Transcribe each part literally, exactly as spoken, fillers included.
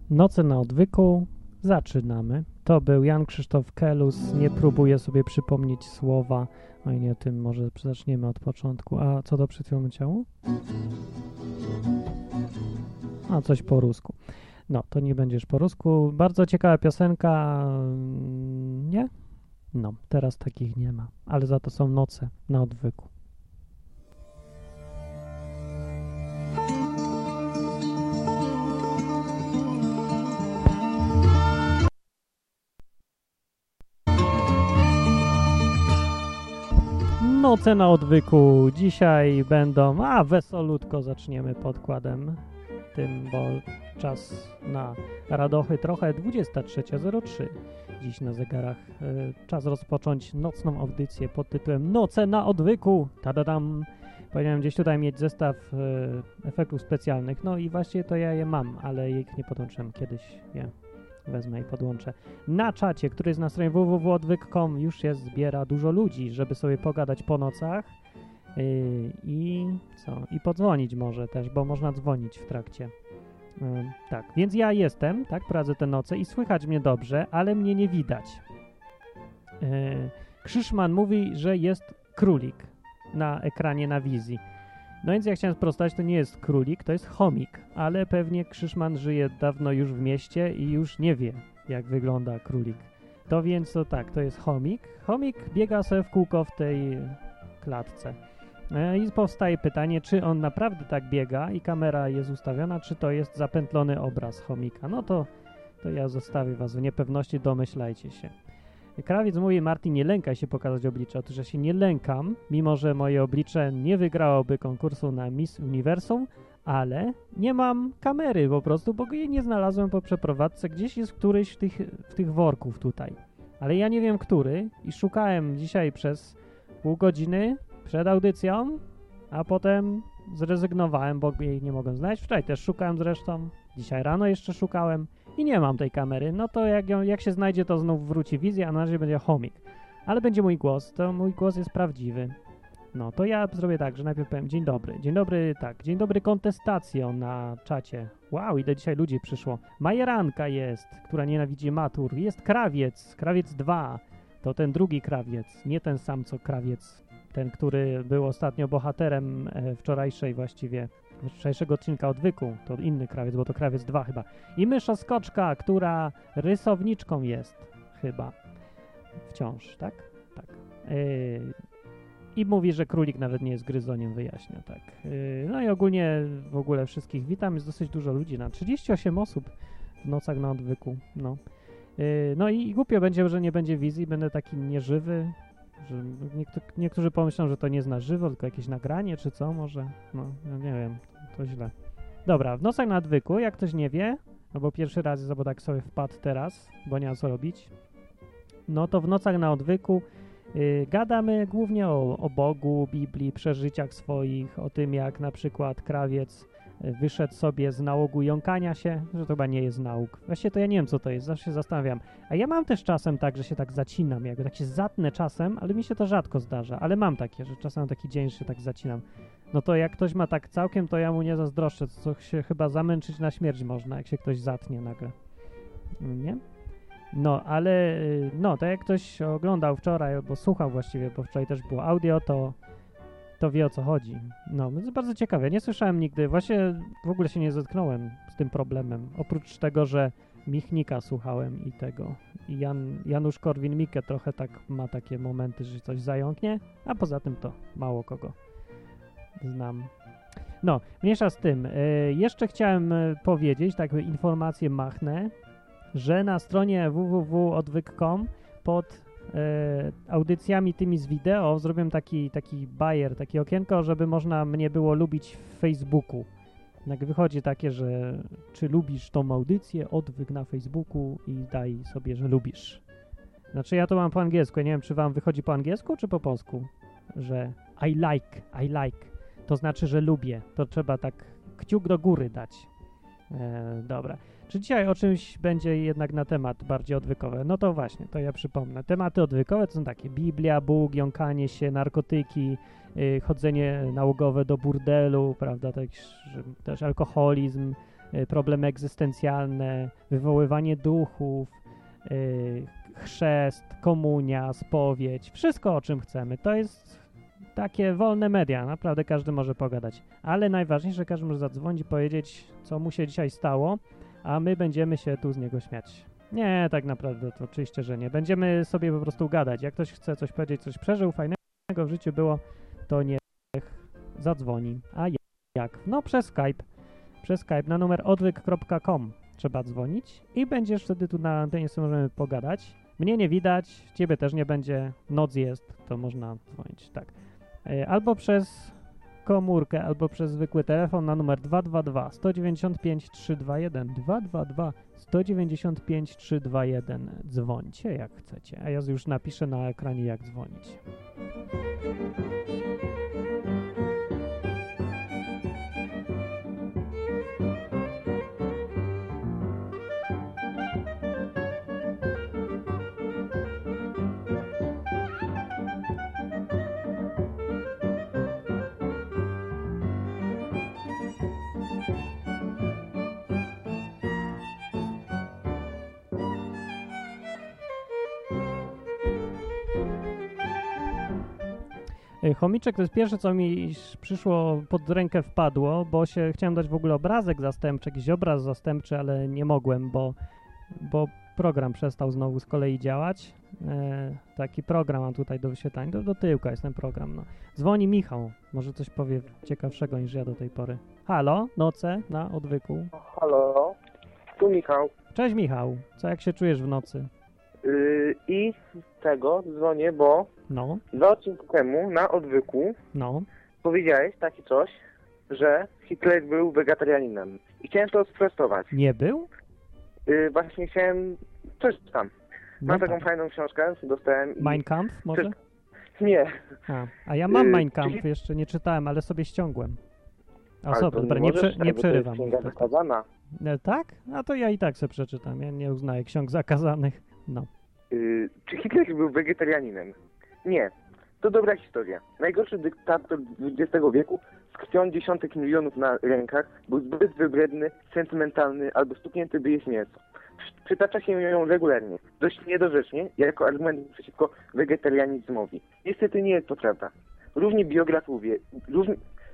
Noce na odwyku. Zaczynamy. To był Jan Krzysztof Kelus. Nie próbuję sobie przypomnieć słowa. Oj nie, tym może zaczniemy od początku. A co to przed chwilą leciało? A, coś po rusku. No, to nie będziesz po rusku. Bardzo ciekawa piosenka. Nie? No, teraz takich nie ma. Ale za to są noce na odwyku. Noce na odwyku. Dzisiaj będą, a wesolutko zaczniemy podkładem tym, bo czas na radochy trochę dwudziesta trzecia zero trzy. Dziś na zegarach y, czas rozpocząć nocną audycję pod tytułem Noce na odwyku. Tadadam. Powinienem gdzieś tutaj mieć zestaw y, efektów specjalnych. No i właśnie to ja je mam, ale ich nie podłączyłem. Kiedyś je wezmę i podłączę. Na czacie, który jest na stronie w w w kropka odwyk kropka com już jest, zbiera dużo ludzi, żeby sobie pogadać po nocach yy, i co? I podzwonić może też, bo można dzwonić w trakcie. Yy, tak, więc ja jestem, tak, prowadzę te noce i słychać mnie dobrze, ale mnie nie widać. Yy, Krzyszman mówi, że jest królik na ekranie, na wizji. No więc ja chciałem sprostać, to nie jest królik, to jest chomik, ale pewnie Krzyszman żyje dawno już w mieście i już nie wie, jak wygląda królik. To więc to tak, to jest chomik. Chomik biega sobie w kółko w tej klatce. I powstaje pytanie, czy on naprawdę tak biega i kamera jest ustawiona, czy to jest zapętlony obraz chomika. No to, to ja zostawię was w niepewności, domyślajcie się. Krawiec mówi, Martin, nie lękaj się pokazać oblicze. Otóż ja się nie lękam, mimo że moje oblicze nie wygrałoby konkursu na Miss Uniwersum, ale nie mam kamery po prostu, bo jej nie znalazłem po przeprowadzce. Gdzieś jest któryś w tych, w tych worków tutaj. Ale ja nie wiem, który i szukałem dzisiaj przez pół godziny przed audycją, a potem zrezygnowałem, bo jej nie mogłem znaleźć. Wczoraj też szukałem zresztą, dzisiaj rano jeszcze szukałem. I nie mam tej kamery, no to jak, ją, jak się znajdzie, to znów wróci wizja, a na razie będzie chomik. Ale będzie mój głos, to mój głos jest prawdziwy. No, to ja zrobię tak, że najpierw powiem dzień dobry. Dzień dobry, tak, dzień dobry kontestacjo na czacie. Wow, ile dzisiaj ludzi przyszło. Majeranka jest, która nienawidzi matur. Jest krawiec, krawiec dwa. To ten drugi krawiec, nie ten sam co krawiec. Ten, który był ostatnio bohaterem e, wczorajszej właściwie wczorajszego odcinka Odwyku, to inny krawiec, bo to krawiec dwa chyba. I mysza skoczka, która rysowniczką jest chyba. Wciąż, tak? Tak. Yy, I mówi, że królik nawet nie jest gryzoniem, wyjaśnia, tak. Yy, no i ogólnie w ogóle wszystkich witam, jest dosyć dużo ludzi, na trzydzieści osiem osób w nocach na Odwyku, no. Yy, no i, i głupio będzie, że nie będzie wizji, będę taki nieżywy, że niektó niektórzy pomyślą, że to nie jest na żywo, tylko jakieś nagranie, czy co może, no, no nie wiem, to źle. Dobra, w nocach na odwyku, jak ktoś nie wie, albo pierwszy raz jest, albo tak sobie wpadł teraz, bo nie ma co robić, no to w nocach na odwyku yy, gadamy głównie o, o Bogu, Biblii, przeżyciach swoich, o tym jak na przykład krawiec wyszedł sobie z nałogu jąkania się, że to chyba nie jest nauk. Właściwie to ja nie wiem, co to jest, zawsze się zastanawiam. A ja mam też czasem tak, że się tak zacinam, jakby tak się zatnę czasem, ale mi się to rzadko zdarza, ale mam takie, że czasem mam taki dzień, że się tak zacinam. No to jak ktoś ma tak całkiem, to ja mu nie zazdroszczę, co się chyba zamęczyć na śmierć można, jak się ktoś zatnie nagle. Nie? No, ale no, to jak ktoś oglądał wczoraj, albo słuchał właściwie, bo wczoraj też było audio, to to wie, o co chodzi. No, to jest bardzo ciekawe. Nie słyszałem nigdy, właśnie w ogóle się nie zetknąłem z tym problemem. Oprócz tego, że Michnika słuchałem i tego. I Jan, Janusz Korwin-Mikke trochę tak ma takie momenty, że coś zająknie, a poza tym to mało kogo znam. No, mniejsza z tym. E, jeszcze chciałem powiedzieć, taką informację machnę, że na stronie w w w kropka odwyk kropka com pod E, audycjami tymi z wideo zrobiłem taki, taki bajer, takie okienko, żeby można mnie było lubić w Facebooku. Jak wychodzi takie, że czy lubisz tą audycję, odwyk na Facebooku i daj sobie, że lubisz. Znaczy ja to mam po angielsku, ja nie wiem, czy wam wychodzi po angielsku, czy po polsku, że I like, I like, to znaczy, że lubię, to trzeba tak kciuk do góry dać. E, dobra. Czy dzisiaj o czymś będzie jednak na temat bardziej odwykowe? No to właśnie, to ja przypomnę. Tematy odwykowe to są takie Biblia, Bóg, jąkanie się, narkotyki, yy, chodzenie nałogowe do burdelu, prawda, tak, też alkoholizm, y, problemy egzystencjalne, wywoływanie duchów, y, chrzest, komunia, spowiedź, wszystko o czym chcemy. To jest takie wolne media, naprawdę każdy może pogadać. Ale najważniejsze, każdy może zadzwonić i powiedzieć, co mu się dzisiaj stało, a my będziemy się tu z niego śmiać. Nie, tak naprawdę to oczywiście, że nie. Będziemy sobie po prostu gadać. Jak ktoś chce coś powiedzieć, coś przeżył, fajnego w życiu było, to niech zadzwoni. A jak? No przez Skype. Przez Skype na numer odwyk kropka com trzeba dzwonić i będziesz wtedy tu na antenie sobie możemy pogadać. Mnie nie widać, ciebie też nie będzie, noc jest, to można dzwonić, tak. Albo przez komórkę, albo przez zwykły telefon na numer dwa dwa dwa, sto dziewięćdziesiąt pięć, trzysta dwadzieścia jeden, dwa dwa dwa, sto dziewięćdziesiąt pięć, trzysta dwadzieścia jeden. Dzwońcie jak chcecie, a ja już napiszę na ekranie jak dzwonić. Chomiczek to jest pierwsze, co mi przyszło pod rękę wpadło, bo się chciałem dać w ogóle obrazek zastępczy, jakiś obraz zastępczy, ale nie mogłem, bo, bo program przestał znowu z kolei działać. E, taki program mam tutaj do wyświetlania, do, do tyłka jest ten program. No. Dzwoni Michał, może coś powie ciekawszego niż ja do tej pory. Halo, noce na odwyku. Halo, tu Michał. Cześć Michał, co jak się czujesz w nocy? Yy, I z tego dzwonię, bo No, dwa odcinki temu na odwyku no. powiedziałeś takie coś, że Hitler był wegetarianinem. I chciałem to sprostować. Nie był? Yy, właśnie chciałem coś tam. No Mam taką tak. fajną książkę, dostałem. i- Mein Kampf może? Czy- Nie. A, a ja mam Yy, Mein Kampf, czyli- jeszcze nie czytałem, ale sobie ściągłem. A Ale sobie, to dobra, nie, możesz, prze, nie bo to przerywam. jest księga zakazana. E, tak? A to ja i tak sobie przeczytam. Ja nie uznaję ksiąg zakazanych. No. Yy, czy Hitler był wegetarianinem? Nie. To dobra historia. Najgorszy dyktator dwudziestego wieku z krwią dziesiątek milionów na rękach był zbyt wybredny, sentymentalny albo stuknięty by jeść mięso. Przytacza się ją regularnie, dość niedorzecznie, jako argument przeciwko wegetarianizmowi. Niestety nie jest to prawda. Równi biografowie, równi,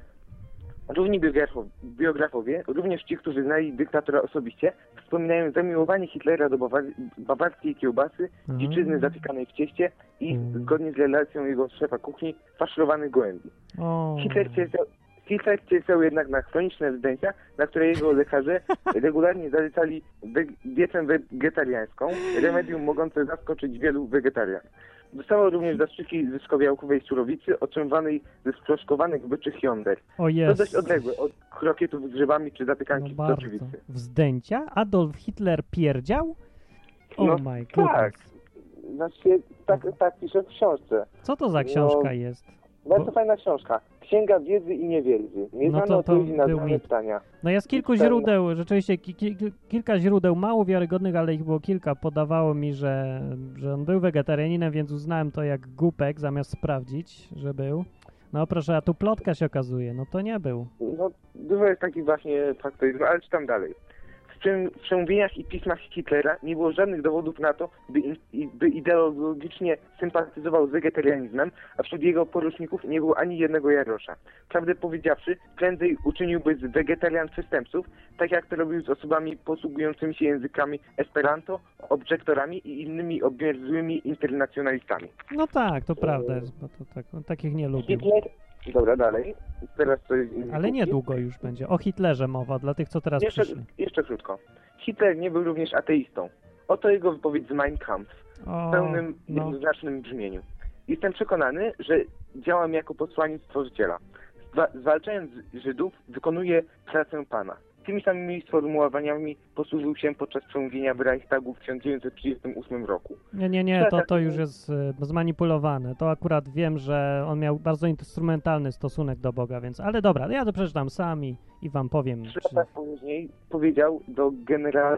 równi biografowie, biografowie, również ci, którzy znali dyktatora osobiście, wspominają zamiłowanie Hitlera do bawar bawarskiej kiełbasy, Aha. dziczyzny zapiekanej w cieście i, Mm. zgodnie z relacją jego szefa kuchni, faszerowanych gołębi. O. Hitler cierpiał, Hitler cierpiał jednak na chroniczne zdjęcia, na które jego lekarze regularnie zalecali we- dietę wegetariańską, remedium mogące zaskoczyć wielu wegetarian. Dostało również zastrzyki ze skowjałkowej surowicy otrzymywanej ze sproszkowanych byczych jąder. O To jest. dość odległe od krokietów z grzybami czy No zapiekanki z bardzo. soczewicy. Wzdęcia? Adolf Hitler pierdział? Oh No my tak. goodness. Znaczy, tak, tak pisze w książce. Co to za No, książka jest? Bardzo Bo- fajna książka. Księga wiedzy i niewiedzy. Nieznane No to- to odpowiedzi na był znane mit. pytania. No jest kilku Ten- źródeł, rzeczywiście ki ki kilka źródeł, mało wiarygodnych, ale ich było kilka. Podawało mi, że, że on był wegetarianinem, więc uznałem to jak głupek, zamiast sprawdzić, że był. No proszę, a tu plotka się okazuje, no to nie był. No, dużo jest takich właśnie faktorów, ale czytam dalej. W przem- w przemówieniach i pismach Hitlera nie było żadnych dowodów na to, by, in- by ideologicznie sympatyzował z wegetarianizmem, a wśród jego poruczników nie było ani jednego Jarosza. Prawdę powiedziawszy, prędzej uczyniłby z wegetarian przestępców, tak jak to robił z osobami posługującymi się językami Esperanto, objektorami i innymi obmierzłymi internacjonalistami. No tak, to prawda jest, bo to tak, on takich nie lubił. Hitler... Dobra, dalej. Teraz to jest inny Ale punkt. niedługo już będzie. O Hitlerze mowa, dla tych, co teraz Jeszcze, przyszli. jeszcze krótko. Hitler nie był również ateistą. Oto jego wypowiedź z Mein Kampf O, w pełnym, no. jednoznacznym brzmieniu. Jestem przekonany, że działam jako posłaniec Stworzyciela. Zwa- zwalczając Żydów, wykonuję pracę Pana. Tymi samymi sformułowaniami posłużył się podczas przemówienia w Reichstagu w tysiąc dziewięćset trzydziestym ósmym roku. Nie, nie, nie, to, to już jest e, zmanipulowane. To akurat wiem, że on miał bardzo instrumentalny stosunek do Boga, więc... Ale dobra, ja to przeczytam sam i, i wam powiem. Trzy Czy... lata później powiedział do generała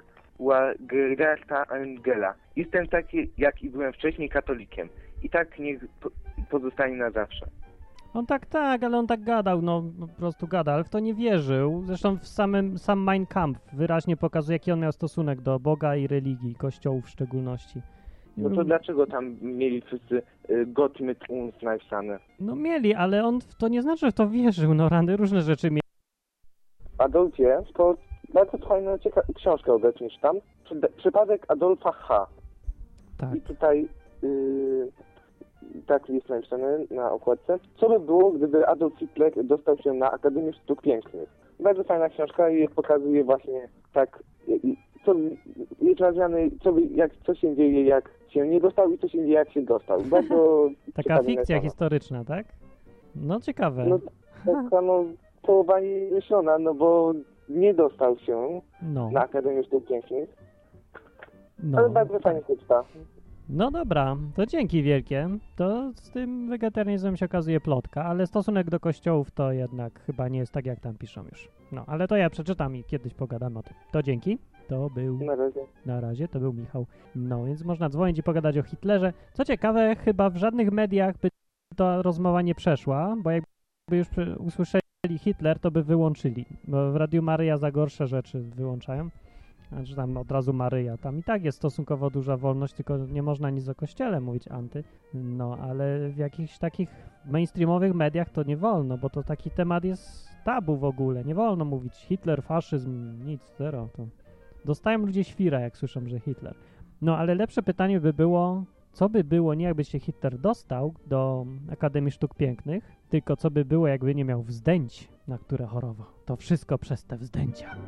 Gerarda Engela: jestem taki, jak i byłem wcześniej katolikiem. I tak niech po- pozostanie na zawsze. On tak, tak, ale on tak gadał, no po prostu gadał, ale w to nie wierzył. Zresztą w samym, sam Mein Kampf wyraźnie pokazuje, jaki on miał stosunek do Boga i religii, kościołów w szczególności. No to dlaczego tam mieli wszyscy y, Gott mit uns napisane? No mieli, ale on w to nie znaczy, że w to wierzył, no rany różne rzeczy mieli. Adolfie, to bardzo fajną cieka- książkę obecniesz tam. Przy- Przypadek Adolfa H. Tak. I tutaj yy, tak jest napisane na okładce. Co by było, gdyby Adolf Hitler dostał się na Akademię Sztuk Pięknych? Bardzo fajna książka i pokazuje właśnie tak, i- co jest nawiązane, co, by- jak, co się dzieje, jak się nie dostał i co się dzieje, jak się dostał. Bardzo Taka ciekawie fikcja napisana. historyczna, tak? No ciekawe. No taka no połowa myślona, no bo nie dostał się No, na Akademię Sztuk Pięknych, no. ale bardzo fajnie się czyta. No dobra, to dzięki wielkie. To z tym wegetarianizmem się okazuje plotka, ale stosunek do kościołów to jednak chyba nie jest tak, jak tam piszą już. No, ale to ja przeczytam i kiedyś pogadamy o tym. To dzięki. To był... Na razie. Na razie to był Michał. No, więc można dzwonić i pogadać o Hitlerze. Co ciekawe, chyba w żadnych mediach by ta rozmowa nie przeszła, bo jakby już przy- usłyszeli Hitler, to by wyłączyli. Bo w Radiu Maryja za gorsze rzeczy wyłączają. Znaczy tam od razu Maryja. Tam i tak jest stosunkowo duża wolność, tylko nie można nic o kościele mówić anty. No, ale w jakichś takich mainstreamowych mediach to nie wolno, bo to taki temat jest tabu w ogóle. Nie wolno mówić Hitler, faszyzm, nic, zero. To dostają ludzie świra, jak słyszą, że Hitler. No, ale lepsze pytanie by było, co by było, nie jakby się Hitler dostał do Akademii Sztuk Pięknych, tylko co by było, jakby nie miał wzdęć, na które chorował. To wszystko przez te wzdęcia.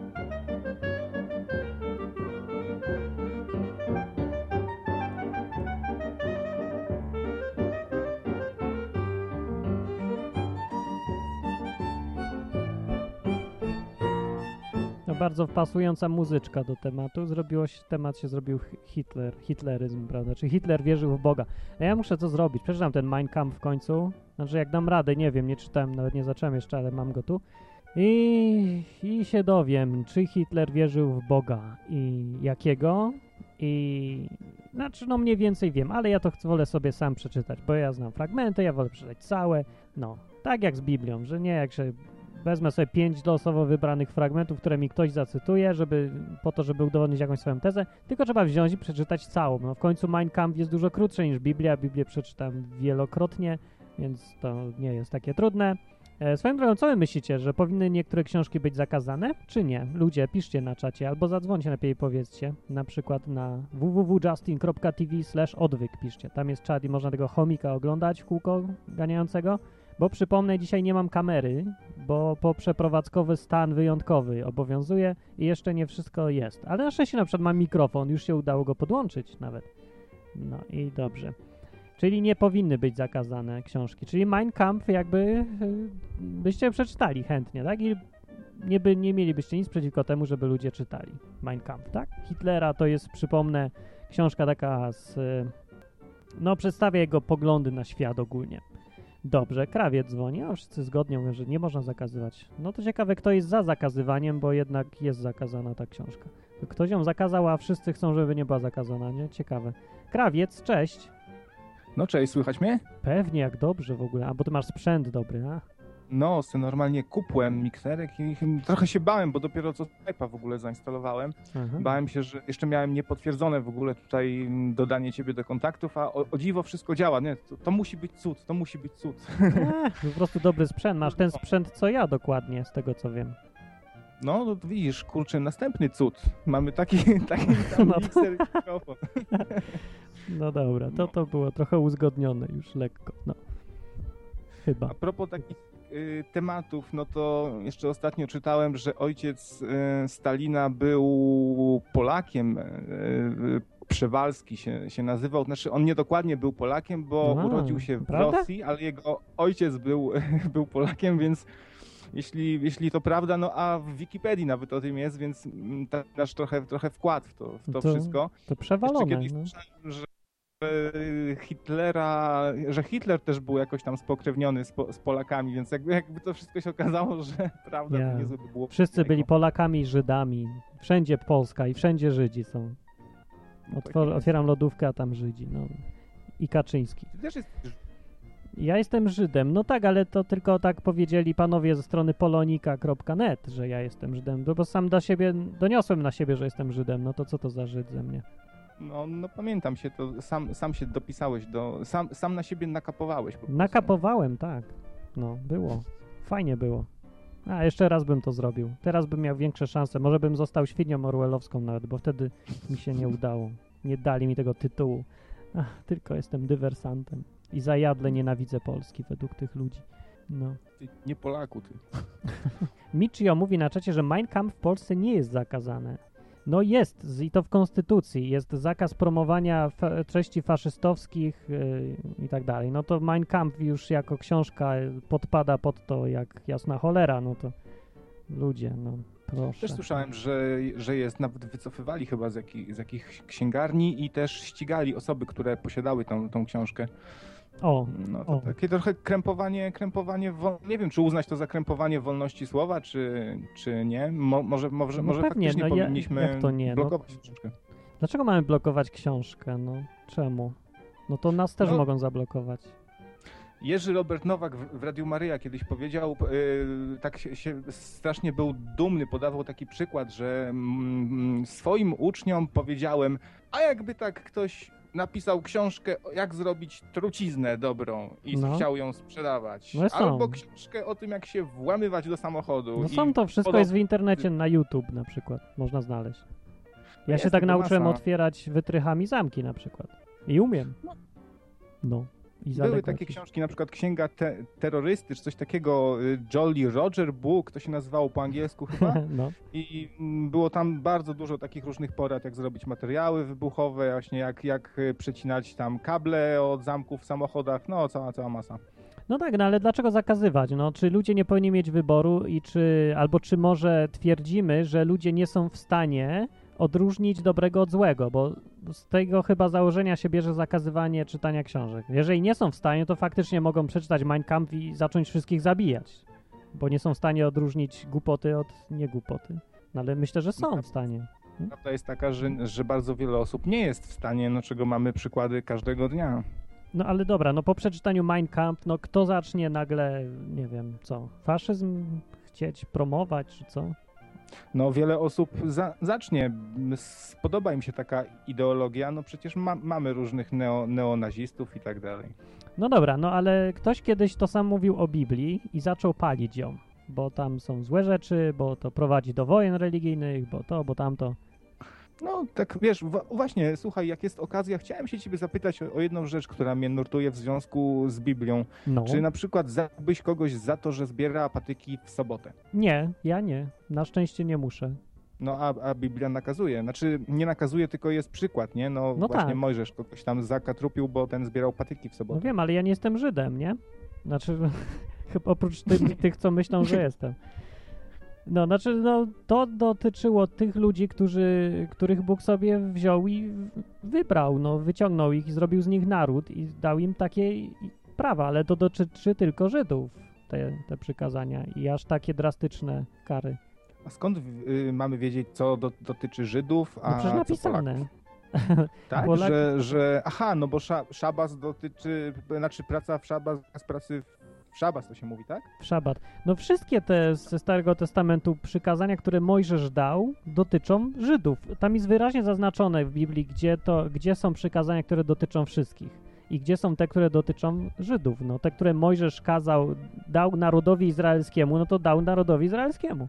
No bardzo pasująca muzyczka do tematu. Zrobiło się, temat się zrobił Hitler, hitleryzm, prawda? Czy Hitler wierzył w Boga. A ja muszę to zrobić. Przeczytam ten Mein Kampf w końcu. Znaczy jak dam radę, nie wiem, nie czytałem, nawet nie zacząłem jeszcze, ale mam go tu. I, I się dowiem, czy Hitler wierzył w Boga i jakiego. I znaczy no mniej więcej wiem, ale ja to chcę, wolę sobie sam przeczytać, bo ja znam fragmenty, ja wolę przeczytać całe. No, tak jak z Biblią, że nie jak się... Wezmę sobie pięć losowo wybranych fragmentów, które mi ktoś zacytuje, żeby, po to, żeby udowodnić jakąś swoją tezę, tylko trzeba wziąć i przeczytać całą. No w końcu Mein Kampf jest dużo krótszy niż Biblia, Biblię przeczytam wielokrotnie, więc to nie jest takie trudne. E, swoją drogą, co wy myślicie, że powinny niektóre książki być zakazane, czy nie? Ludzie, piszcie na czacie, albo zadzwońcie lepiej i powiedzcie, na przykład na w w w kropka justin kropka t v slash odwyk piszcie. Tam jest czat i można tego chomika oglądać w kółko ganiającego. Bo przypomnę, dzisiaj nie mam kamery, bo poprzeprowadzkowy stan wyjątkowy obowiązuje i jeszcze nie wszystko jest. Ale na szczęście na przykład mam mikrofon, już się udało go podłączyć nawet. No i dobrze. Czyli nie powinny być zakazane książki. Czyli Mein Kampf jakby y, byście przeczytali chętnie, tak? I nie, by, nie mielibyście nic przeciwko temu, żeby ludzie czytali Mein Kampf, tak? Hitlera to jest, przypomnę, książka taka z... Y, no przedstawia jego poglądy na świat ogólnie. Dobrze, krawiec dzwoni, a wszyscy zgodnie mówią, że nie można zakazywać. No to ciekawe, kto jest za zakazywaniem, bo jednak jest zakazana ta książka. Ktoś ją zakazał, a wszyscy chcą, żeby nie była zakazana, nie? Ciekawe. Krawiec, cześć. No cześć, słychać mnie? Pewnie, jak dobrze w ogóle. A bo ty masz sprzęt dobry, a? No, se normalnie kupłem mikserek i trochę się bałem, bo dopiero co Skype'a w ogóle zainstalowałem. Aha. Bałem się, że jeszcze miałem niepotwierdzone w ogóle tutaj dodanie ciebie do kontaktów, a o, o dziwo wszystko działa. Nie, to, to musi być cud, to musi być cud. Ech, po prostu dobry sprzęt. Masz ten sprzęt, co ja dokładnie, z tego co wiem. No, no widzisz, kurczę, następny cud. Mamy taki, taki tam No to- mikser i mikrofon. No dobra, to to było trochę uzgodnione już lekko, no. Chyba. A propos takich y, tematów, no to jeszcze ostatnio czytałem, że ojciec y, Stalina był Polakiem. Y, y, Przewalski się, się nazywał. Znaczy on niedokładnie był Polakiem, bo A, urodził się w prawda? Rosji, ale jego ojciec był, był Polakiem, więc jeśli, jeśli to prawda, no a w Wikipedii nawet o tym jest, więc mm, ta- dasz trochę, trochę wkład w to, w to, To- wszystko. To Jeszcze przewalone, kiedyś no. słyszałem, że Hitlera, że Hitler też był jakoś tam spokrewniony z, po, z Polakami, więc jakby, jakby to wszystko się okazało, że prawda, Ja. to niezłe by było. Wszyscy jajko. byli Polakami i Żydami. Wszędzie Polska i wszędzie Żydzi są. No tak Otwor- jest. otwieram lodówkę, a tam Żydzi. No. I Kaczyński. Ty też jest, Ja jestem Żydem. No tak, ale to tylko tak powiedzieli panowie ze strony polonika kropka net, że ja jestem Żydem, bo sam do siebie, doniosłem na siebie, że jestem Żydem. No to co to za Żyd ze mnie? No, no pamiętam się, to sam, sam się dopisałeś do... Sam, sam na siebie nakapowałeś po prostu. Nakapowałem, tak. No, było. Fajnie było. A, jeszcze raz bym to zrobił. Teraz bym miał większe szanse. Może bym został świnią orwellowską nawet, bo wtedy mi się nie udało. Nie dali mi tego tytułu. Ach, tylko jestem dywersantem. I zajadle nienawidzę Polski według tych ludzi. No. Ty, nie Polaku, ty. Michio mówi na czacie, że Mein Kampf w Polsce nie jest zakazane. No jest, i to w konstytucji. Jest zakaz promowania fa- treści faszystowskich yy, i tak dalej. No to Mein Kampf już jako książka podpada pod to jak jasna cholera. No to ludzie, no proszę. Też słyszałem, że, że jest, nawet wycofywali chyba z, jakich, z jakichś księgarni i też ścigali osoby, które posiadały tą, tą książkę. O, No to o. takie trochę krępowanie, krępowanie wol... nie wiem, czy uznać to za krępowanie wolności słowa, czy, czy nie. Mo, może może, No może pewnie, faktycznie no ja- powinniśmy jak to nie, no. blokować książkę. Dlaczego mamy blokować książkę? No czemu? No to nas też No. mogą zablokować. Jerzy Robert Nowak w, w Radiu Maryja kiedyś powiedział, yy, tak się, się strasznie był dumny, podawał taki przykład, że mm, swoim uczniom powiedziałem, a jakby tak ktoś napisał książkę, jak zrobić truciznę dobrą i No. chciał ją sprzedawać. No są. Albo książkę o tym, jak się włamywać do samochodu. No i są to, wszystko podob- jest w internecie, na YouTube na przykład, można znaleźć. Ja Jest się tak tego nauczyłem masa. otwierać wytrychami zamki na przykład. I umiem. No. I Były zaległości. takie książki, na przykład Księga te- Terrorysty, czy coś takiego, y, Jolly Roger Book, to się nazywało po angielsku chyba. No. I mm, było tam bardzo dużo takich różnych porad, jak zrobić materiały wybuchowe, właśnie jak, jak y, przecinać tam kable od zamków w samochodach, no cała, cała masa. No tak, no ale dlaczego zakazywać? No, czy ludzie nie powinni mieć wyboru i czy, albo czy może twierdzimy, że ludzie nie są w stanie odróżnić dobrego od złego, bo z tego chyba założenia się bierze zakazywanie czytania książek. Jeżeli nie są w stanie, to faktycznie mogą przeczytać Mein Kampf i zacząć wszystkich zabijać, bo nie są w stanie odróżnić głupoty od niegłupoty. No ale myślę, że są w stanie. Prawda jest taka, że, że bardzo wiele osób nie jest w stanie, no czego mamy przykłady każdego dnia. No ale dobra, no po przeczytaniu Mein Kampf, no kto zacznie nagle, nie wiem, co, faszyzm chcieć promować, czy co? No wiele osób za, zacznie, spodoba im się taka ideologia, no przecież ma, mamy różnych neo, neonazistów i tak dalej. No dobra, no ale ktoś kiedyś to sam mówił o Biblii i zaczął palić ją, bo tam są złe rzeczy, bo to prowadzi do wojen religijnych, bo to, bo tamto. No tak wiesz, wa- właśnie, słuchaj, jak jest okazja, chciałem się ciebie zapytać o, o jedną rzecz, która mnie nurtuje w związku z Biblią. No, Czy na przykład zabiłbyś kogoś za to, że zbiera patyki w sobotę? nie, ja nie, na szczęście nie muszę. No a, a Biblia nakazuje, znaczy nie nakazuje, tylko jest przykład, nie? No, No właśnie tak. Mojżesz kogoś tam zakatrupił, bo ten zbierał patyki w No sobotę. wiem, ale ja nie jestem Żydem, nie? Znaczy, chyba oprócz ty, tych, co myślą, że jestem. No, znaczy, no, to dotyczyło tych ludzi, którzy, których Bóg sobie wziął i wybrał, no, wyciągnął ich i zrobił z nich naród i dał im takie prawa, ale to dotyczy tylko Żydów, te, te przykazania i aż takie drastyczne kary. A skąd y, mamy wiedzieć, co do, dotyczy Żydów, a No przecież co napisane. Polaków? Tak, Polak- że, że... Aha, no bo sza, szabas dotyczy, znaczy praca w szabas z pracy w szabas, to się mówi, tak? W szabat. No wszystkie te ze Starego Testamentu przykazania, które Mojżesz dał, dotyczą Żydów. Tam jest wyraźnie zaznaczone w Biblii, gdzie, to, gdzie są przykazania, które dotyczą wszystkich i gdzie są te, które dotyczą Żydów. No te, które Mojżesz kazał, dał narodowi izraelskiemu, no to dał narodowi izraelskiemu.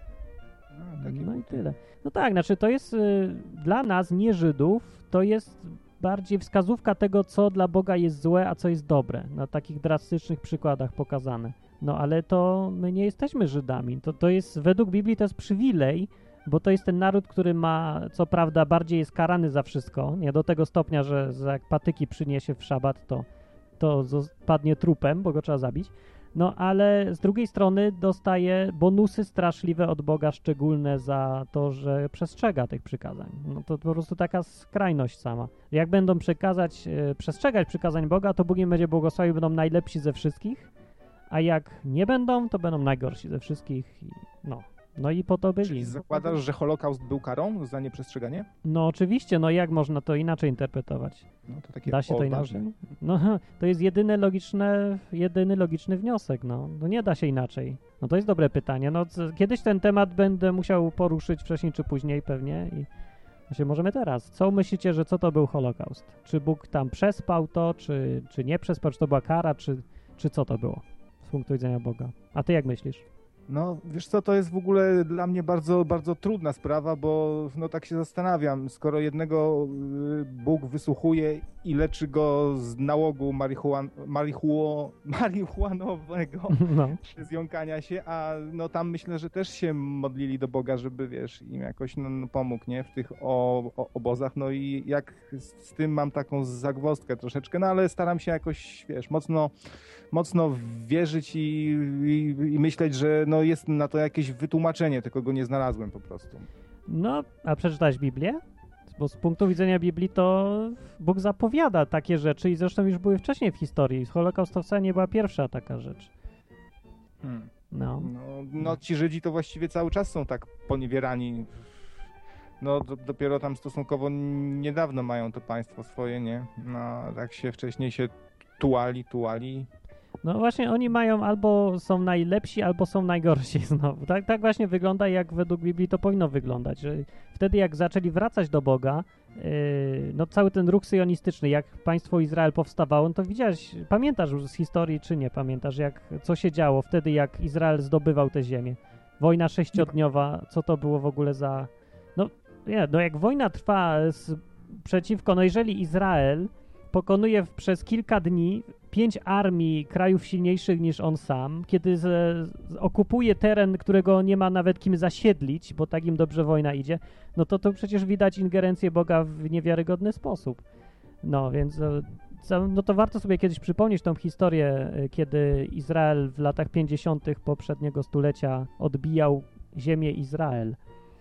A, takie No i buty. tyle. No tak, znaczy to jest y, dla nas, nie Żydów, to jest bardziej wskazówka tego, co dla Boga jest złe, a co jest dobre. Na takich drastycznych przykładach pokazane. No ale to my nie jesteśmy Żydami. To, to jest, według Biblii to jest przywilej, bo to jest ten naród, który ma, co prawda, bardziej jest karany za wszystko. Nie do tego stopnia, że, że jak patyki przyniesie w szabat, to, to zos- padnie trupem, bo go trzeba zabić. No ale z drugiej strony dostaje bonusy straszliwe od Boga, szczególne za to, że przestrzega tych przykazań. No to po prostu taka skrajność sama. Jak będą przekazać, e, przestrzegać przykazań Boga, to Bóg im będzie błogosławił, będą najlepsi ze wszystkich, a jak nie będą, to będą najgorsi ze wszystkich. I no, No i po to byli. Czyli zakładasz, że Holokaust był karą za nieprzestrzeganie? No oczywiście, no jak można to inaczej interpretować? No to takie Da się to odważne. inaczej? No to jest jedyny logiczny, jedyny logiczny wniosek, no. No nie da się inaczej. No to jest dobre pytanie. No c- kiedyś ten temat będę musiał poruszyć wcześniej czy później pewnie i właśnie możemy teraz. Co myślicie, że co to był Holokaust? Czy Bóg tam przespał to, czy, czy nie przespał, czy to była kara, czy, czy co to było z punktu widzenia Boga? A ty jak myślisz? No, wiesz co, to jest w ogóle dla mnie bardzo, bardzo trudna sprawa, bo no tak się zastanawiam, skoro jednego y, Bóg wysłuchuje i leczy go z nałogu marihuan, marihuo, marihuanowego, No. z jąkania się, a no tam myślę, że też się modlili do Boga, żeby, wiesz, im jakoś no, no, pomógł, nie, w tych o, o, obozach, no i jak z, z tym mam taką zagwozdkę troszeczkę, no ale staram się jakoś, wiesz, mocno, mocno wierzyć i, i, i myśleć, że no jest na to jakieś wytłumaczenie, tylko go nie znalazłem po prostu. No, a przeczytałeś Biblię? Bo z punktu widzenia Biblii to Bóg zapowiada takie rzeczy i zresztą już były wcześniej w historii. Holokaust to wcale nie była pierwsza taka rzecz. Hmm. No. No, no ci Żydzi to właściwie cały czas są tak poniewierani. No do, dopiero tam stosunkowo niedawno mają to państwo swoje, nie? No tak się wcześniej się tułali, tułali. No właśnie oni mają albo są najlepsi, albo są najgorsi znowu. Tak, tak właśnie wygląda, jak według Biblii to powinno wyglądać. Że wtedy jak zaczęli wracać do Boga, yy, no cały ten ruch syjonistyczny, jak państwo Izrael powstawało, no to widziałeś, pamiętasz już z historii, czy nie pamiętasz, jak, co się działo wtedy, jak Izrael zdobywał tę ziemię. Wojna sześciodniowa, co to było w ogóle za... No nie, no jak wojna trwa z, przeciwko, no jeżeli Izrael pokonuje w, przez kilka dni pięć armii krajów silniejszych niż on sam, kiedy z, z, okupuje teren, którego nie ma nawet kim zasiedlić, bo tak im dobrze wojna idzie, no to to przecież widać ingerencję Boga w niewiarygodny sposób. No więc co, no to warto sobie kiedyś przypomnieć tą historię, kiedy Izrael w latach pięćdziesiątych poprzedniego stulecia odbijał ziemię Izrael.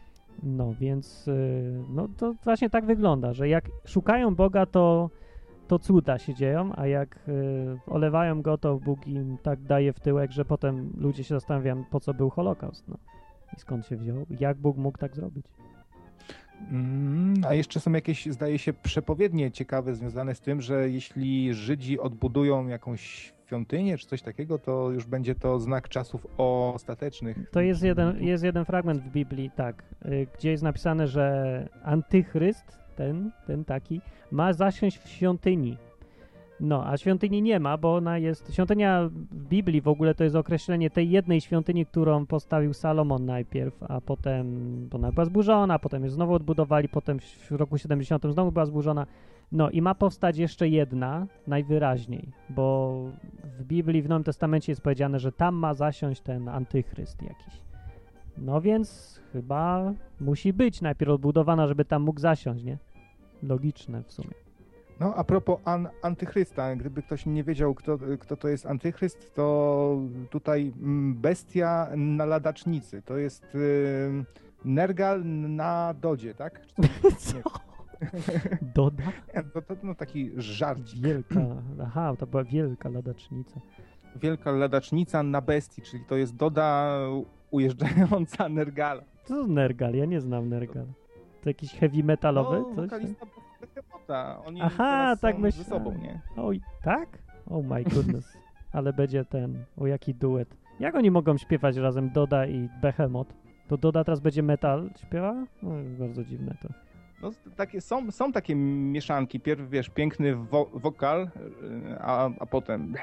No więc no to właśnie tak wygląda, że jak szukają Boga, to to cuda się dzieją, a jak y, olewają go, to Bóg im tak daje w tyłek, że potem ludzie się zastanawiają, po co był Holokaust, no. I skąd się wziął, jak Bóg mógł tak zrobić. Mm, a jeszcze są jakieś, zdaje się, przepowiednie ciekawe związane z tym, że jeśli Żydzi odbudują jakąś świątynię czy coś takiego, to już będzie to znak czasów ostatecznych. To jest jeden, jest jeden fragment w Biblii, tak, y, gdzie jest napisane, że antychryst, ten, ten taki, ma zasiąść w świątyni. No, a świątyni nie ma, bo ona jest... Świątynia w Biblii w ogóle to jest określenie tej jednej świątyni, którą postawił Salomon najpierw, a potem ona była zburzona, potem ją znowu odbudowali, potem w roku siedemdziesiątym znowu była zburzona. No i ma powstać jeszcze jedna, najwyraźniej, bo w Biblii, w Nowym Testamencie jest powiedziane, że tam ma zasiąść ten antychryst jakiś. No więc chyba musi być najpierw odbudowana, żeby tam mógł zasiąść, nie? Logiczne w sumie. No a propos an, antychrysta, gdyby ktoś nie wiedział, kto, kto to jest antychryst, to tutaj bestia na ladacznicy. To jest y, Nergal na Dodzie, tak? Co? Doda? Nie, to, to no, taki żarcik. Wielka, aha, to była wielka ladacznica. Wielka ladacznica na bestii, czyli to jest Doda ujeżdżająca Nergala. Co to Nergal? Ja nie znam Nergal. To jakiś heavy metalowy? No, coś? wokalista Behemota. Oni Aha, teraz tak są myślę. ze sobą, nie? Oj, tak? Oh my goodness. Ale będzie ten, o jaki duet. Jak oni mogą śpiewać razem Doda i Behemoth? To Doda teraz będzie metal śpiewa? No, jest bardzo dziwne to. No, takie, są, są takie mieszanki. Pierw, wiesz, piękny wo wokal, a, a potem...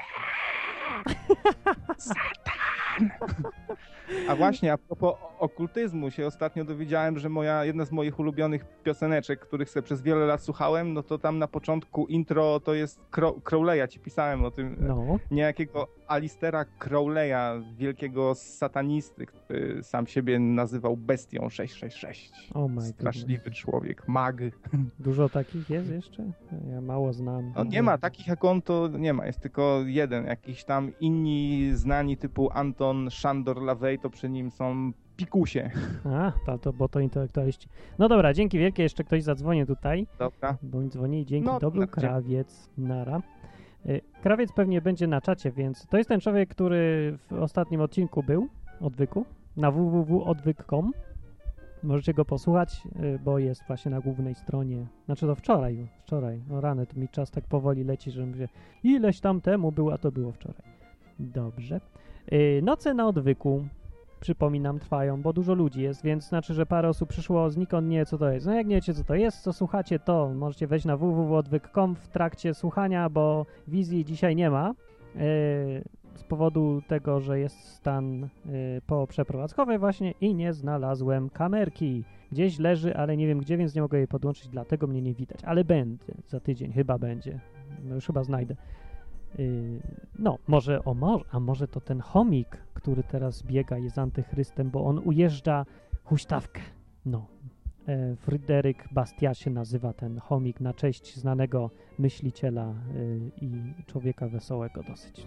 Satan! A właśnie, a propos okultyzmu, się ostatnio dowiedziałem, że moja, jedna z moich ulubionych pioseneczek, których sobie przez wiele lat słuchałem, no to tam na początku intro to jest Crow Crowleya, ci pisałem o tym, No. niejakiego Alistera Crowleya, wielkiego satanisty, który sam siebie nazywał Bestią sześć sześć sześć. Oh my Straszliwy goodness. człowiek, mag. Dużo takich jest jeszcze? Ja mało znam. No nie ma, takich jak on to nie ma, jest tylko jeden. Jakiś tam inni znani typu Anton Szandor LaVey, to przy nim są pikusie. A, to, to, bo to intelektualiści. No dobra, dzięki wielkie, jeszcze ktoś zadzwonił tutaj. Dobra. Bo mi dzwoni, dzięki, No, to był na- Krawiec, nara. Y, Krawiec pewnie będzie na czacie, więc to jest ten człowiek, który w ostatnim odcinku był, odwyku, na w w w kropka odwyk kropka com. Możecie go posłuchać, y, bo jest właśnie na głównej stronie. Znaczy to wczoraj, wczoraj. No rany, to mi czas tak powoli leci, że mówię, ileś tam temu było, a to było wczoraj. Dobrze. Y, Noce na odwyku, przypominam, trwają, bo dużo ludzi jest, więc znaczy, że parę osób przyszło znikąd, nie wie co to jest. No jak nie wiecie co to jest, co słuchacie, to możecie wejść na w w w kropka odwyk kropka com w trakcie słuchania, bo wizji dzisiaj nie ma. Yy, z powodu tego, że jest stan yy, poprzeprowadzkowy właśnie i nie znalazłem kamerki. Gdzieś leży, ale nie wiem gdzie, więc nie mogę jej podłączyć, dlatego mnie nie widać. Ale będzie, za tydzień chyba będzie. No już chyba znajdę. Yy, no, może, o może, a może to ten chomik, który teraz biega, jest antychrystem, bo on ujeżdża huśtawkę. No, e, Fryderyk Bastiat się nazywa ten chomik na cześć znanego myśliciela y, i człowieka wesołego dosyć.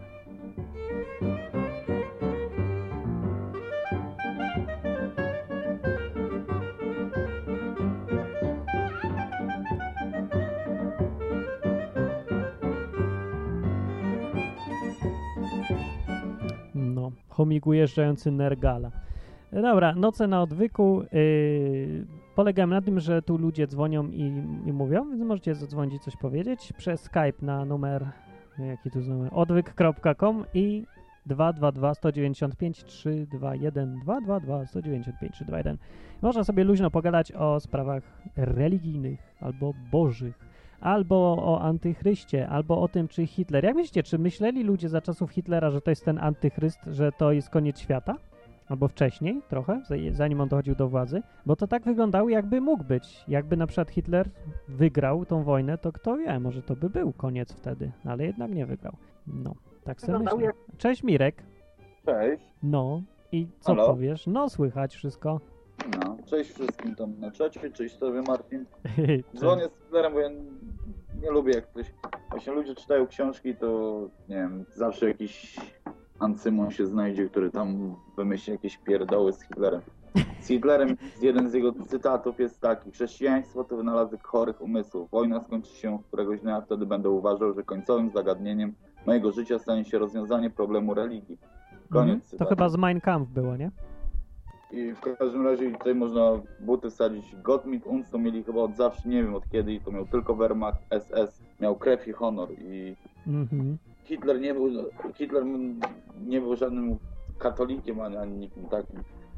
No, chomik ujeżdżający Nergala. Dobra, noce na odwyku yy, polegają na tym, że tu ludzie dzwonią i, i mówią, więc możecie zadzwonić i coś powiedzieć przez Skype na numer, jaki tu jest numer, odwyk kropka com i dwa dwa dwa jeden dziewięć pięć trzy dwa jeden dwa dwa dwa jeden dziewięć pięć trzy dwa jeden. Można sobie luźno pogadać o sprawach religijnych albo bożych, albo o antychryście, albo o tym, czy Hitler. Jak myślicie, czy myśleli ludzie za czasów Hitlera, że to jest ten antychryst, że to jest koniec świata? Albo wcześniej trochę, zanim on dochodził do władzy, bo to tak wyglądało, jakby mógł być. Jakby na przykład Hitler wygrał tą wojnę, to kto wie, może to by był koniec wtedy, ale jednak nie wygrał. No, tak sobie myślę. Jak... Cześć Mirek. Cześć. No, i co Halo? powiesz? No, słychać wszystko. No, cześć wszystkim tam na czacie, cześć tobie Martin. Dzwonię z Hitlerem, bo ja nie lubię jak ktoś... Właśnie ludzie czytają książki, to nie wiem, zawsze jakiś... Ancymon się znajdzie, który tam wymyśli jakieś pierdoły z Hitlerem. Z Hitlerem jeden z jego cytatów jest taki: chrześcijaństwo to wynalazek chorych umysłów. Wojna skończy się któregoś dnia, wtedy będę uważał, że końcowym zagadnieniem mojego życia stanie się rozwiązanie problemu religii. Koniec Mhm. cytatu. To chyba z Mein Kampf było, nie? I w każdym razie tutaj można buty wsadzić. Gott mit uns to mieli chyba od zawsze, nie wiem od kiedy, i to miał tylko Wehrmacht, S S, miał krew i honor i... Mhm. Hitler nie był, Hitler nie był żadnym katolikiem, ani, ani nikim takim.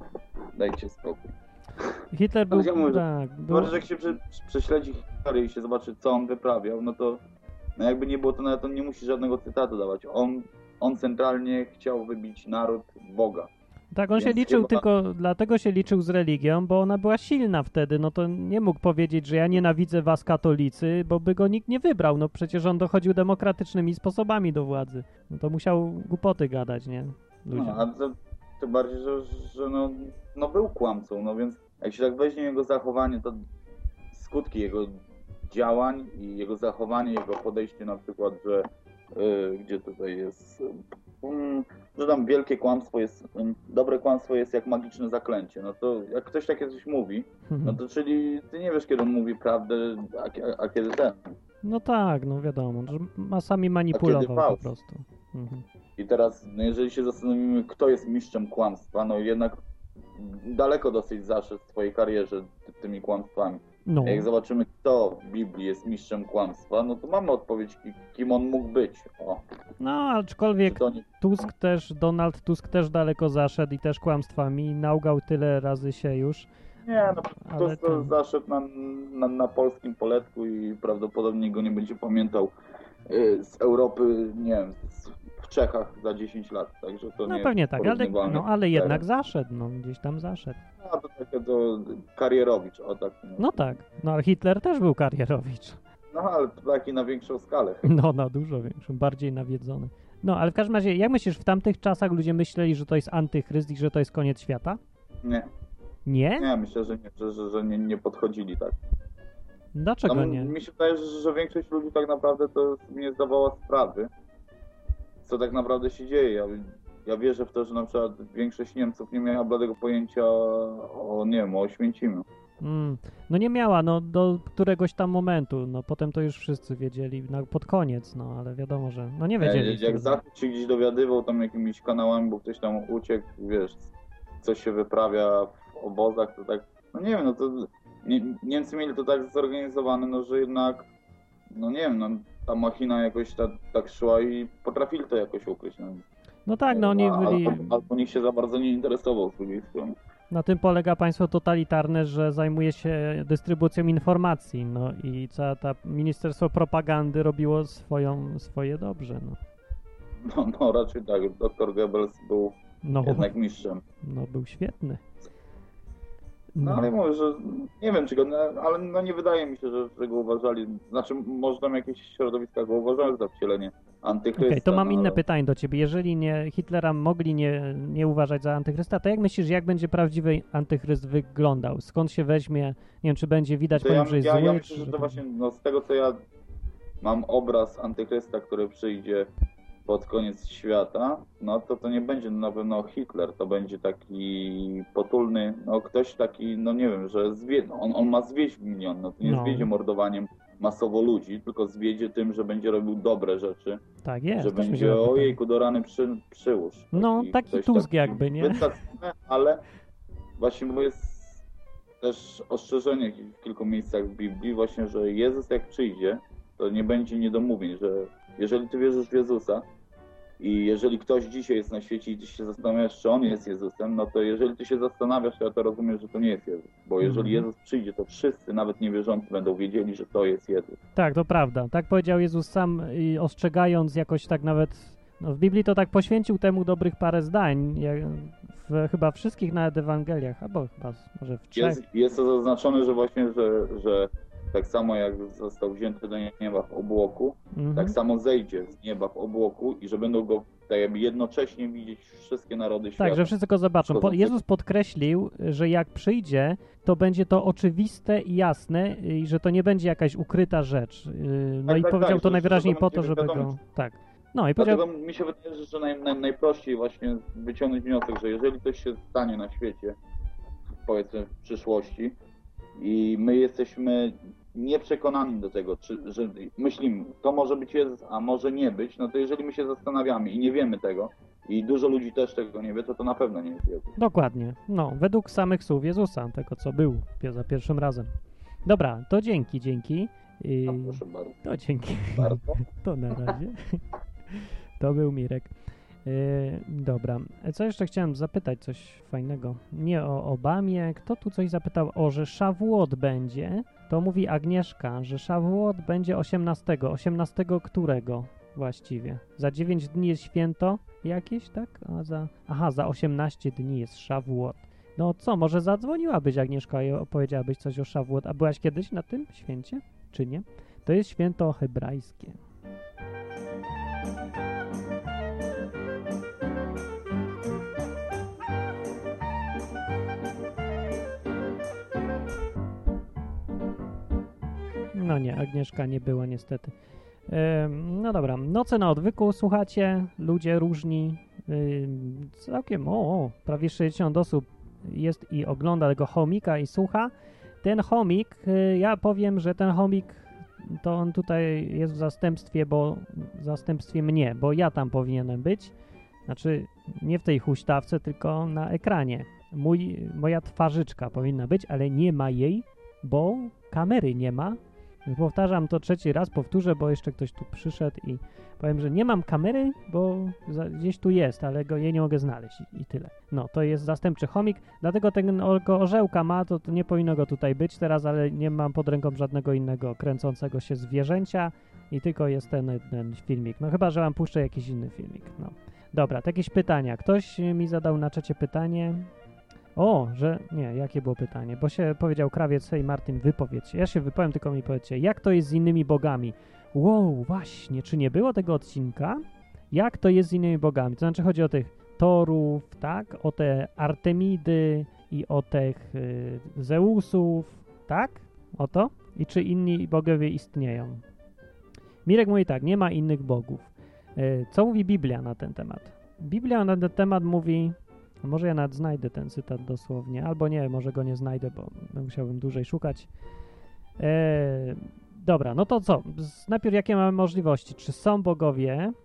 Dajcie spokój. Hitler był... Ja mówię, tak, był... Może jak się prze, prześledzi historię i się zobaczy, co on wyprawiał, no to no jakby nie było, to nawet on nie musi żadnego cytatu dawać. On, on centralnie chciał wybić naród Boga. Tak, on Więc się liczył chyba... tylko, dlatego się liczył z religią, bo ona była silna wtedy, no to nie mógł powiedzieć, że ja nienawidzę was katolicy, bo by go nikt nie wybrał, no przecież on dochodził demokratycznymi sposobami do władzy. No to musiał głupoty gadać, nie? Ludzie. No, a to, to bardziej, że, że no, no był kłamcą, no więc jak się tak weźmie jego zachowanie, to skutki jego działań i jego zachowanie, jego podejście na przykład, że yy, gdzie tutaj jest... Yy, że tam wielkie kłamstwo jest, dobre kłamstwo jest jak magiczne zaklęcie. No to jak ktoś takie coś mówi, no to czyli ty nie wiesz, kiedy on mówi prawdę, a, a, a kiedy ten. No tak, no wiadomo, że masami manipulował po prostu. Mhm. I teraz, no jeżeli się zastanowimy, kto jest mistrzem kłamstwa, no jednak daleko dosyć zaszedł w swojej karierze ty, tymi kłamstwami. No. Jak zobaczymy, kto w Biblii jest mistrzem kłamstwa, no to mamy odpowiedź, kim on mógł być. O. No, aczkolwiek nie... Tusk też, Donald Tusk też daleko zaszedł i też kłamstwami, naugał tyle razy się już. Nie, no ale to ten... zaszedł na, na, na polskim poletku i prawdopodobnie go nie będzie pamiętał yy, z Europy, nie wiem, z, w Czechach za dziesięć lat, także to no nie pewnie jest tak, ale, no, ale jednak zaszedł, no gdzieś tam zaszedł. No to takie to karierowicz, o tak. No, no tak, no ale Hitler też był karierowicz. No ale taki na większą skalę. No na dużo większą, bardziej nawiedzony. No ale w każdym razie, jak myślisz, w tamtych czasach ludzie myśleli, że to jest antychryst i że to jest koniec świata? Nie. Nie? Nie, myślę, że nie, że, że, że nie, nie podchodzili tak. Dlaczego no, nie? Mi się wydaje, że, że większość ludzi tak naprawdę to nie zdawała sprawy, co tak naprawdę się dzieje. Ja, ja wierzę w to, że na przykład większość Niemców nie miała bladego pojęcia o, nie wiem, o Oświęcimiu. Mm, no nie miała, no do któregoś tam momentu, no potem to już wszyscy wiedzieli, no, pod koniec, no ale wiadomo, że no nie wiedzieli. Jak Zachód się gdzieś dowiadywał tam jakimiś kanałami, bo ktoś tam uciekł, wiesz, co się wyprawia w obozach, to tak, no nie wiem, no to nie, Niemcy mieli to tak zorganizowane, no że jednak, no nie wiem, no ta machina jakoś ta, tak szła i potrafili to jakoś ukryć. No, No tak, no oni byli... Albo, albo nikt się za bardzo nie interesował z drugiej strony. Na tym polega państwo totalitarne, że zajmuje się dystrybucją informacji, no i cała ta Ministerstwo Propagandy robiło swoją, swoje dobrze, no. No, no raczej tak, doktor Goebbels był No, jednak mistrzem. no był świetny. No ale mówię, że nie wiem czego, no, ale no nie wydaje mi się, że, że go uważali, znaczy może tam jakieś środowiska go uważały za wcielenie antychrysta. Okej, to mam no, inne ale... pytanie do ciebie. Jeżeli nie, Hitlera mogli nie, nie uważać za antychrysta, to jak myślisz, jak będzie prawdziwy antychryst wyglądał? Skąd się weźmie? Nie wiem, czy będzie widać To po ja, nim, że jest ja, zły? ja myślę, czy że to właśnie, no z tego co ja mam obraz antychrysta, który przyjdzie pod koniec świata, no to to nie będzie na pewno Hitler, to będzie taki potulny, no ktoś taki, no nie wiem, że zwie, no on, on ma zwieść milion, no to nie No. zwiedzie mordowaniem masowo ludzi, tylko zwiedzie tym, że będzie robił dobre rzeczy, Tak jest. że też mi się będzie tak wydaje. ojejku do rany przy, przyłóż. No, taki ktoś Tusk jakby, nie? wycacony, ale właśnie bo jest też ostrzeżenie w kilku miejscach w Biblii właśnie, że Jezus jak przyjdzie, to nie będzie niedomówień, że jeżeli ty wierzysz w Jezusa i jeżeli ktoś dzisiaj jest na świecie i ty się zastanawiasz, czy on jest Jezusem, no to jeżeli ty się zastanawiasz, to ja to rozumiem, że to nie jest Jezus. Bo jeżeli Mhm. Jezus przyjdzie, to wszyscy, nawet niewierzący, będą wiedzieli, że to jest Jezus. Tak, to prawda. Tak powiedział Jezus sam, i ostrzegając jakoś tak nawet, no w Biblii to tak poświęcił temu dobrych parę zdań, jak w chyba wszystkich nawet Ewangeliach, albo chyba może w trzech. Jest, jest to zaznaczone, że właśnie, że, że tak samo jak został wzięty do nieba w obłoku, Mhm. tak samo zejdzie z nieba w obłoku i że będą go tak jakby jednocześnie widzieć wszystkie narody świata. Tak, że wszyscy go zobaczą. Po, Jezus podkreślił, że jak przyjdzie, to będzie to oczywiste i jasne i że to nie będzie jakaś ukryta rzecz. Yy, No Tak, i tak, powiedział tak, to że- najwyraźniej że to po to, będzie żeby wiadomo. go... Tak. No i powiedział... Dlatego mi się wydaje, że- że naj, naj, najprościej właśnie wyciągnąć wniosek, że jeżeli coś się stanie na świecie, powiedzmy w przyszłości i my jesteśmy nieprzekonani do tego, czy, że myślimy, to może być Jezus, a może nie być, no to jeżeli my się zastanawiamy i nie wiemy tego i dużo ludzi też tego nie wie, to to na pewno nie jest Jezus. Dokładnie. No, według samych słów Jezusa, tego co był pie- za pierwszym razem. Dobra, to dzięki, dzięki. Yy, No, proszę bardzo. To dzięki. Bardzo. To na razie. To był Mirek. Yy, dobra. Co jeszcze chciałem zapytać? Coś fajnego. Nie o Obamie. Kto tu coś zapytał? O, że Szawłot będzie. To mówi Agnieszka, że Szawłot będzie osiemnastego. osiemnastego którego właściwie? Za dziewięć dni jest święto jakieś, tak? A za... Aha, za osiemnaście dni jest Szawłot. No co, może zadzwoniłabyś Agnieszka i opowiedziałabyś coś o Szawłot. A byłaś kiedyś na tym święcie? Czy nie? To jest święto hebrajskie. No nie, Agnieszka nie była niestety. Ym, no dobra, Noce na odwyku, słuchacie, ludzie różni, ym, całkiem, o, o, prawie sześćdziesiąt osób jest i ogląda tego chomika i słucha. Ten chomik, y, ja powiem, że ten chomik to on tutaj jest w zastępstwie, bo w zastępstwie mnie, bo ja tam powinienem być. Znaczy, nie w tej huśtawce, tylko na ekranie. Mój, moja twarzyczka powinna być, ale nie ma jej, bo kamery nie ma. Powtarzam to trzeci raz, powtórzę, bo jeszcze ktoś tu przyszedł i powiem, że nie mam kamery, bo za, gdzieś tu jest, ale go jej nie mogę znaleźć i, i tyle. No, to jest zastępczy chomik, dlatego tego orzełka ma, to, to nie powinno go tutaj być teraz, ale nie mam pod ręką żadnego innego kręcącego się zwierzęcia i tylko jest ten, ten filmik. No chyba, że wam puszczę jakiś inny filmik, no. Dobra, to jakieś pytania. Ktoś mi zadał na czacie pytanie... O, że... Nie, jakie było pytanie? Bo się powiedział krawiec, hej Martin, wypowiedz się. Ja się wypowiem, tylko mi powiedzcie, jak to jest z innymi bogami? Wow, właśnie, czy nie było tego odcinka? Jak to jest z innymi bogami? To znaczy chodzi o tych Torów, tak? O te Artemidy i o tych y, Zeusów, tak? O to? I czy inni bogowie istnieją? Mirek mówi tak, nie ma innych bogów. Y, co mówi Biblia na ten temat? Biblia na ten temat mówi... Może ja nawet znajdę ten cytat dosłownie, albo nie, może go nie znajdę, bo musiałbym dłużej szukać. Eee, dobra, no to co? Z- Najpierw jakie mamy możliwości? Czy są bogowie?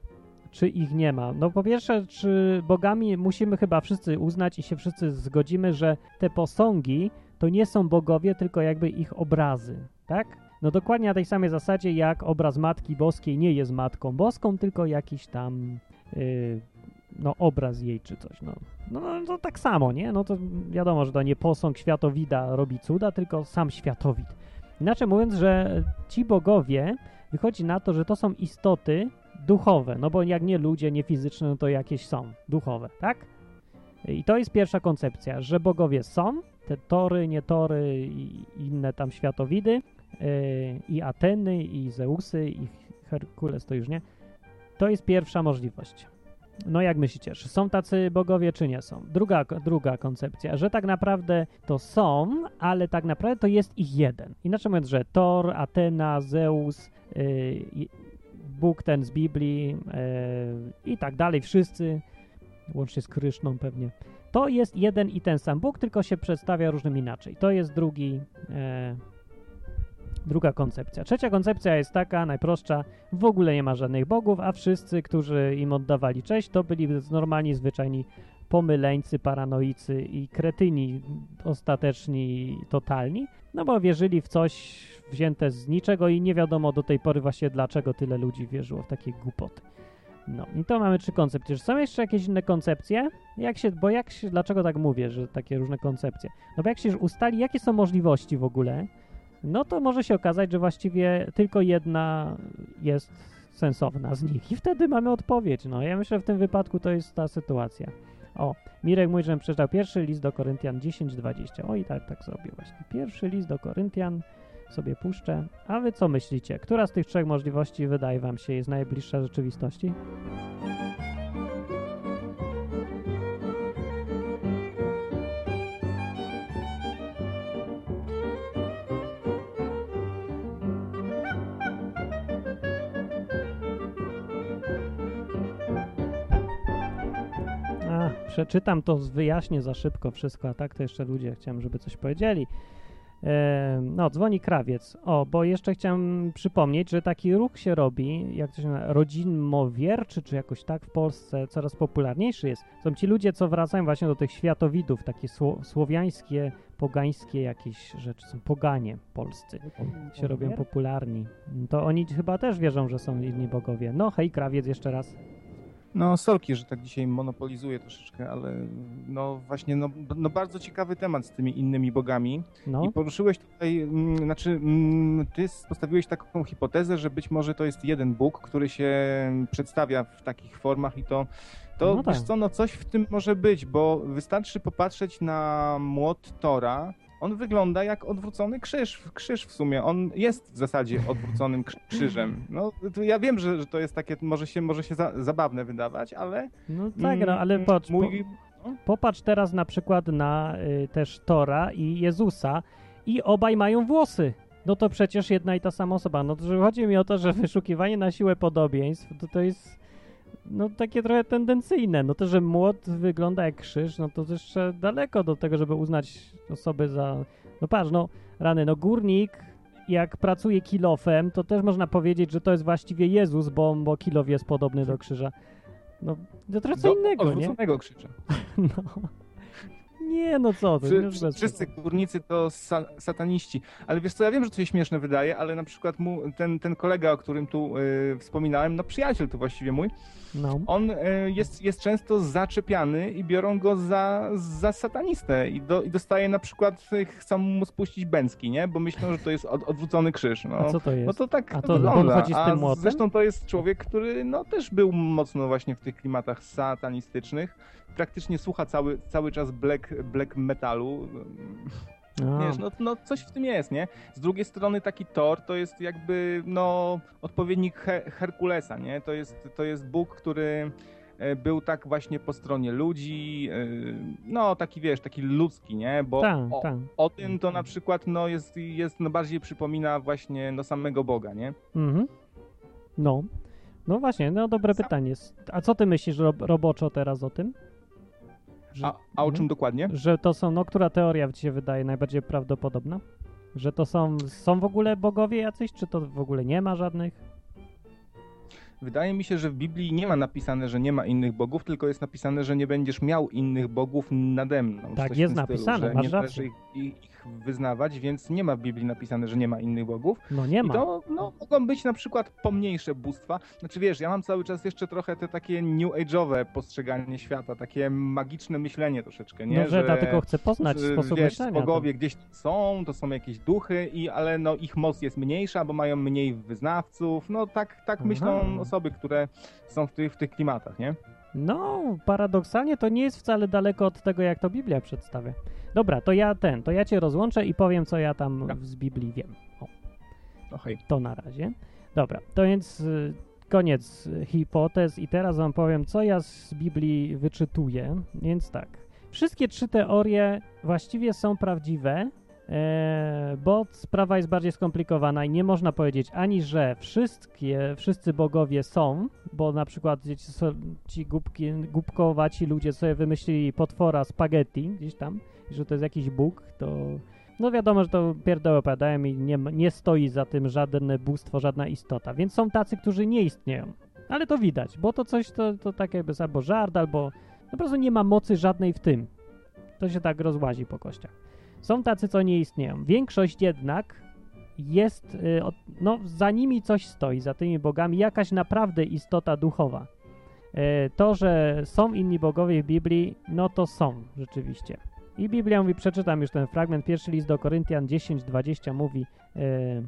czy ich nie ma? No po pierwsze, czy bogami musimy chyba wszyscy uznać i się wszyscy zgodzimy, że te posągi to nie są bogowie, tylko jakby ich obrazy, tak? No dokładnie na tej samej zasadzie, jak obraz Matki Boskiej nie jest Matką Boską, tylko jakiś tam yy, no obraz jej czy coś, no. No, no to tak samo, nie? No to wiadomo, że to nie posąg światowida robi cuda, tylko sam światowid. Inaczej mówiąc, że ci bogowie, wychodzi na to, że to są istoty duchowe, no bo jak nie ludzie, nie fizyczne, no to jakieś są duchowe, tak? I to jest pierwsza koncepcja, że bogowie są, te Tory, nie Tory i inne tam światowidy, yy, i Ateny, i Zeusy, i Herkules to już nie. To jest pierwsza możliwość. No jak myślicie, czy są tacy bogowie, czy nie są? Druga, druga koncepcja, że tak naprawdę to są, ale tak naprawdę to jest ich jeden. Inaczej mówiąc, że Thor, Atena, Zeus, yy, Bóg ten z Biblii yy, i tak dalej, wszyscy, łącznie z Kryszną pewnie, to jest jeden i ten sam Bóg, tylko się przedstawia różnym inaczej. To jest drugi, yy, druga koncepcja. Trzecia koncepcja jest taka, najprostsza, w ogóle nie ma żadnych bogów, a wszyscy, którzy im oddawali cześć, to byli normalni, zwyczajni pomyleńcy, paranoicy i kretyni ostateczni, totalni, no bo wierzyli w coś wzięte z niczego i nie wiadomo do tej pory właśnie dlaczego tyle ludzi wierzyło w takie głupoty. No i to mamy trzy koncepcje. Czy są jeszcze jakieś inne koncepcje? Jak się, bo jak się, dlaczego tak mówię, że takie różne koncepcje? No bo jak się już ustali, jakie są możliwości w ogóle, no to może się okazać, że właściwie tylko jedna jest sensowna z nich i wtedy mamy odpowiedź. No ja myślę, że w tym wypadku to jest ta sytuacja. O, Mirek mówi, żebym przeczytał pierwszy list do Koryntian dziesięć dwadzieścia. O i tak, tak zrobię właśnie. Pierwszy list do Koryntian sobie puszczę. A wy co myślicie? Która z tych trzech możliwości wydaje wam się jest najbliższa rzeczywistości? A, przeczytam to, wyjaśnię za szybko wszystko, a tak to jeszcze ludzie chciałem, żeby coś powiedzieli. E, no, dzwoni krawiec. O, bo jeszcze chciałem przypomnieć, że taki ruch się robi, jak to się nazywa, rodzinmowierczy, czy jakoś tak w Polsce coraz popularniejszy jest. Są ci ludzie, co wracają właśnie do tych światowidów, takie sło, słowiańskie, pogańskie jakieś rzeczy, są poganie polscy, się robią popularni. To oni chyba też wierzą, że są inni bogowie. No, hej, krawiec jeszcze raz. No sorki, że tak dzisiaj monopolizuję troszeczkę, ale no właśnie, no, no bardzo ciekawy temat z tymi innymi bogami. No. I poruszyłeś tutaj, mm, znaczy mm, ty postawiłeś taką hipotezę, że być może to jest jeden Bóg, który się przedstawia w takich formach i to, to No wiesz tak. co, no coś w tym może być, bo wystarczy popatrzeć na młot Tora. On wygląda jak odwrócony krzyż, krzyż w sumie. On jest w zasadzie odwróconym krzy- krzyżem. No, to ja wiem, że, że to jest takie, może się, może się za, zabawne wydawać, ale... No tak, no, ale mm, patrz, mój, po, popatrz teraz na przykład na y, też Tora i Jezusa i obaj mają włosy. No to przecież jedna i ta sama osoba. No to że chodzi mi o to, że wyszukiwanie na siłę podobieństw to, to jest no takie trochę tendencyjne. No to, że młot wygląda jak krzyż, no to jeszcze daleko do tego, żeby uznać osoby za... No patrz, no rany, no górnik jak pracuje kilofem, to też można powiedzieć, że to jest właściwie Jezus, bo, bo kilof jest podobny do krzyża. No to trochę co do innego, nie? odwróconego krzyża. No. Nie, no co ty. Wszy, już bez wszyscy przesady. górnicy to sa, sataniści. Ale wiesz co, ja wiem, że to się śmieszne wydaje, ale na przykład mu, ten, ten kolega, o którym tu y, wspominałem, no przyjaciel to właściwie mój, No. on y, jest, jest często zaczepiany i biorą go za, za satanistę i, do, i dostaje na przykład, y, chcą mu spuścić bęcki, nie? Bo myślą, że to jest od, odwrócony krzyż. No. A co to jest? No to tak A to wygląda. on chodzi z tym A młotem? zresztą to jest człowiek, który no, też był mocno właśnie w tych klimatach satanistycznych. Praktycznie słucha cały, cały czas black, black metalu. A, Wiesz, no, no coś w tym jest, nie? Z drugiej strony taki Thor to jest jakby no odpowiednik Her- Herkulesa, nie? To jest, to jest Bóg, który e, był tak właśnie po stronie ludzi, e, no taki wiesz, taki ludzki, nie? Bo tak, o, tak. o tym to na przykład no jest, jest no bardziej przypomina właśnie no samego Boga, nie? Mhm. No. No właśnie, no dobre Sam- pytanie. A co ty myślisz ro- roboczo teraz o tym? Że, A, a o no, czym dokładnie? że to są, no która teoria ci się wydaje najbardziej prawdopodobna? Że to są, są w ogóle bogowie jacyś, czy to w ogóle nie ma żadnych? Wydaje mi się, że w Biblii nie ma napisane, że nie ma innych bogów, tylko jest napisane, że nie będziesz miał innych bogów nade mną. Tak Coś jest w tym napisane, stylu, że masz nie należy rację. ich, ich wyznawać, więc nie ma w Biblii napisane, że nie ma innych bogów. No nie I ma. to no, mogą być na przykład pomniejsze bóstwa. Znaczy wiesz, ja mam cały czas jeszcze trochę te takie new age'owe postrzeganie świata, takie magiczne myślenie troszeczkę, nie? No, że dlatego chcę poznać że, sposób wiesz, myślenia. bogowie gdzieś tam są, to są jakieś duchy, i, ale no, ich moc jest mniejsza, bo mają mniej wyznawców. No tak, tak myślą Aha. osoby, które są w tych, w tych klimatach, nie? No, paradoksalnie to nie jest wcale daleko od tego, jak to Biblia przedstawia. Dobra, to ja ten, to ja cię rozłączę i powiem, co ja tam Tak. z Biblii wiem. O, No hej. to na razie. Dobra, to więc y, koniec y, hipotez i teraz wam powiem, co ja z Biblii wyczytuję. Więc tak, wszystkie trzy teorie właściwie są prawdziwe, e, bo sprawa jest bardziej skomplikowana i nie można powiedzieć ani, że wszystkie, wszyscy bogowie są, bo na przykład ci, ci głupki, głupkowaci ludzie sobie wymyślili potwora spaghetti gdzieś tam, że to jest jakiś bóg, to no wiadomo, że to pierdoły opowiadają i nie, nie stoi za tym żadne bóstwo, żadna istota, więc są tacy, którzy nie istnieją, ale to widać, bo to coś, to, to tak jakby jest albo żart, albo no po prostu nie ma mocy żadnej w tym, to się tak rozłazi po kościach. Są tacy, co nie istnieją. Większość jednak jest, y, od, no za nimi coś stoi, za tymi bogami, jakaś naprawdę istota duchowa. Y, to, że są inni bogowie w Biblii, no to są rzeczywiście. I Biblia mówi, przeczytam już ten fragment, pierwszy list do Koryntian dziesięć dwadzieścia mówi, y,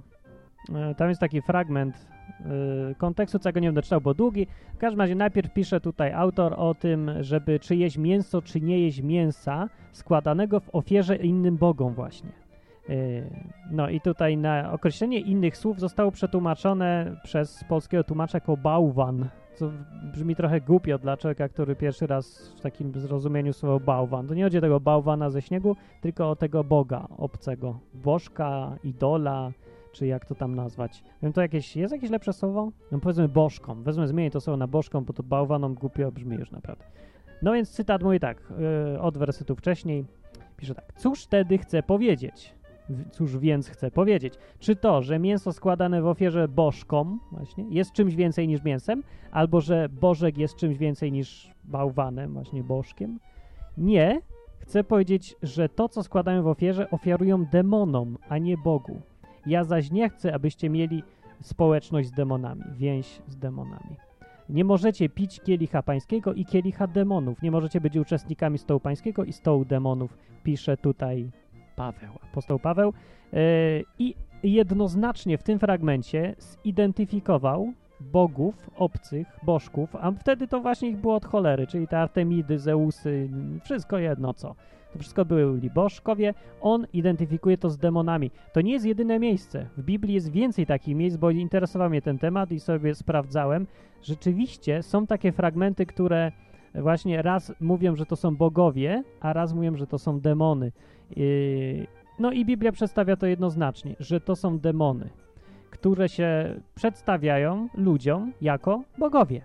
y, tam jest taki fragment y, kontekstu, co ja go nie będę czytał, bo długi. W każdym razie najpierw pisze tutaj autor o tym, żeby czy jeść mięso, czy nie jeść mięsa składanego w ofierze innym bogom właśnie. Yy, No i tutaj na określenie innych słów zostało przetłumaczone przez polskiego tłumacza jako bałwan, co brzmi trochę głupio dla człowieka, który pierwszy raz w takim zrozumieniu słowa bałwan. To nie chodzi o tego bałwana ze śniegu, tylko o tego boga obcego, bożka, idola, czy jak to tam nazwać. Wiem, to jakieś, jest jakieś lepsze słowo? No powiedzmy bożką. Wezmę, zmienię to słowo na bożką, bo to bałwanom głupio brzmi już naprawdę. No więc cytat mówi tak, yy, od wersetu wcześniej, pisze tak. Cóż wtedy chcę powiedzieć? Cóż więc chcę powiedzieć? Czy to, że mięso składane w ofierze bożkom właśnie jest czymś więcej niż mięsem? Albo że bożek jest czymś więcej niż bałwanem, właśnie bożkiem? Nie. Chcę powiedzieć, że to, co składają w ofierze, ofiarują demonom, a nie Bogu. Ja zaś nie chcę, abyście mieli społeczność z demonami, więź z demonami. Nie możecie pić kielicha pańskiego i kielicha demonów. Nie możecie być uczestnikami stołu pańskiego i stołu demonów, pisze tutaj Paweł, apostoł Paweł. Yy, I jednoznacznie w tym fragmencie zidentyfikował bogów, obcych, bożków, a wtedy to właśnie ich było od cholery, czyli te Artemidy, Zeusy, wszystko jedno co. To wszystko byli bożkowie. On identyfikuje to z demonami. To nie jest jedyne miejsce. W Biblii jest więcej takich miejsc, bo interesował mnie ten temat i sobie sprawdzałem. Rzeczywiście są takie fragmenty, które właśnie raz mówią, że to są bogowie, a raz mówią, że to są demony. Yy, no i Biblia przedstawia to jednoznacznie, że to są demony, które się przedstawiają ludziom jako bogowie.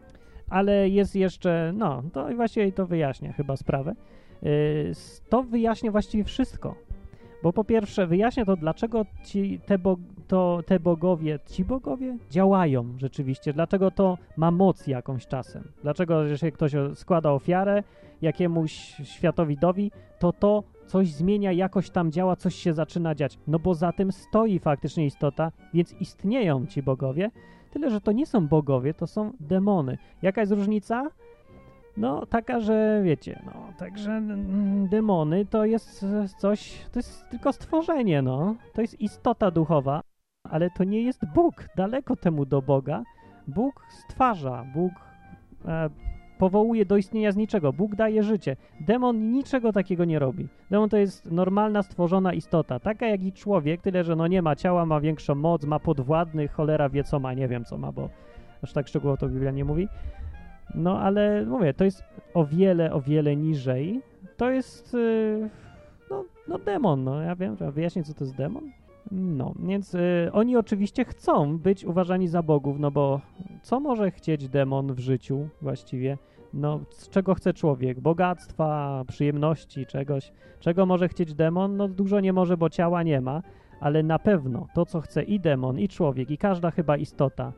Ale jest jeszcze, no, to właściwie to wyjaśnia chyba sprawę. Yy, to wyjaśnia właściwie wszystko. Bo po pierwsze wyjaśnia to, dlaczego ci, te, bo, to, te bogowie, ci bogowie działają rzeczywiście, dlaczego to ma moc jakąś czasem. Dlaczego, jeżeli ktoś składa ofiarę jakiemuś światowidowi, to to coś zmienia, jakoś tam działa, coś się zaczyna dziać. No bo za tym stoi faktycznie istota, więc istnieją ci bogowie, tyle, że to nie są bogowie, to są demony. Jaka jest różnica? No, taka, że wiecie, no, także mm, demony to jest coś, to jest tylko stworzenie, no. To jest istota duchowa, ale to nie jest Bóg. Daleko temu do Boga. Bóg stwarza, Bóg e, powołuje do istnienia z niczego. Bóg daje życie. Demon niczego takiego nie robi. Demon to jest normalna, stworzona istota, taka jak i człowiek, tyle, że no nie ma ciała, ma większą moc, ma podwładnych, cholera wie co ma, nie wiem co ma, bo aż tak szczegółowo to Biblia nie mówi. No, ale mówię, to jest o wiele, o wiele niżej. To jest, yy, no, no demon, no, ja wiem, że wyjaśnię, co to jest demon. No, więc yy, oni oczywiście chcą być uważani za bogów, no bo co może chcieć demon w życiu właściwie? No, z czego chce człowiek? Bogactwa, przyjemności, czegoś. Czego może chcieć demon? No, dużo nie może, bo ciała nie ma, ale na pewno to, co chce i demon, i człowiek, i każda chyba istota,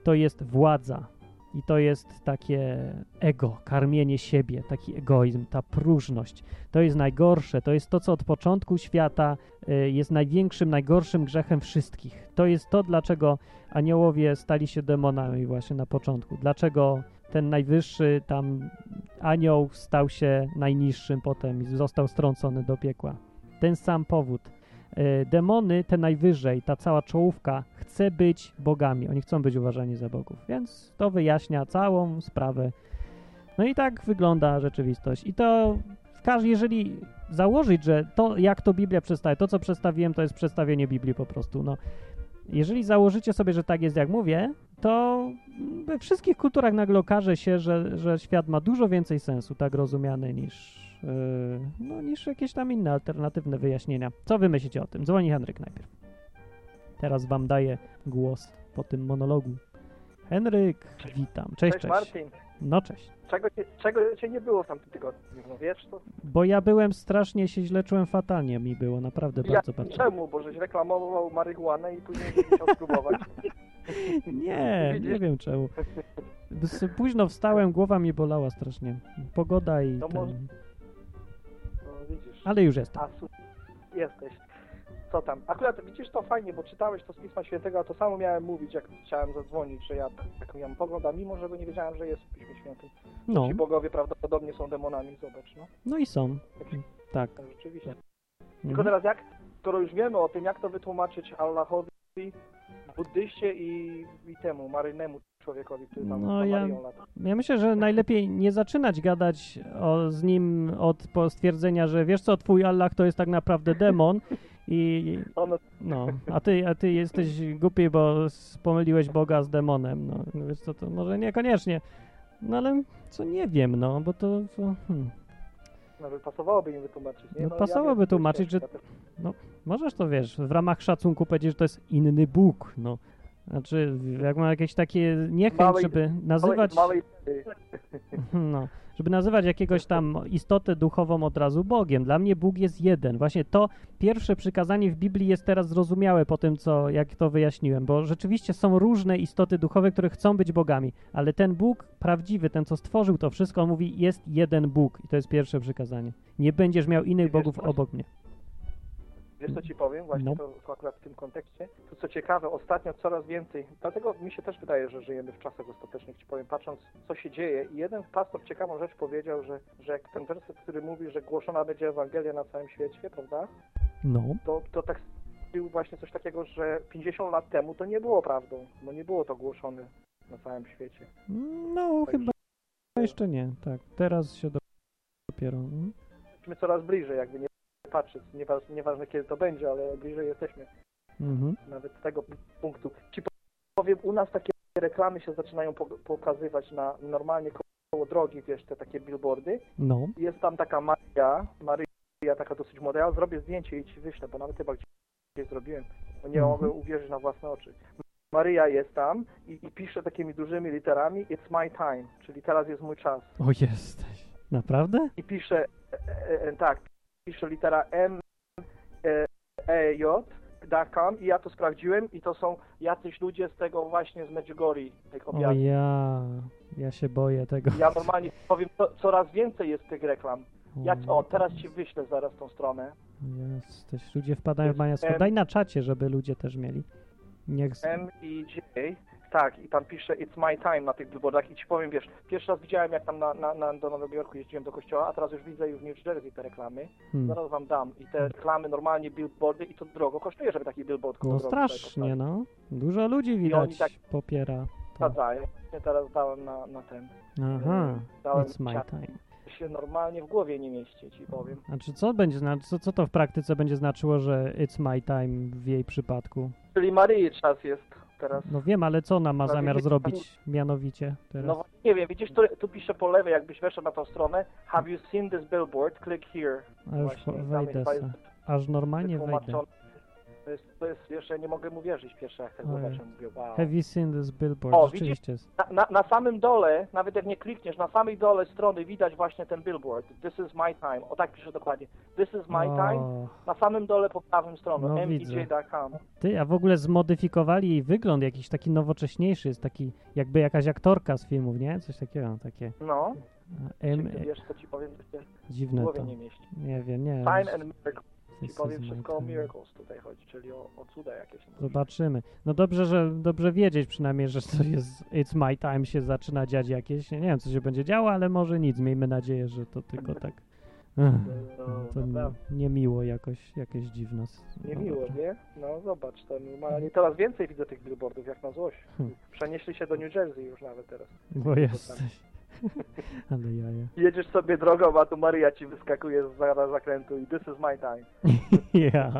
to jest władza. I to jest takie ego, karmienie siebie, taki egoizm, ta próżność. To jest najgorsze, to jest to, co od początku świata y, jest największym, najgorszym grzechem wszystkich. To jest to, dlaczego aniołowie stali się demonami właśnie na początku. Dlaczego ten najwyższy tam anioł stał się najniższym potem i został strącony do piekła. Ten sam powód. Y, demony, te najwyżej, ta cała czołówka chce być bogami. Oni chcą być uważani za bogów. Więc to wyjaśnia całą sprawę. No i tak wygląda rzeczywistość. I to w każdym, jeżeli założyć, że to, jak to Biblia przedstawia, to, co przedstawiłem, to jest przedstawienie Biblii po prostu. No, jeżeli założycie sobie, że tak jest, jak mówię, to we wszystkich kulturach nagle okaże się, że, że świat ma dużo więcej sensu, tak rozumiany, niż, yy, no, niż jakieś tam inne alternatywne wyjaśnienia. Co wy myślicie o tym? Dzwoni Henryk najpierw. Teraz wam daję głos po tym monologu. Henryk, witam. Cześć, Cześć, cześć. Martin. No cześć. Czego, cię- czego cię nie było w tamtym tygodniu? No wiesz to? Bo ja byłem strasznie, się źle czułem, fatalnie mi było, naprawdę Ja, bardzo, bardzo. czemu? Bo żeś reklamował marihuanę i później żeś musiał spróbować. Nie, nie Widzisz? wiem czemu. S- Późno wstałem, głowa mi bolała strasznie. Pogoda i To może- ten... No widzisz. Ale już jestem. A su- jesteś. Co tam? Akurat widzisz to fajnie, bo czytałeś to z Pisma Świętego, a to samo miałem mówić, jak chciałem zadzwonić, że ja taką mam pogląd, a mimo, że go nie wiedziałem, że jest w Piśmie Świętym. No, Ci bogowie prawdopodobnie są demonami, zobacz, no. no i są. Tak. Tak, rzeczywiście. Tylko Mhm. teraz jak, skoro już wiemy o tym, jak to wytłumaczyć Allahowi, buddyście i, i temu, marynemu człowiekowi, który tam No za ja- Marią lata. Ja myślę, że najlepiej nie zaczynać gadać o, z nim od po stwierdzenia, że wiesz co, twój Allah to jest tak naprawdę demon i Ono, no, a ty, a ty jesteś głupi, bo s- pomyliłeś Boga z demonem. No, no wiesz co, to może niekoniecznie. No ale co nie wiem, no, bo to... to hmm. nawet pasowałoby im wytłumaczyć, nie? No, pasowałoby wiem, to tłumaczyć, jest że- ciężko. Możesz to, wiesz, w ramach szacunku powiedzieć, że to jest inny Bóg, no. Znaczy, jak ma jakieś takie niechęć, Małej- żeby Małej, nazywać... małej, No, żeby nazywać jakiegoś tam istotę duchową od razu Bogiem. Dla mnie Bóg jest jeden. Właśnie to pierwsze przykazanie w Biblii jest teraz zrozumiałe po tym, co, jak to wyjaśniłem, bo rzeczywiście są różne istoty duchowe, które chcą być bogami, ale ten Bóg prawdziwy, ten, co stworzył to wszystko, on mówi, jest jeden Bóg i to jest pierwsze przykazanie. Nie będziesz miał innych wiesz, bogów właśnie- obok mnie. Wiesz co ci powiem? Właśnie No. to, to akurat w tym kontekście. To co ciekawe, ostatnio coraz więcej, dlatego mi się też wydaje, że żyjemy w czasach ostatecznych, ci powiem, patrząc co się dzieje. I jeden pastor ciekawą rzecz powiedział, że, że jak ten werset, który mówi, że głoszona będzie Ewangelia na całym świecie, prawda? No, To, to tak był właśnie coś takiego, że pięćdziesiąt lat temu to nie było prawdą, bo nie było to głoszone na całym świecie. no Także- chyba jeszcze nie, tak. Teraz się dopiero... mm. Jesteśmy coraz bliżej, jakby nie patrzeć, nieważne, nieważne kiedy to będzie, ale bliżej jesteśmy. Mhm. Nawet z tego punktu. Ci powiem, u nas takie reklamy się zaczynają po- pokazywać na normalnie koło drogi, wiesz, te takie billboardy. No, Jest tam taka Maria, Maryja, taka dosyć młoda. Ja zrobię zdjęcie i ci wyślę, bo nawet chyba gdzieś zrobiłem, bo nie Mhm. mogę uwierzyć na własne oczy. Maryja jest tam i, i pisze takimi dużymi literami It's my time, czyli teraz jest mój czas. o jesteś. Naprawdę? I pisze, e, e, tak, pisze litera M, e, E, J, .com i ja to sprawdziłem i to są jacyś ludzie z tego właśnie z Medjugorje, tych O objawów. ja, ja się boję tego. Ja normalnie powiem, to, coraz więcej jest tych reklam. Ja, o, teraz ci wyślę zaraz tą stronę. Jesteś, ludzie wpadają w Jest maniactwo. M- Daj na czacie, żeby ludzie też mieli. Niech... z- M I J, tak, i tam pisze It's my time na tych billboardach i ci powiem, wiesz, pierwszy raz widziałem jak tam na, na, na, do Nowego Jorku jeździłem do kościoła, a teraz już widzę już w New Jersey te reklamy. Hmm. Zaraz wam dam. I te reklamy normalnie billboardy i to drogo kosztuje, żeby taki billboard koło No drogi sobie strasznie, postawić. no. Dużo ludzi oni widać tak- popiera to. Sprawdzają. Ja teraz dałem na, na ten. Aha, Dałem it's my czat. time. Się normalnie w głowie nie mieści, ci powiem. Znaczy, co będzie zna- co, co to w praktyce będzie znaczyło, że it's my time w jej przypadku? Czyli Maryi czas jest teraz. No wiem, ale co ona ma No, zamiar wiecie, zrobić mianowicie teraz? No nie wiem, widzisz, tu, tu pisze po lewej, jakbyś weszł na tą stronę. Have you seen this billboard? Click here. A już Właśnie, po- tam wejdę chyba se. jest Aż normalnie wejdę. wytłumaczone. To jest, to jest, wiesz, ja nie mogę mu wierzyć pierwsze jak tak Ojej. zobaczę, mówię, wow. Have you seen this billboard? O, Rzeczywiście jest. Na, na, na samym dole, nawet jak nie klikniesz, na samej dole strony widać właśnie ten billboard. This is my time. O tak pisze dokładnie. This is my time. O, Na samym dole po prawym stronie. No, M E widzę. J dot com. ty, a w ogóle zmodyfikowali jej wygląd, jakiś taki nowocześniejszy, jest taki jakby jakaś aktorka z filmów, nie? Coś takiego, takie. No, M, ty wiesz co ci powiem, to się w dziwne głowie to. nie mieści. Nie wiem, nie. Time and Miracles. Ci This powiem is my wszystko o time. Miracles tutaj chodzi, czyli o, o cuda jakieś. Zobaczymy. No dobrze, że dobrze wiedzieć przynajmniej, że to jest It's My Time się zaczyna dziać jakieś. Nie wiem, co się będzie działo, ale może nic. Miejmy nadzieję, że to tylko tak. Ech, No, to naprawdę. niemiło jakoś, jakieś dziwne. No Niemiło, dobrze. nie? No zobacz, to normalnie coraz więcej widzę tych billboardów jak na złość. Hmm. Przenieśli się do New Jersey już nawet teraz. Bo jesteś. Ale jaja. Jedziesz sobie drogą, a tu Maria ci wyskakuje z za zakrętu i this is my time. Ja.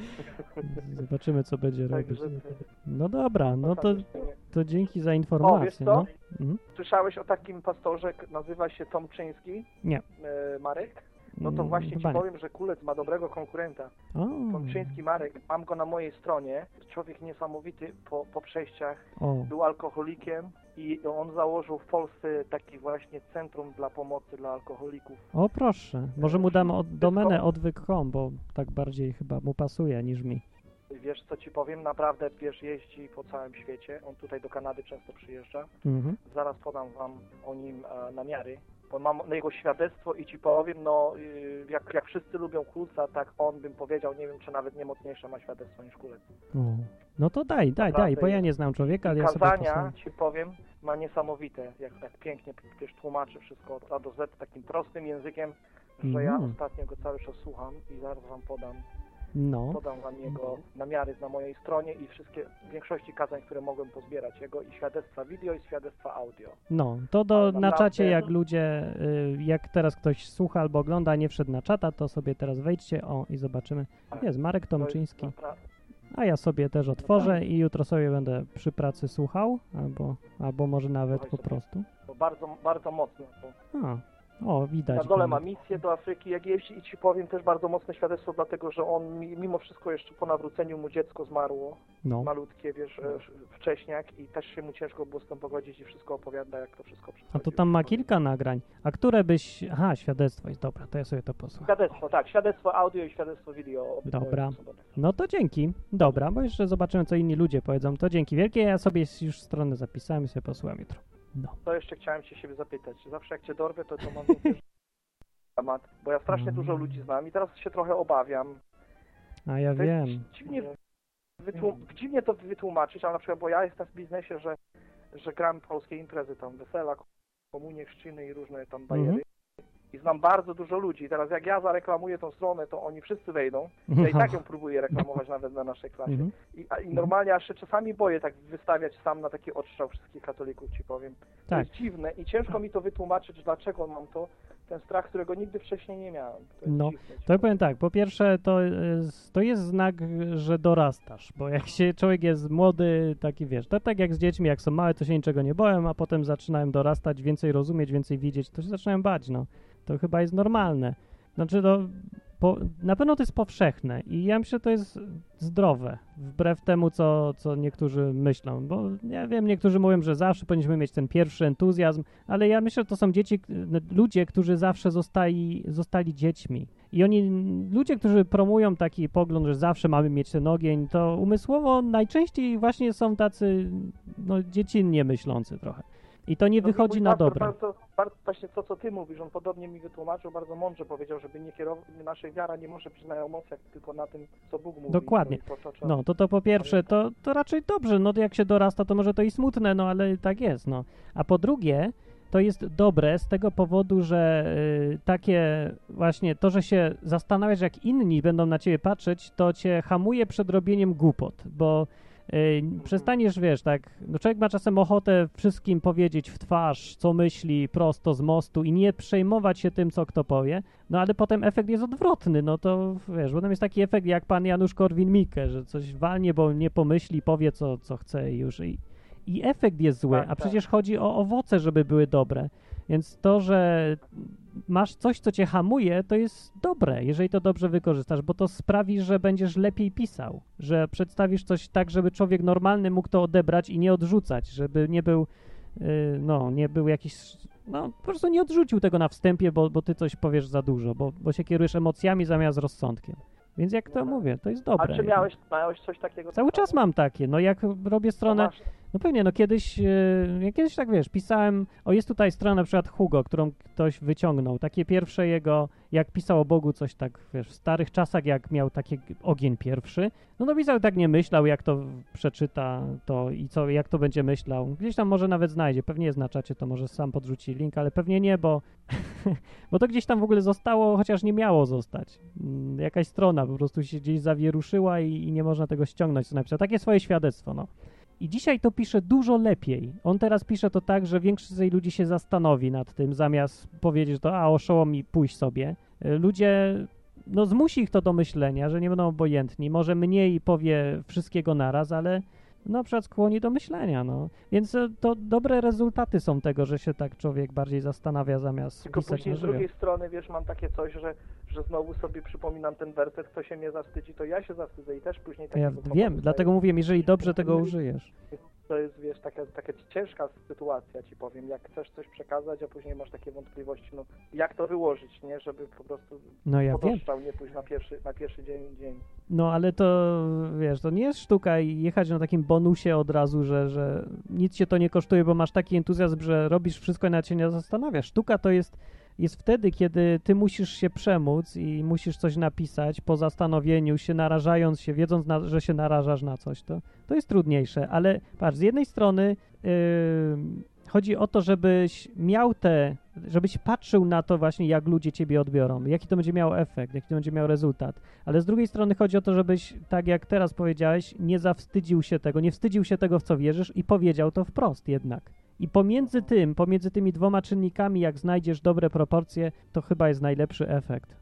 Zobaczymy, co będzie robić. Także No dobra, no to, to dzięki za O, wiesz informację. co? No. Mhm. Słyszałeś o takim pastorze, k- nazywa się Tom Czyński? Nie. E, Marek? No to Mm, właśnie ci chyba nie. powiem, że Kulec ma dobrego konkurenta. O, Tom Czyński Marek, mam go na mojej stronie. Człowiek niesamowity po, po przejściach. o, Był alkoholikiem i on założył w Polsce taki właśnie centrum dla pomocy dla alkoholików. o proszę. Może mu dam od, Wszystko- domenę odwyk kropka com, bo tak bardziej chyba mu pasuje niż mi. Wiesz co ci powiem, naprawdę wiesz, jeździ po całym świecie. On tutaj do Kanady często przyjeżdża. Mhm. Zaraz podam wam o nim e, namiary, bo mam jego świadectwo i ci powiem, no y, jak, jak wszyscy lubią Kulca, tak on bym powiedział, nie wiem czy nawet nie mocniejsze ma świadectwo niż Kulec. O. No to daj, daj, Naprawdę daj, bo ja jest. nie znam człowieka, ale ja sobie Kazania, posłucham. ci powiem, ma niesamowite, jak, jak pięknie wiesz, tłumaczy wszystko od A do Z takim prostym językiem, że ja Mhm. ostatnio go cały czas słucham i zaraz wam podam, No, podam wam jego namiary na mojej stronie i wszystkie, w większości kazań, które mogłem pozbierać, jego i świadectwa wideo i świadectwa audio. no, to do, Ale na naprawdę- czacie, jak ludzie, y, jak teraz ktoś słucha albo ogląda, nie wszedł na czata, to sobie teraz wejdźcie, o, i zobaczymy. Jest Marek To jest Tomczyński, napra- a ja sobie też otworzę i jutro sobie będę przy pracy słuchał, albo, albo może nawet Słuchaj po sobie. prostu. bo bardzo, bardzo mocno. Bo A, o, widać. na dole go. ma misję do Afryki, jak jeździ i ci powiem też bardzo mocne świadectwo, dlatego że on mi- mimo wszystko jeszcze po nawróceniu mu dziecko zmarło, No, malutkie, wiesz, e, wcześniak i też się mu ciężko było z tym pogodzić i wszystko opowiada, jak to wszystko a przechodziło. to tam ma kilka nagrań. A które byś... Aha, świadectwo jest, dobra, to ja sobie to posłucham. Świadectwo, tak, świadectwo audio i świadectwo wideo. obydwoje Dobra. są dobre. No to dzięki. Dobra, bo jeszcze zobaczymy, co inni ludzie powiedzą. To dzięki wielkie. Ja sobie już stronę zapisałem i sobie posłucham jutro. No. To jeszcze chciałem się siebie zapytać. Zawsze jak cię dorwę, to to mam więcej temat, bo ja strasznie Mm. dużo ludzi znam i teraz się trochę obawiam. A ja To jest wiem. Dziwnie, wytłum- dziwnie to wytłumaczyć, ale na przykład, bo ja jestem w biznesie, że, że gram polskie imprezy, tam wesela, komunie, chrzciny i różne tam bajery. Mhm. I znam bardzo dużo ludzi. I teraz jak ja zareklamuję tą stronę, to oni wszyscy wejdą. Ja i tak ją próbuję reklamować nawet na naszej klasie. Mhm. I, a, I normalnie aż się czasami boję tak wystawiać sam na taki odstrzał wszystkich katolików, ci powiem. To Tak. jest dziwne i ciężko mi to wytłumaczyć, dlaczego mam to, ten strach, którego nigdy wcześniej nie miałem. To jest No, dziwne, ci To ja powiem tak, po pierwsze to jest, to jest znak, że dorastasz, bo jak się człowiek jest młody, taki wiesz, to tak jak z dziećmi, jak są małe, to się niczego nie boją, a potem zaczynają dorastać, więcej rozumieć, więcej widzieć, to się zaczynają bać, no. To chyba jest normalne. Znaczy, no, po, na pewno to jest powszechne i ja myślę, że to jest zdrowe, wbrew temu, co, co niektórzy myślą, bo ja wiem, niektórzy mówią, że zawsze powinniśmy mieć ten pierwszy entuzjazm, ale ja myślę, że to są dzieci, ludzie, którzy zawsze zostali, zostali dziećmi. I oni, ludzie, którzy promują taki pogląd, że zawsze mamy mieć ten ogień, to umysłowo najczęściej właśnie są tacy, no, dziecinnie myślący trochę. I to nie No, wychodzi mój na pastor dobre. Bardzo, bardzo, właśnie to, co ty mówisz, on podobnie mi wytłumaczył, bardzo mądrze powiedział, żeby nie kierować, naszej wiara nie może być na emocjach, tylko na tym, co Bóg mówi. Dokładnie. To, to, to, No, to to po pierwsze, to, to raczej dobrze, no to jak się dorasta, to może to i smutne, no ale tak jest, no. A po drugie, to jest dobre z tego powodu, że y, takie właśnie to, że się zastanawiasz, jak inni będą na ciebie patrzeć, to cię hamuje przed robieniem głupot, bo y, przestaniesz, wiesz, tak, no człowiek ma czasem ochotę wszystkim powiedzieć w twarz, co myśli prosto z mostu i nie przejmować się tym, co kto powie, no ale potem efekt jest odwrotny, no to wiesz, potem jest taki efekt jak pan Janusz Korwin-Mikke, że coś walnie, bo nie pomyśli, powie co, co chce i już i, i efekt jest zły, Tak, a tak. przecież chodzi o owoce, żeby były dobre. Więc to, że masz coś, co cię hamuje, to jest dobre, jeżeli to dobrze wykorzystasz, bo to sprawi, że będziesz lepiej pisał, że przedstawisz coś tak, żeby człowiek normalny mógł to odebrać i nie odrzucać, żeby nie był, yy, no, nie był jakiś, no, po prostu nie odrzucił tego na wstępie, bo, bo ty coś powiesz za dużo, bo, bo się kierujesz emocjami zamiast rozsądkiem. Więc jak to mówię, to jest dobre. A czy miałeś, miałeś coś takiego? Cały czas mam takie, no jak robię stronę, no pewnie, no kiedyś, yy, ja kiedyś tak wiesz, pisałem, o jest tutaj strona na przykład Hugo, którą ktoś wyciągnął, takie pierwsze jego, jak pisał o Bogu coś tak, wiesz, w starych czasach, jak miał taki ogień pierwszy, no to pisał tak nie myślał, jak to przeczyta to i co, jak to będzie myślał, gdzieś tam może nawet znajdzie, pewnie jest na czacie, to może sam podrzuci link, ale pewnie nie, bo, bo to gdzieś tam w ogóle zostało, chociaż nie miało zostać, jakaś strona po prostu się gdzieś zawieruszyła i, i nie można tego ściągnąć, co napisał, takie swoje świadectwo, no. I dzisiaj to pisze dużo lepiej. On teraz pisze to tak, że większość ludzi się zastanowi nad tym, zamiast powiedzieć, że to a oszołom i pójść sobie. Ludzie, no zmusi ich to do myślenia, że nie będą obojętni. Może mniej powie wszystkiego naraz, ale na przykład skłoni do myślenia, no. Więc to dobre rezultaty są tego, że się tak człowiek bardziej zastanawia zamiast Tylko pisać później na z drugiej żywo. strony, wiesz, mam takie coś, że, że znowu sobie przypominam ten werset, kto się mnie zawstydzi, to ja się zawstydzę i też później Ja takiego wiem, powodu dlatego daję. mówię, jeżeli dobrze tego użyjesz. To jest, wiesz, taka, taka ciężka sytuacja, ci powiem, jak chcesz coś przekazać, a później masz takie wątpliwości, no jak to wyłożyć, nie, żeby po prostu No ja wiem. podoszczał, nie pójść na pierwszy, na pierwszy dzień, dzień. No ale to, wiesz, to nie jest sztuka i jechać na takim bonusie od razu, że, że nic cię to nie kosztuje, bo masz taki entuzjazm, że robisz wszystko i nawet się nie zastanawiasz. Sztuka to jest, jest wtedy, kiedy ty musisz się przemóc i musisz coś napisać po zastanowieniu się, narażając się, wiedząc, na, że się narażasz na coś. To, to jest trudniejsze, ale patrz, z jednej strony yy, chodzi o to, żebyś miał te, żebyś patrzył na to właśnie, jak ludzie ciebie odbiorą, jaki to będzie miało efekt, jaki to będzie miał rezultat. Ale z drugiej strony chodzi o to, żebyś, tak jak teraz powiedziałeś, nie zawstydził się tego, nie wstydził się tego, w co wierzysz i powiedział to wprost jednak. I pomiędzy tym, pomiędzy tymi dwoma czynnikami, jak znajdziesz dobre proporcje, to chyba jest najlepszy efekt.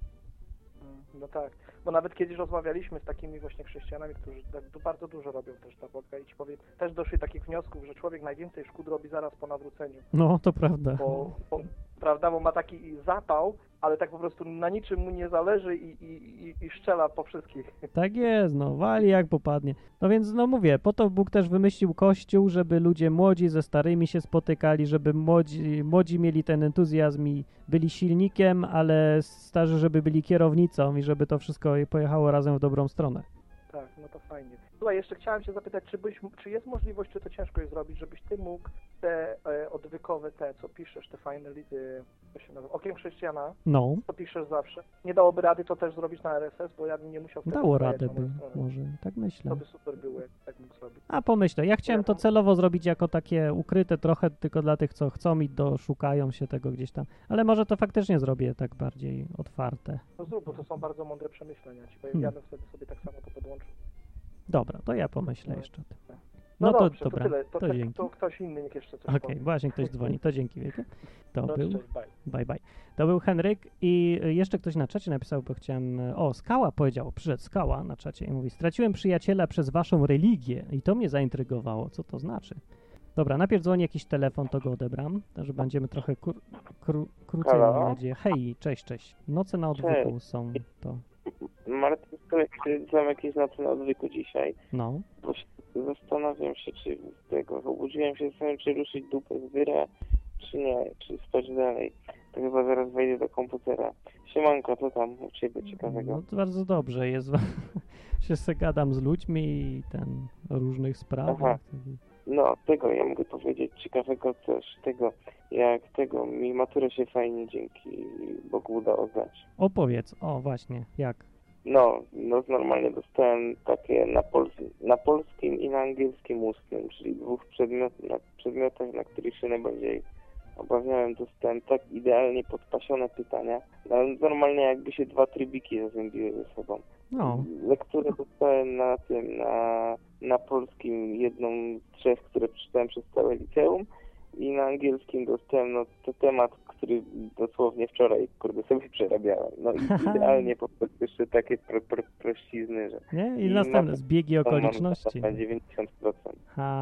No tak, bo nawet kiedyś rozmawialiśmy z takimi właśnie chrześcijanami, którzy tak bardzo dużo robią też ta Boga i ci powiem, też doszli do takich wniosków, że człowiek najwięcej szkód robi zaraz po nawróceniu. No, to prawda. Bo, bo, prawda, bo ma taki zapał, ale tak po prostu na niczym mu nie zależy i, i, i, i szczela po wszystkich. Tak jest, no, wali jak popadnie. No więc, no mówię, po to Bóg też wymyślił Kościół, żeby ludzie młodzi ze starymi się spotykali, żeby młodzi, młodzi mieli ten entuzjazm i byli silnikiem, ale starzy, żeby byli kierownicą i żeby to wszystko pojechało razem w dobrą stronę. Tak, no to fajnie. Słuchaj, jeszcze chciałem się zapytać, czy, byś, czy jest możliwość, czy to ciężko jest zrobić, żebyś ty mógł te e, odwykowe, te, co piszesz, te fajne listy, co się nazywa, Okiem Chrześcijana, No, to piszesz zawsze. Nie dałoby rady to też zrobić na R S S, bo ja bym nie musiał wtedy dało wklejać radę na moją by, stronę. może, tak myślę. To by super było, jak tak mógł zrobić. A pomyślę, ja chciałem to celowo zrobić jako takie ukryte trochę tylko dla tych, co chcą i doszukają się tego gdzieś tam, ale może to faktycznie zrobię tak bardziej otwarte. No zrób, bo to są bardzo mądre przemyślenia. Ci powiem, Hmm. ja bym wtedy sobie tak samo to podłączył. Dobra, to ja pomyślę No. jeszcze o tym. No, No to dobrze, dobra, to tyle. To, to tak, dzięki. to ktoś inny niech jeszcze coś Okej, powie. właśnie ktoś dzwoni, to dzięki wielkie. To No, był, cześć, bye. bye bye. To był Henryk i jeszcze ktoś na czacie napisał, bo chciałem, o, Skała powiedział, przyszedł Skała na czacie i mówi, straciłem przyjaciela przez waszą religię i to mnie zaintrygowało, co to znaczy? Dobra, najpierw dzwoni jakiś telefon, to go odebram, że będziemy trochę kur, kró, krócej, Halo? mam nadzieję. Hej, cześć, cześć. Noce na odwyku Cześć. są to, Martin, mam jakieś nocy na odwyku dzisiaj. no. Bo się zastanawiam się, czy z tego, obudziłem się zastanawiam, czy ruszyć dupę z wyra, czy nie, czy spać dalej. To chyba zaraz wejdę do komputera. Siemanko, co tam u ciebie ciekawego? No to bardzo dobrze jest, się se gadam z ludźmi i ten, o różnych sprawach. Aha. No, tego ja mogę powiedzieć ciekawego też, tego, jak tego, mi maturę się fajnie dzięki Bogu udało zdać. Opowiedz, o właśnie, jak? No, no normalnie dostałem takie na, pols- na polskim i na angielskim ustnym, czyli dwóch przedmiot- na przedmiotach, na których się najbardziej obawiałem, dostałem tak idealnie podpasione pytania, no, normalnie jakby się dwa trybiki zazębiły ze sobą. No, Lekturę dostałem na tym, na, na polskim jedną z trzech, które przeczytałem przez całe liceum i na angielskim dostałem no, to temat, który dosłownie wczoraj, kurde, sobie przerabiałem. No i idealnie po prostu jeszcze takie pro, pro, prościzny, że... nie? I I następne na- zbiegi to mam okoliczności. Na dziewięćdziesiąt procent. Ha,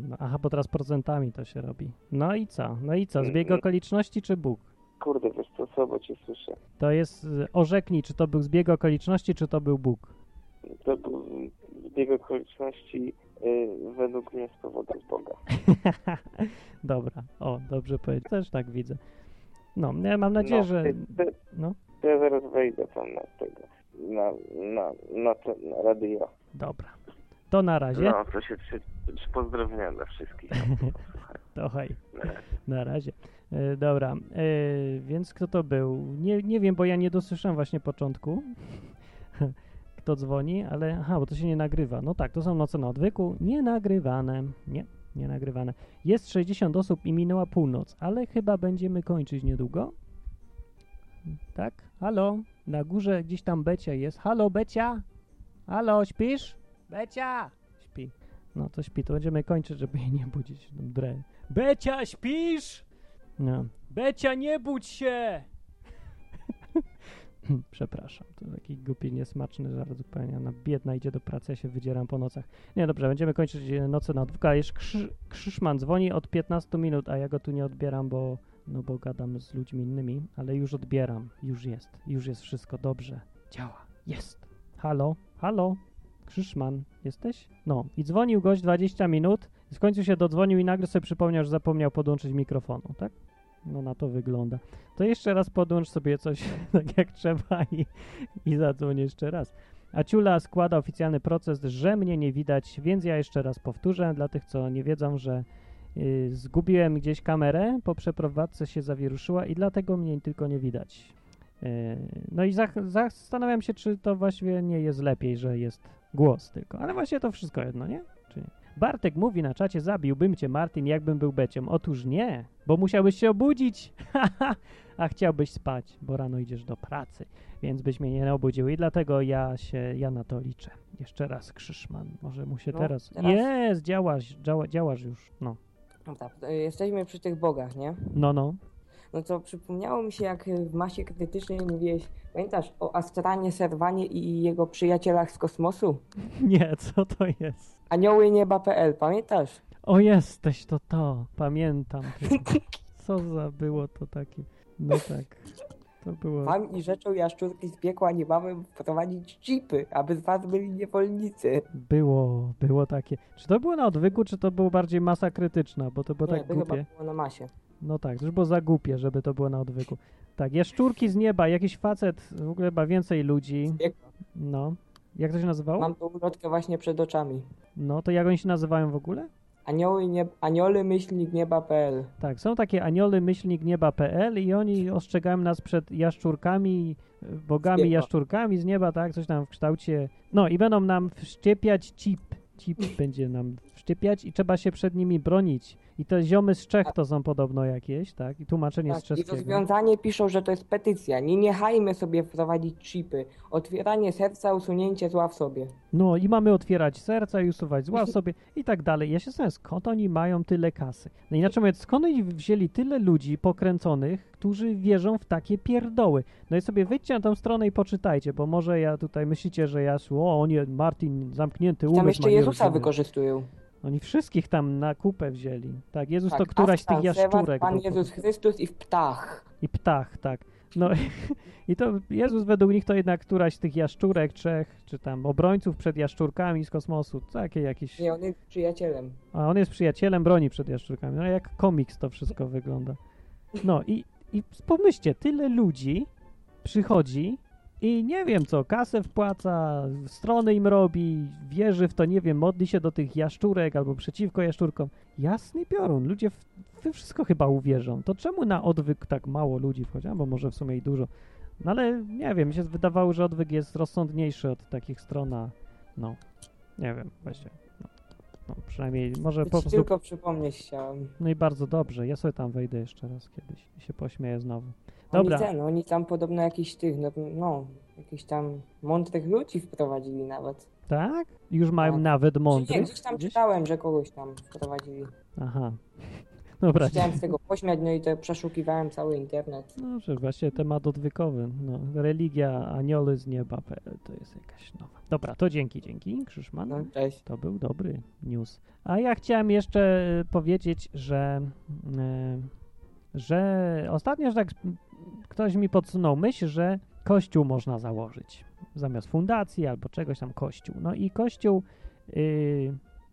no, aha, bo teraz procentami to się robi. No i co? No i co? Zbieg Mm. okoliczności czy Bóg? Kurde, wiesz co, słabo cię słyszę. To jest, y, orzeknij, czy to był zbieg okoliczności, czy to był Bóg. To był zbieg okoliczności y, według mnie z powodu Boga. Dobra, o, dobrze powiedzieć. Też tak widzę. No, ja mam nadzieję, No, że... ty- ty- No, To ja zaraz wejdę tam na tego, na, na, na, to, na radio. dobra. To na razie. No, to się trzy, trzy pozdrowienia dla wszystkich. To hej. Na razie. Na razie. E, dobra, e, więc kto to był? Nie, nie wiem, bo ja nie dosłyszałem właśnie początku, kto dzwoni, ale aha, bo to się nie nagrywa. No tak, to są noce na odwyku, nie nagrywane. Nie, nie nagrywane. Jest sześćdziesiąt osób i minęła północ, ale chyba będziemy kończyć niedługo. Tak? Halo? Na górze gdzieś tam Becia jest. Halo, Becia? Halo, śpisz? Becia! Śpi. No to śpi, to będziemy kończyć, żeby jej nie budzić. Dobre. Becia, śpisz? No. Becia, nie budź się! Przepraszam, to taki głupi, niesmaczny żart zupełnie. Ona biedna idzie do pracy, ja się wydzieram po nocach. Nie, dobrze, będziemy kończyć noce na odwyku, a jeszcze Krzyż, Krzyszman dzwoni od piętnastu minut, a ja go tu nie odbieram, bo, no bo gadam z ludźmi innymi, ale już odbieram, już jest, już jest wszystko dobrze. Działa, jest. Halo, halo, Krzyszman, jesteś? No, i dzwonił gość dwadzieścia minut, w końcu się dodzwonił i nagle sobie przypomniał, że zapomniał podłączyć mikrofonu, tak? No na to wygląda. To jeszcze raz podłącz sobie coś tak jak trzeba i, i zadzwoń jeszcze raz. A Ciula składa oficjalny proces, że mnie nie widać, więc ja jeszcze raz powtórzę dla tych, co nie wiedzą, że y, zgubiłem gdzieś kamerę, po przeprowadzce się zawieruszyła i dlatego mnie tylko nie widać. Y, no i zach- zastanawiam się, czy to właściwie nie jest lepiej, że jest głos tylko. Ale właśnie to wszystko jedno, nie? Czy nie? Bartek mówi na czacie, zabiłbym cię, Martin, jakbym był beciem. Otóż nie, bo musiałbyś się obudzić, a chciałbyś spać, bo rano idziesz do pracy, więc byś mnie nie obudził i dlatego ja się, ja na to liczę. Jeszcze raz Krzyszman, może mu się No, teraz... teraz- Jest, działasz, działa, działasz już, no. No tak, to jesteśmy przy tych bogach, nie? No, no. No to przypomniało mi się, jak w masie krytycznej mówiłeś, pamiętasz o Astranie Serwanie i jego przyjacielach z kosmosu? Nie, co to jest? Anioły nieba kropka pe el, pamiętasz? O, jesteś, to to, pamiętam. Co za było to takie, no tak, to było... Wam i rzeczą jaszczurki z piekła niebawem wprowadzić chipy, aby z was byli niewolnicy. Było, było takie. Czy to było na odwyku, czy to było bardziej masa krytyczna, bo to było Nie, tak to chyba głupie. było na masie. No tak, to już było za głupie, żeby to było na odwyku. Tak, jaszczurki z nieba, jakiś facet, w ogóle chyba więcej ludzi. Z piekła. No. Jak to się nazywało? Mam tą ulotkę właśnie przed oczami. No, to jak oni się nazywają w ogóle? Anioły nieb... Anioły myślnik nieba kropka pe el. Tak, są takie anioły myślnik nieba kropka pe el i oni ostrzegają nas przed jaszczurkami, bogami Z nieba. jaszczurkami z nieba, tak, coś tam w kształcie. No i będą nam wszczepiać chip. Chip będzie nam wszczepiać i trzeba się przed nimi bronić. I te ziomy z Czech to są podobno jakieś, tak? I tłumaczenie z Tak, i czeskiego. rozwiązanie piszą, że to jest petycja. Nie niechajmy sobie wprowadzić chipy. Otwieranie serca, usunięcie zła w sobie. No i mamy otwierać serca i usuwać zła w sobie i tak dalej. Ja się zastanawiam, skąd oni mają tyle kasy? No inaczej mówiąc, skąd oni wzięli tyle ludzi pokręconych, którzy wierzą w takie pierdoły? No i sobie wejdźcie na tą stronę i poczytajcie, bo może ja tutaj myślicie, że ja, o nie, Martin, zamknięty umysł. Tam jeszcze ma nie Jezusa rozumie. wykorzystują. Oni wszystkich tam na kupę wzięli. Tak, Jezus Tak, to któraś z tych Astan, Sewas, jaszczurek. Pan był. Jezus Chrystus i w ptach. I ptach, tak. No i to Jezus według nich to jednak któraś z tych jaszczurek, trzech, czy tam obrońców przed jaszczurkami z kosmosu. Takie jakieś... Nie, on jest przyjacielem. A on jest przyjacielem, broni przed jaszczurkami. No jak komiks to wszystko wygląda. No i, i pomyślcie, tyle ludzi przychodzi i nie wiem co, kasę wpłaca, strony im robi, wierzy w to, nie wiem, modli się do tych jaszczurek albo przeciwko jaszczurkom. Jasny piorun, ludzie w, we wszystko chyba uwierzą. To czemu na odwyk tak mało ludzi wchodzi? A bo może w sumie i dużo. No ale nie wiem, mi się wydawało, że odwyk jest rozsądniejszy od takich stron, a no, nie wiem, właśnie. No, no przynajmniej może po Ci prostu... tylko przypomnieć chciałem. No i bardzo dobrze, ja sobie tam wejdę jeszcze raz kiedyś i się pośmieję znowu. Oni, Dobra. ten, oni tam podobno jakiś tych, no, no jakichś tam mądrych ludzi wprowadzili nawet. Tak? Już mają Tak. nawet Czy nie, mądrych? gdzieś tam Gdzieś? czytałem, że kogoś tam wprowadzili. Aha. Dobra. Chciałem z tego pośmiać, no i to przeszukiwałem cały internet. No, że właśnie temat odwykowy. No, religia, anioły z nieba, to jest jakaś nowa. Dobra, to dzięki, dzięki, Krzyszman. No, cześć. To był dobry news. A ja chciałem jeszcze powiedzieć, że, e, że ostatnio, że tak ktoś mi podsunął myśl, że kościół można założyć. Zamiast fundacji albo czegoś tam kościół. No i kościół... Yy,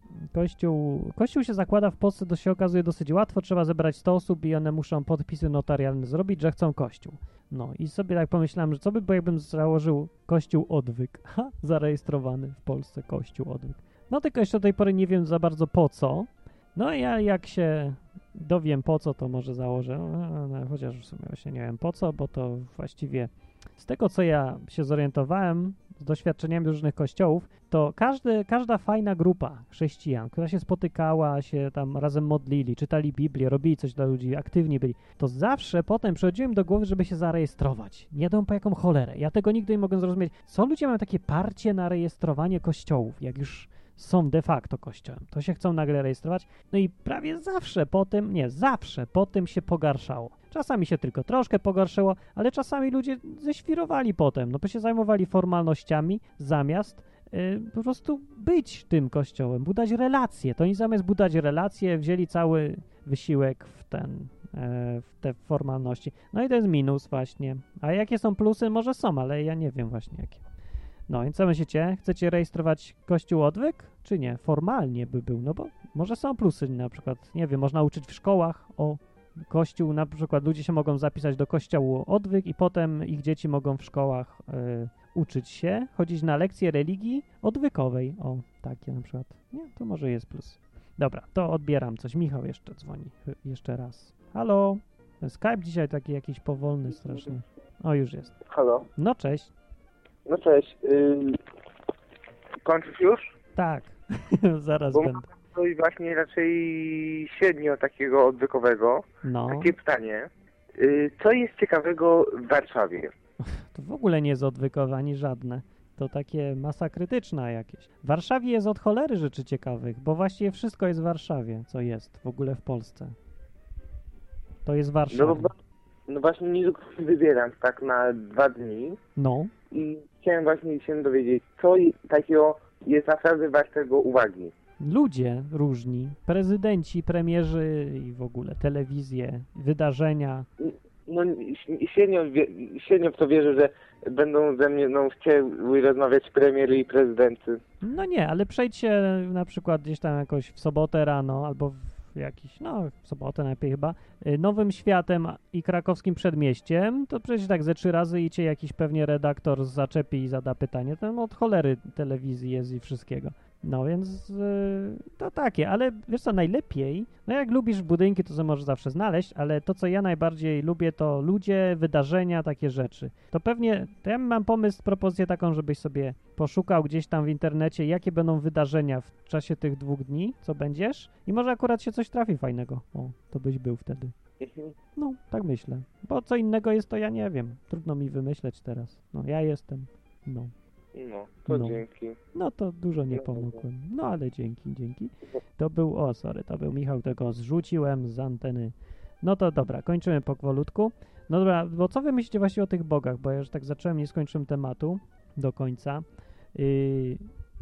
Kościół, kościół się zakłada w Polsce, to się okazuje dosyć łatwo, trzeba zebrać sto osób i one muszą podpisy notarialne zrobić, że chcą kościół. No i sobie tak pomyślałem, że co by było, jakbym założył kościół odwyk, ha, zarejestrowany w Polsce kościół odwyk. No tylko jeszcze do tej pory nie wiem za bardzo po co, no ja jak się dowiem po co, to może założę, no, no, chociaż w sumie właśnie nie wiem po co, bo to właściwie z tego co ja się zorientowałem, z doświadczeniami różnych kościołów, to każdy, każda fajna grupa chrześcijan, która się spotykała, się tam razem modlili, czytali Biblię, robili coś dla ludzi, aktywni byli, to zawsze potem przychodziło im do głowy, żeby się zarejestrować. Nie wiadomo po jaką cholerę. Ja tego nigdy nie mogę zrozumieć. Co ludzie mają takie parcie na rejestrowanie kościołów, jak już są de facto kościołem, to się chcą nagle rejestrować. No i prawie zawsze po tym, nie, zawsze po tym się pogarszało. Czasami się tylko troszkę pogarszyło, ale czasami ludzie ześwirowali potem, no bo się zajmowali formalnościami zamiast y, po prostu być tym kościołem, budować relacje. To oni zamiast budować relacje wzięli cały wysiłek w ten, y, w te formalności. No i to jest minus właśnie. A jakie są plusy? Może są, ale ja nie wiem właśnie jakie. No i co myślicie? Chcecie rejestrować kościół odwyk, czy nie? Formalnie by był, no bo może są plusy na przykład, nie wiem, można uczyć w szkołach o kościół, na przykład ludzie się mogą zapisać do kościołu odwyk i potem ich dzieci mogą w szkołach y, uczyć się, chodzić na lekcje religii odwykowej. O, takie na przykład. Nie, to może jest plus. Dobra, to odbieram coś. Michał jeszcze dzwoni. Jeszcze raz. Halo? Ten Skype dzisiaj taki jakiś powolny strasznie. O, już jest. Halo? No, cześć. No cześć. Yy, kończysz już? Tak, zaraz Bo będę. mam coś właśnie raczej średnio takiego odwykowego. No, Takie pytanie. Yy, co jest ciekawego w Warszawie? to w ogóle nie jest odwykowe ani żadne. To takie masa krytyczna jakieś. W Warszawie jest od cholery rzeczy ciekawych, bo właściwie wszystko jest w Warszawie, co jest w ogóle w Polsce. To jest Warszawa. No, bo, no właśnie niedługo się wybieram tak na dwa dni No, i chciałem właśnie się dowiedzieć, co i- takiego jest naprawdę wartego uwagi. ludzie różni, prezydenci, premierzy i w ogóle telewizje, wydarzenia. No ś- średnio, wie- średnio w to wierzę, że będą ze mnie no, chciały rozmawiać premiery i prezydenty. No nie, ale przejdźcie na przykład gdzieś tam jakoś w sobotę rano albo w jakiś, no w sobotę najlepiej chyba, y, Nowym Światem i Krakowskim Przedmieściem, to przecież tak ze trzy razy idzie jakiś pewnie redaktor zaczepi i zada pytanie, tam od cholery telewizji jest i wszystkiego. No więc y, to takie, ale wiesz co, najlepiej, no jak lubisz budynki, to co możesz zawsze znaleźć, ale to co ja najbardziej lubię to ludzie, wydarzenia, takie rzeczy. To pewnie, to ja mam pomysł, propozycję taką, żebyś sobie poszukał gdzieś tam w internecie, jakie będą wydarzenia w czasie tych dwóch dni, co będziesz i może akurat się coś trafi fajnego. O, to byś był wtedy. No, tak myślę. Bo co innego jest, to ja nie wiem. Trudno mi wymyśleć teraz. No, ja jestem. No. No, to No. dzięki. No to dużo nie pomogłem. No ale dzięki, dzięki. To był, o sorry, to był Michał, tego zrzuciłem z anteny. No to dobra, kończymy powolutku. No dobra, bo co wy myślicie właśnie o tych bogach? Bo ja już tak zacząłem, nie skończyłem tematu do końca. Yy,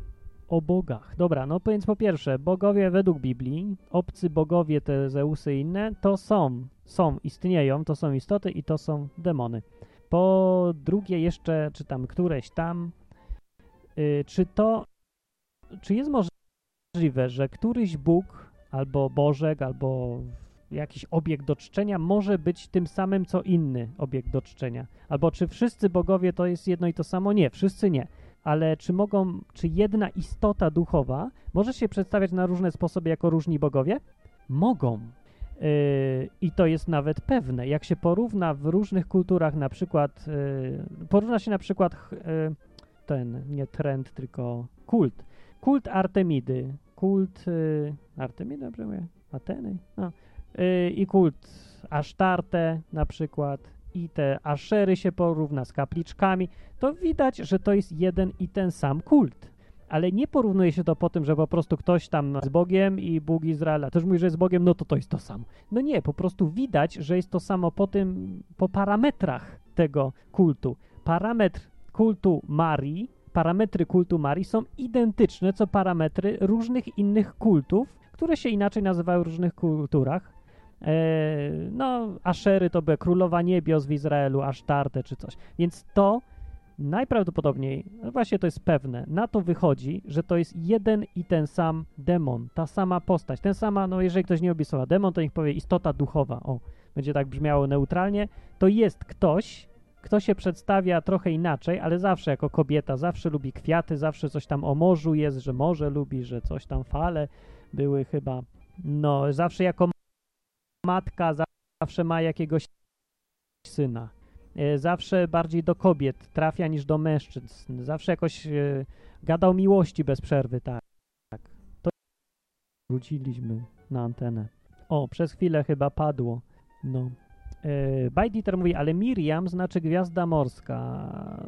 o bogach. Dobra, no więc po pierwsze, bogowie według Biblii, obcy bogowie, te Zeusy i inne, to są, są, istnieją, to są istoty i to są demony. Po drugie jeszcze, czy tam któreś tam, yy, czy to, czy jest możliwe, że któryś Bóg, albo Bożek, albo jakiś obiekt do czczenia może być tym samym, co inny obiekt do czczenia? Albo czy wszyscy bogowie to jest jedno i to samo? Nie, wszyscy nie. Ale czy mogą, czy jedna istota duchowa może się przedstawiać na różne sposoby jako różni bogowie? Mogą. Yy, I to jest nawet pewne. Jak się porówna w różnych kulturach, na przykład, yy, porówna się na przykład yy, ten, nie trend, tylko kult. Kult Artemidy, kult yy, Artemidy, dobrze mówię? Ateny? No. Yy, I kult Asztarte na przykład. I te Aszery się porówna z kapliczkami, to widać, że to jest jeden i ten sam kult. ale nie porównuje się to po tym, że po prostu ktoś tam z Bogiem i Bóg Izraela też mówi, że jest Bogiem, no to to jest to samo. No nie, po prostu widać, że jest to samo po tym, po parametrach tego kultu. Parametr kultu Marii, parametry kultu Marii są identyczne co parametry różnych innych kultów, które się inaczej nazywają w różnych kulturach. Eee, no, Aszery to były królowa niebios w Izraelu, Asztarte czy coś. Więc to najprawdopodobniej, no właśnie to jest pewne, na to wychodzi, że to jest jeden i ten sam demon, ta sama postać, ten sama, no jeżeli ktoś nie lubi słowa demon, to niech powie istota duchowa, o, będzie tak brzmiało neutralnie, to jest ktoś, kto się przedstawia trochę inaczej, ale zawsze jako kobieta, zawsze lubi kwiaty, zawsze coś tam o morzu jest, że morze lubi, że coś tam fale były chyba, no zawsze jako matka, zawsze ma jakiegoś syna. Zawsze bardziej do kobiet trafia niż do mężczyzn. Zawsze jakoś e, gada o miłości bez przerwy, tak. tak. To wróciliśmy na antenę. O, przez chwilę chyba padło. No. E, Bajditer mówi, ale Miriam znaczy gwiazda morska.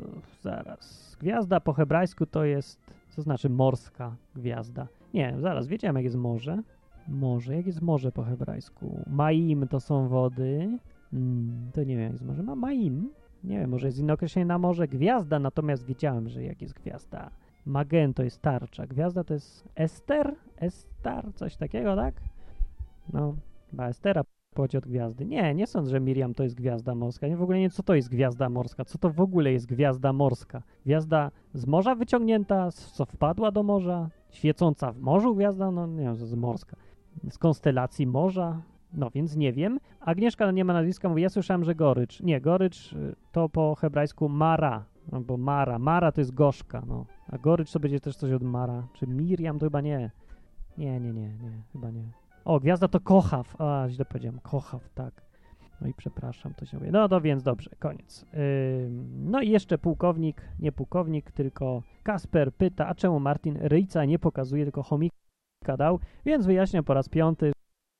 Zaraz. Gwiazda po hebrajsku to jest, co znaczy morska gwiazda. Nie, zaraz, wiedziałem jak jest morze. Morze, jak jest morze po hebrajsku? Maim to są wody. Hmm, to nie wiem, jak jest morze. Ma Maim? Nie wiem, może jest inne określenie na morze. Gwiazda, natomiast wiedziałem, że jak jest gwiazda. Magen to jest tarcza. Gwiazda to jest Ester? Estar? Coś takiego, tak? No, chyba Estera pochodzi od gwiazdy. Nie, nie sądzę, że Miriam to jest gwiazda morska. Nie w ogóle nie co to jest gwiazda morska. Co to w ogóle jest gwiazda morska? Gwiazda z morza wyciągnięta, co wpadła do morza? Świecąca w morzu gwiazda? No nie wiem, to jest morska. Z konstelacji morza? No więc nie wiem. Agnieszka nie ma nazwiska, mówi, ja słyszałem, że gorycz. Nie, gorycz to po hebrajsku Mara, albo Mara. Mara to jest gorzka, no. A gorycz to będzie też coś od Mara. Czy Miriam to chyba nie. Nie, nie, nie, nie, chyba nie. O, gwiazda to Kochaw. A, źle powiedziałem. Kochaw, tak. No i przepraszam, to się mówi. No to więc dobrze, koniec. Yy, no i jeszcze pułkownik, nie pułkownik, tylko Kasper pyta, a czemu Martin ryjca nie pokazuje, tylko chomika dał? Więc wyjaśniam po raz piąty,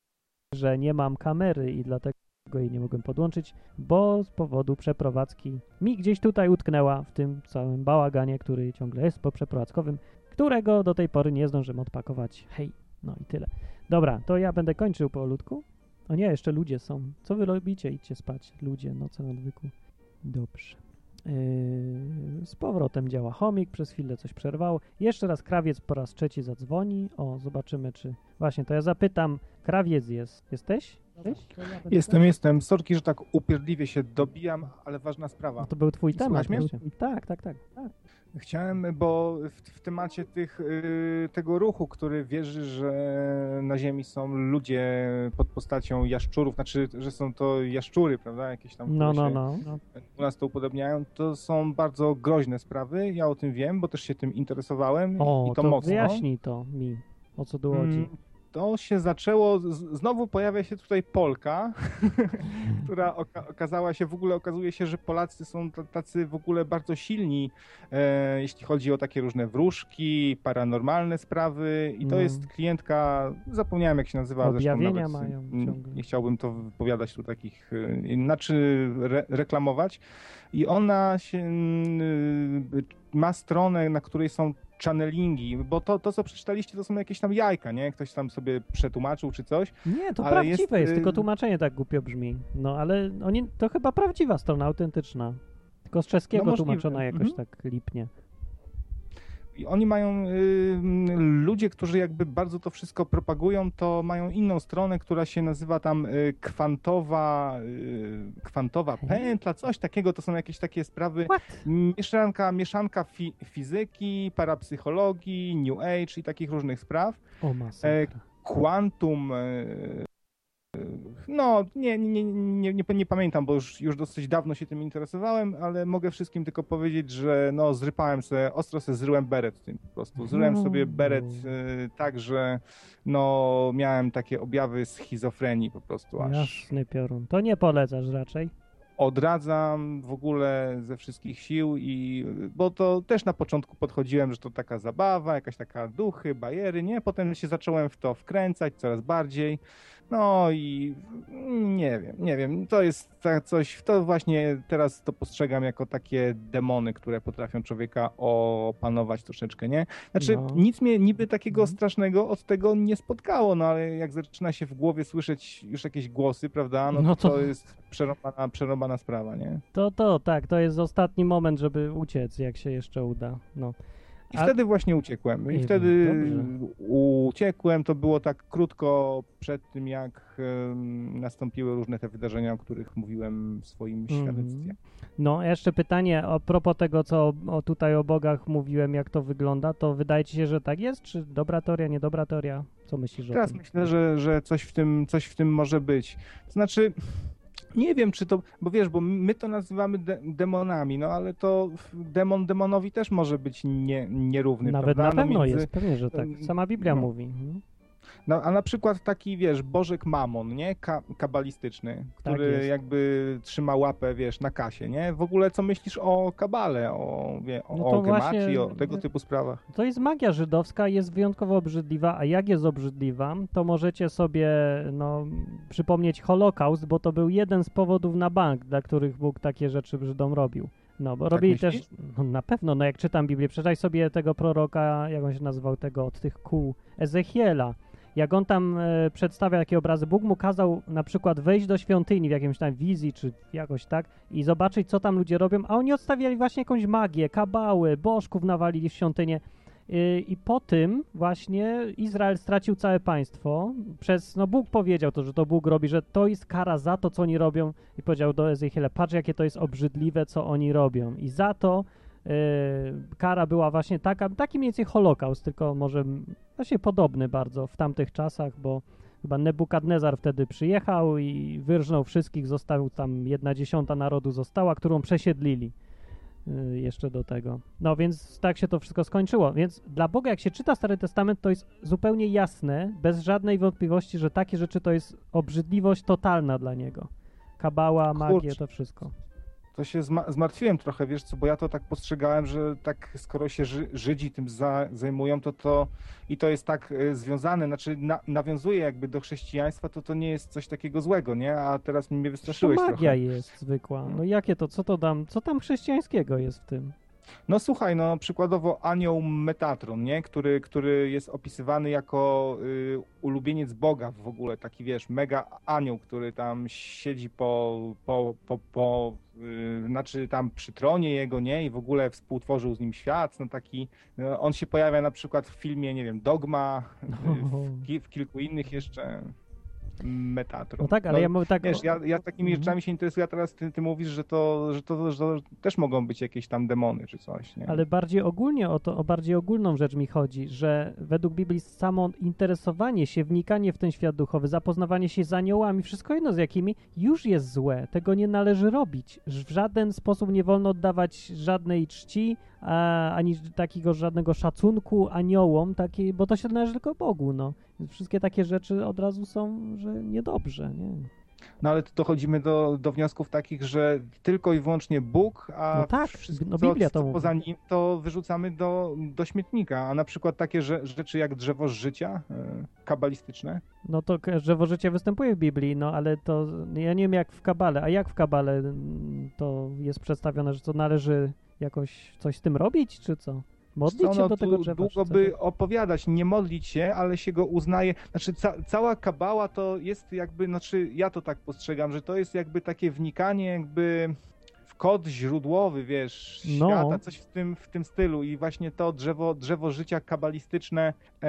że nie mam kamery i dlatego jej nie mogłem podłączyć, bo z powodu przeprowadzki mi gdzieś tutaj utknęła w tym całym bałaganie, który ciągle jest po przeprowadzkowym, którego do tej pory nie zdążyłem odpakować. Hej, no i tyle. Dobra, to ja będę kończył powolutku. O nie, jeszcze ludzie są. Co wy robicie? Idźcie spać. Ludzie, noce na odwyku. Dobrze. Yy, z powrotem działa chomik, przez chwilę coś przerwało. Jeszcze raz krawiec po raz trzeci zadzwoni. O, zobaczymy, czy... Właśnie, to ja zapytam. Krawiec jest. Jesteś? Jesteś? Jestem, jestem. Sorki, że tak upierdliwie się dobijam, ale ważna sprawa. No to był twój temat. Mnie? Tak, tak, tak, tak. Chciałem, bo w, w temacie tych, y, tego ruchu, który wierzy, że na Ziemi są ludzie pod postacią jaszczurów, znaczy, że są to jaszczury, prawda, jakieś tam, no, no, się no, no. u nas to upodobniają, to są bardzo groźne sprawy. Ja o tym wiem, bo też się tym interesowałem o, i to, to mocno. Wyjaśnij to mi, o co tu chodzi. Mm. To się zaczęło, z, znowu pojawia się tutaj Polka, która oka okazała się, w ogóle okazuje się, że Polacy są tacy w ogóle bardzo silni, e, jeśli chodzi o takie różne wróżki, paranormalne sprawy i to no. jest klientka, zapomniałem jak się nazywa, objawienia zresztą nawet, mają ciągle. Nie chciałbym to wypowiadać tu takich, znaczy re reklamować i ona się y, ma stronę, na której są channelingi, bo to, to, co przeczytaliście, to są jakieś tam jajka, nie? Ktoś tam sobie przetłumaczył czy coś. Nie, to ale prawdziwe jest, jest, tylko tłumaczenie tak głupio brzmi. No, ale oni, to chyba prawdziwa strona, autentyczna. Tylko z czeskiego no, tłumaczona jakoś mhm. tak lipnie. I oni mają, y, ludzie, którzy jakby bardzo to wszystko propagują, to mają inną stronę, która się nazywa tam y, kwantowa, y, kwantowa pętla, coś takiego, to są jakieś takie sprawy, What? mieszanka, mieszanka fi fizyki, parapsychologii, New Age i takich różnych spraw. O, masakra. Quantum, y, no, nie, nie, nie, nie, nie pamiętam, bo już, już dosyć dawno się tym interesowałem, ale mogę wszystkim tylko powiedzieć, że no, zrypałem sobie, ostro sobie zryłem beret tym po prostu. Zryłem sobie beret y, tak, że no, miałem takie objawy schizofrenii po prostu aż. Jasny piorun. To nie polecasz raczej? Odradzam w ogóle ze wszystkich sił i, bo to też na początku podchodziłem, że to taka zabawa, jakaś taka duchy, bajery, nie? Potem się zacząłem w to wkręcać coraz bardziej. No i nie wiem, nie wiem, to jest tak coś, to właśnie teraz to postrzegam jako takie demony, które potrafią człowieka opanować troszeczkę, nie? Znaczy No. nic mnie niby takiego Mhm. strasznego od tego nie spotkało, no ale jak zaczyna się w głowie słyszeć już jakieś głosy, prawda, no to, No to- to jest przerąbana, przerąbana sprawa, nie? To, to, tak, to jest ostatni moment, żeby uciec, jak się jeszcze uda. No. I A- wtedy właśnie uciekłem. I Ej, wtedy dobrze. uciekłem, to było tak krótko przed tym, jak em, nastąpiły różne te wydarzenia, o których mówiłem w swoim Mhm. świadectwie. No, jeszcze pytanie a propos tego, co o, o tutaj o bogach mówiłem, jak to wygląda, to wydaje ci się, że tak jest? Czy dobra teoria, niedobra teoria? Co myślisz o Teraz tym? myślę, że, że coś, w tym, coś w tym może być. To znaczy, nie wiem, czy to, bo wiesz, bo my to nazywamy de, demonami, no ale to demon demonowi też może być nie, nierówny, Nawet prawda? na pewno no, między- jest, pewnie, że tak. Sama Biblia no. mówi. Mhm. No, a na przykład taki, wiesz, Bożek Mamon, nie? Ka kabalistyczny, który jest. jakby trzyma łapę, wiesz, na kasie, nie? W ogóle co myślisz o kabale, o, wie, o, No to o gemacji, właśnie- o tego typu sprawach? To jest magia żydowska, jest wyjątkowo obrzydliwa, a jak jest obrzydliwa, to możecie sobie no, przypomnieć Holokaust, bo to był jeden z powodów na bank, dla których Bóg takie rzeczy Żydom robił. No, bo robili też, myślisz? no, na pewno, no jak czytam Biblię, przeczytaj sobie tego proroka, jak on się nazywał, tego od tych kół, Ezechiela. Jak on tam e, przedstawia takie obrazy, Bóg mu kazał na przykład wejść do świątyni w jakimś tam wizji, czy jakoś tak, i zobaczyć, co tam ludzie robią, a oni odstawiali właśnie jakąś magię, kabały, bożków nawalili w świątynię. I, I po tym właśnie Izrael stracił całe państwo. Przez, no Bóg powiedział to, że to Bóg robi, że to jest kara za to, co oni robią. I powiedział do Ezechiela, patrz jakie to jest obrzydliwe, co oni robią. I za to y, kara była właśnie taka, taki mniej więcej Holokaust, tylko może m, właśnie podobny bardzo w tamtych czasach, bo chyba Nebukadnezar wtedy przyjechał i wyrżnął wszystkich, został tam jedna dziesiąta narodu została, którą przesiedlili. Y, jeszcze do tego. No więc tak się to wszystko skończyło. Więc dla Boga, jak się czyta Stary Testament, to jest zupełnie jasne, bez żadnej wątpliwości, że takie rzeczy to jest obrzydliwość totalna dla Niego. Kabała, magię, Kurczę. to wszystko. To się zma zmartwiłem trochę, wiesz co, bo ja to tak postrzegałem, że tak skoro się Ży Żydzi tym za zajmują, to to i to jest tak y, związane, znaczy na nawiązuje jakby do chrześcijaństwa, to to nie jest coś takiego złego, nie? A teraz mnie To wystraszyłeś magia trochę. jest zwykła. No jakie to, co to tam, co tam chrześcijańskiego jest w tym? No słuchaj, no przykładowo anioł Metatron, nie? Który, który jest opisywany jako y, ulubieniec Boga w ogóle, taki wiesz, mega anioł, który tam siedzi po, po, po, po y, znaczy tam przy tronie jego, nie? I w ogóle współtworzył z nim świat, no taki, no, on się pojawia na przykład w filmie, nie wiem, Dogma, y, w, ki w kilku innych jeszcze. Metatron. No tak, ale ja mówię tak... Wiesz, ja, ja takimi Mhm. rzeczami się interesuję, a teraz ty, ty mówisz, że to, że, to, że to też mogą być jakieś tam demony czy coś, nie? Ale bardziej ogólnie o to, o bardziej ogólną rzecz mi chodzi, że według Biblii samo interesowanie się, wnikanie w ten świat duchowy, zapoznawanie się z aniołami, wszystko jedno z jakimi, już jest złe. Tego nie należy robić. W żaden sposób nie wolno oddawać żadnej czci, a, ani takiego żadnego szacunku aniołom, takiej, bo to się należy tylko Bogu, no. Wszystkie takie rzeczy od razu są, że niedobrze, nie? No ale tu dochodzimy do, do wniosków takich, że tylko i wyłącznie Bóg, a No tak, wszystko, no Biblia to co mówi. poza nim, to wyrzucamy do, do śmietnika. A na przykład takie że, rzeczy jak drzewo życia, e, kabalistyczne. No to k- drzewo życia występuje w Biblii, no ale to ja nie wiem jak w Kabale, a jak w Kabale mm, to jest przedstawione, że to należy jakoś coś z tym robić, czy co? Modlić Co, się no, do tu tego drzewa? długo czy co? by opowiadać, nie modlić się, ale się go uznaje. Znaczy ca cała kabała to jest jakby, znaczy ja to tak postrzegam, że to jest jakby takie wnikanie jakby w kod źródłowy, wiesz, No. świata, coś w tym, w tym stylu i właśnie to drzewo, drzewo życia kabalistyczne, e,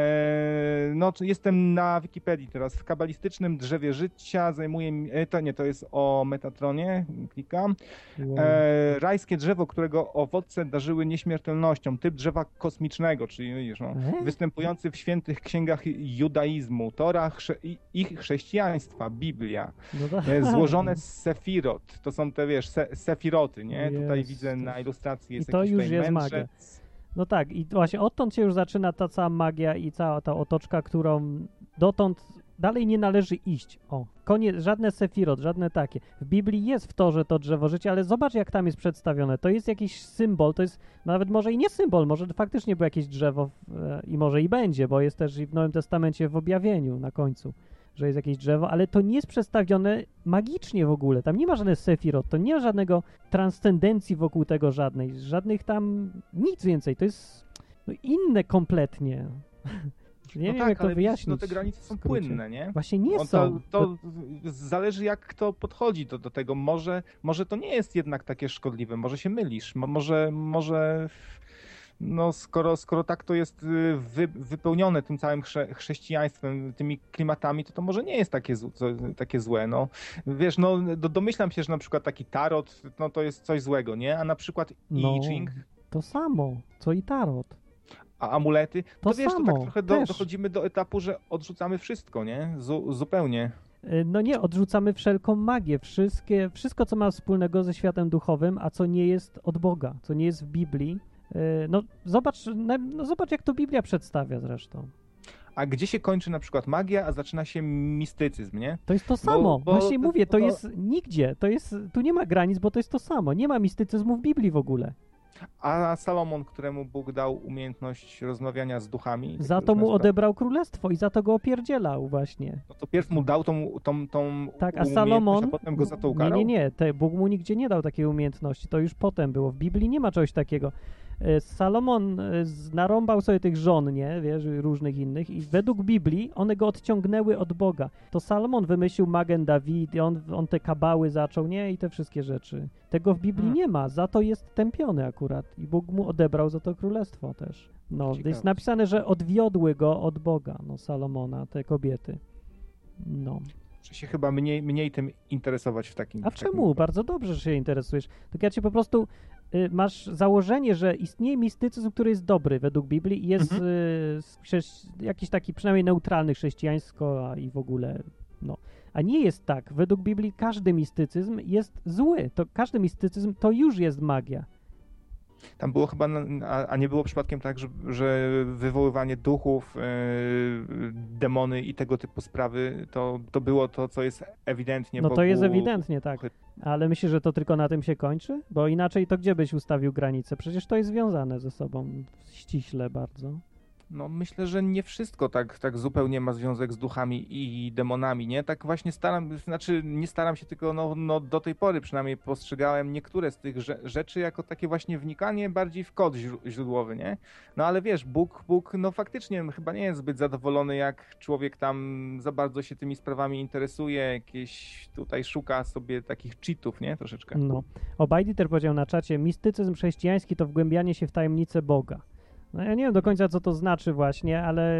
no jestem na Wikipedii teraz, w kabalistycznym drzewie życia zajmuje, mi- e, to nie, to jest o Metatronie, klikam, Wow. E, rajskie drzewo, którego owoce darzyły nieśmiertelnością, typ drzewa kosmicznego, czyli widzisz, no, E? występujący w świętych księgach judaizmu, torach chrze i, i chrześcijaństwa, Biblia, No tak. e, złożone z sefirot, to są te, wiesz, se, sefiroty, nie? Tutaj Jest widzę na też. ilustracji jest I to jakiś już tutaj jest mędrzec. magia. No tak, i właśnie odtąd się już zaczyna ta cała magia i cała ta otoczka, którą dotąd dalej nie należy iść. O, koniec, żadne sefirot, żadne takie. W Biblii jest w torze to drzewo życia, ale zobacz jak tam jest przedstawione. To jest jakiś symbol, to jest nawet może i nie symbol, może faktycznie było jakieś drzewo e, i może i będzie, bo jest też i w Nowym Testamencie w objawieniu na końcu, że jest jakieś drzewo, ale to nie jest przedstawione magicznie w ogóle. Tam nie ma żadnych sefirot, to nie ma żadnego transcendencji wokół tego żadnej, żadnych tam nic więcej. To jest no, inne kompletnie. Nie no wiem, tak, jak to ale wyjaśnić. no te granice są płynne, nie? Właśnie nie On są. To, to zależy, jak kto podchodzi do, do tego. Może, może to nie jest jednak takie szkodliwe, może się mylisz, Mo, może, może no skoro, skoro tak to jest wy, wypełnione tym całym chrze, chrześcijaństwem, tymi klimatami, to to może nie jest takie, z, co, takie złe, no. Wiesz, no do, domyślam się, że na przykład taki tarot, no to jest coś złego, nie? A na przykład No, I Ching, to samo, co i tarot. a amulety, to, To wiesz, samo, to tak trochę do, też. dochodzimy do etapu, że odrzucamy wszystko, nie? Zu, zupełnie. Y, No nie, odrzucamy wszelką magię, wszystkie, wszystko, co ma wspólnego ze światem duchowym, a co nie jest od Boga, co nie jest w Biblii. Y, No zobacz, no, no zobacz, jak to Biblia przedstawia zresztą. A gdzie się kończy na przykład magia, a zaczyna się mistycyzm, nie? To jest to samo. bo- Właśnie mówię, to bo- jest nigdzie. To jest, tu nie ma granic, bo to jest to samo. Nie ma mistycyzmu w Biblii w ogóle. A Salomon, któremu Bóg dał umiejętność rozmawiania z duchami, Za tak to mu różne sprawy, odebrał królestwo i za to go opierdzielał właśnie. no to pierw mu dał tą, tą, tą Tak, a umiejętność, Salomon... a potem go za to Nie, ukarał? nie, nie. Te, Bóg mu nigdzie nie dał takiej umiejętności. To już potem było. W Biblii nie ma czegoś takiego. E, Salomon e, z- narąbał sobie tych żon, nie? Wiesz, różnych innych i według Biblii one go odciągnęły od Boga. To Salomon wymyślił Magen Dawid i on, on te kabały zaczął, nie? I te wszystkie rzeczy. Tego w Biblii Hmm. nie ma. Za to jest tępiony akurat. I Bóg mu odebrał za to królestwo też. No, Ciekawe. jest napisane, że odwiodły go od Boga, no, Salomona, te kobiety. No. Muszę się chyba mniej, mniej tym interesować w takim A w takim czemu? Bardzo dobrze, że się interesujesz. Tak ja cię po prostu y, masz założenie, że istnieje mistycyzm, który jest dobry według Biblii i jest Mhm. y, z chrześ- jakiś taki przynajmniej neutralny chrześcijańsko a i w ogóle, no. A nie jest tak. Według Biblii każdy mistycyzm jest zły. To każdy mistycyzm to już jest magia. Tam było chyba, na- a, a nie było przypadkiem tak, że, że wywoływanie duchów, yy, demony i tego typu sprawy, to, to było to, co jest ewidentnie No to Bogu- jest ewidentnie, tak. Ale myślisz, że to tylko na tym się kończy? Bo inaczej to gdzie byś ustawił granicę? Przecież to jest związane ze sobą ściśle bardzo. No myślę, że nie wszystko tak, tak zupełnie ma związek z duchami i demonami, nie? Tak właśnie staram, znaczy nie staram się, tylko no, no do tej pory przynajmniej postrzegałem niektóre z tych rze- rzeczy jako takie właśnie wnikanie bardziej w kod źró- źródłowy, nie? No ale wiesz, Bóg, Bóg no faktycznie chyba nie jest zbyt zadowolony, jak człowiek tam za bardzo się tymi sprawami interesuje, jakieś tutaj szuka sobie takich cheatów, nie? Troszeczkę. No. Obajditer powiedział na czacie, mistycyzm chrześcijański to wgłębianie się w tajemnicę Boga. No ja nie wiem do końca, co to znaczy właśnie, ale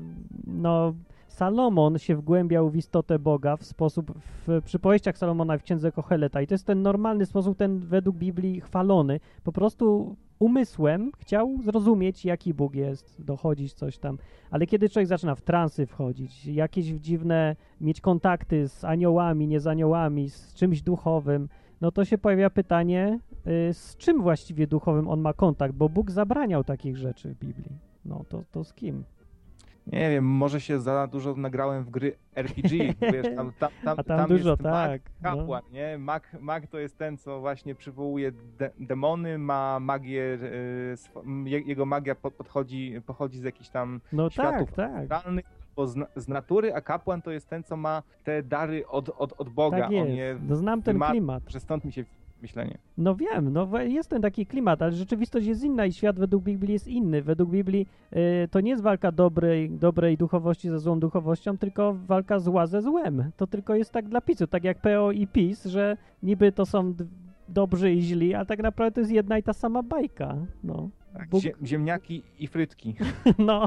no Salomon się wgłębiał w istotę Boga w sposób, w przypowieściach Salomona w księdze Kocheleta i to jest ten normalny sposób, ten według Biblii chwalony. Po prostu umysłem chciał zrozumieć, jaki Bóg jest, dochodzić coś tam. Ale kiedy człowiek zaczyna w transy wchodzić, jakieś dziwne, mieć kontakty z aniołami, nie z aniołami, z czymś duchowym, no to się pojawia pytanie, y, z czym właściwie duchowym on ma kontakt, bo Bóg zabraniał takich rzeczy w Biblii. No to, to z kim? Nie wiem, może się za dużo nagrałem w gry R P G, wiesz, tam, tam, tam, A tam dużo, jest tak, mag, no. kapłan, nie? Mag, mag to jest ten, co właśnie przywołuje de demony, ma magię, y, swo- m, je, jego magia po, podchodzi, pochodzi z jakichś tam No światów tak, tak. naturalnych, albo z, na- z natury, a kapłan to jest ten, co ma te dary od, od, od Boga. Tak On jest. je No znam ten wyma- klimat. że stąd mi się myślenie. No wiem, no we- jest ten taki klimat, ale rzeczywistość jest inna i świat według Biblii jest inny. Według Biblii y, to nie jest walka dobrej, dobrej duchowości ze złą duchowością, tylko walka zła ze złem. To tylko jest tak dla PiSu, tak jak P O i PiS, że niby to są d- dobrzy i źli, a tak naprawdę to jest jedna i ta sama bajka. No, Tak, Bóg- zie, ziemniaki i frytki. no.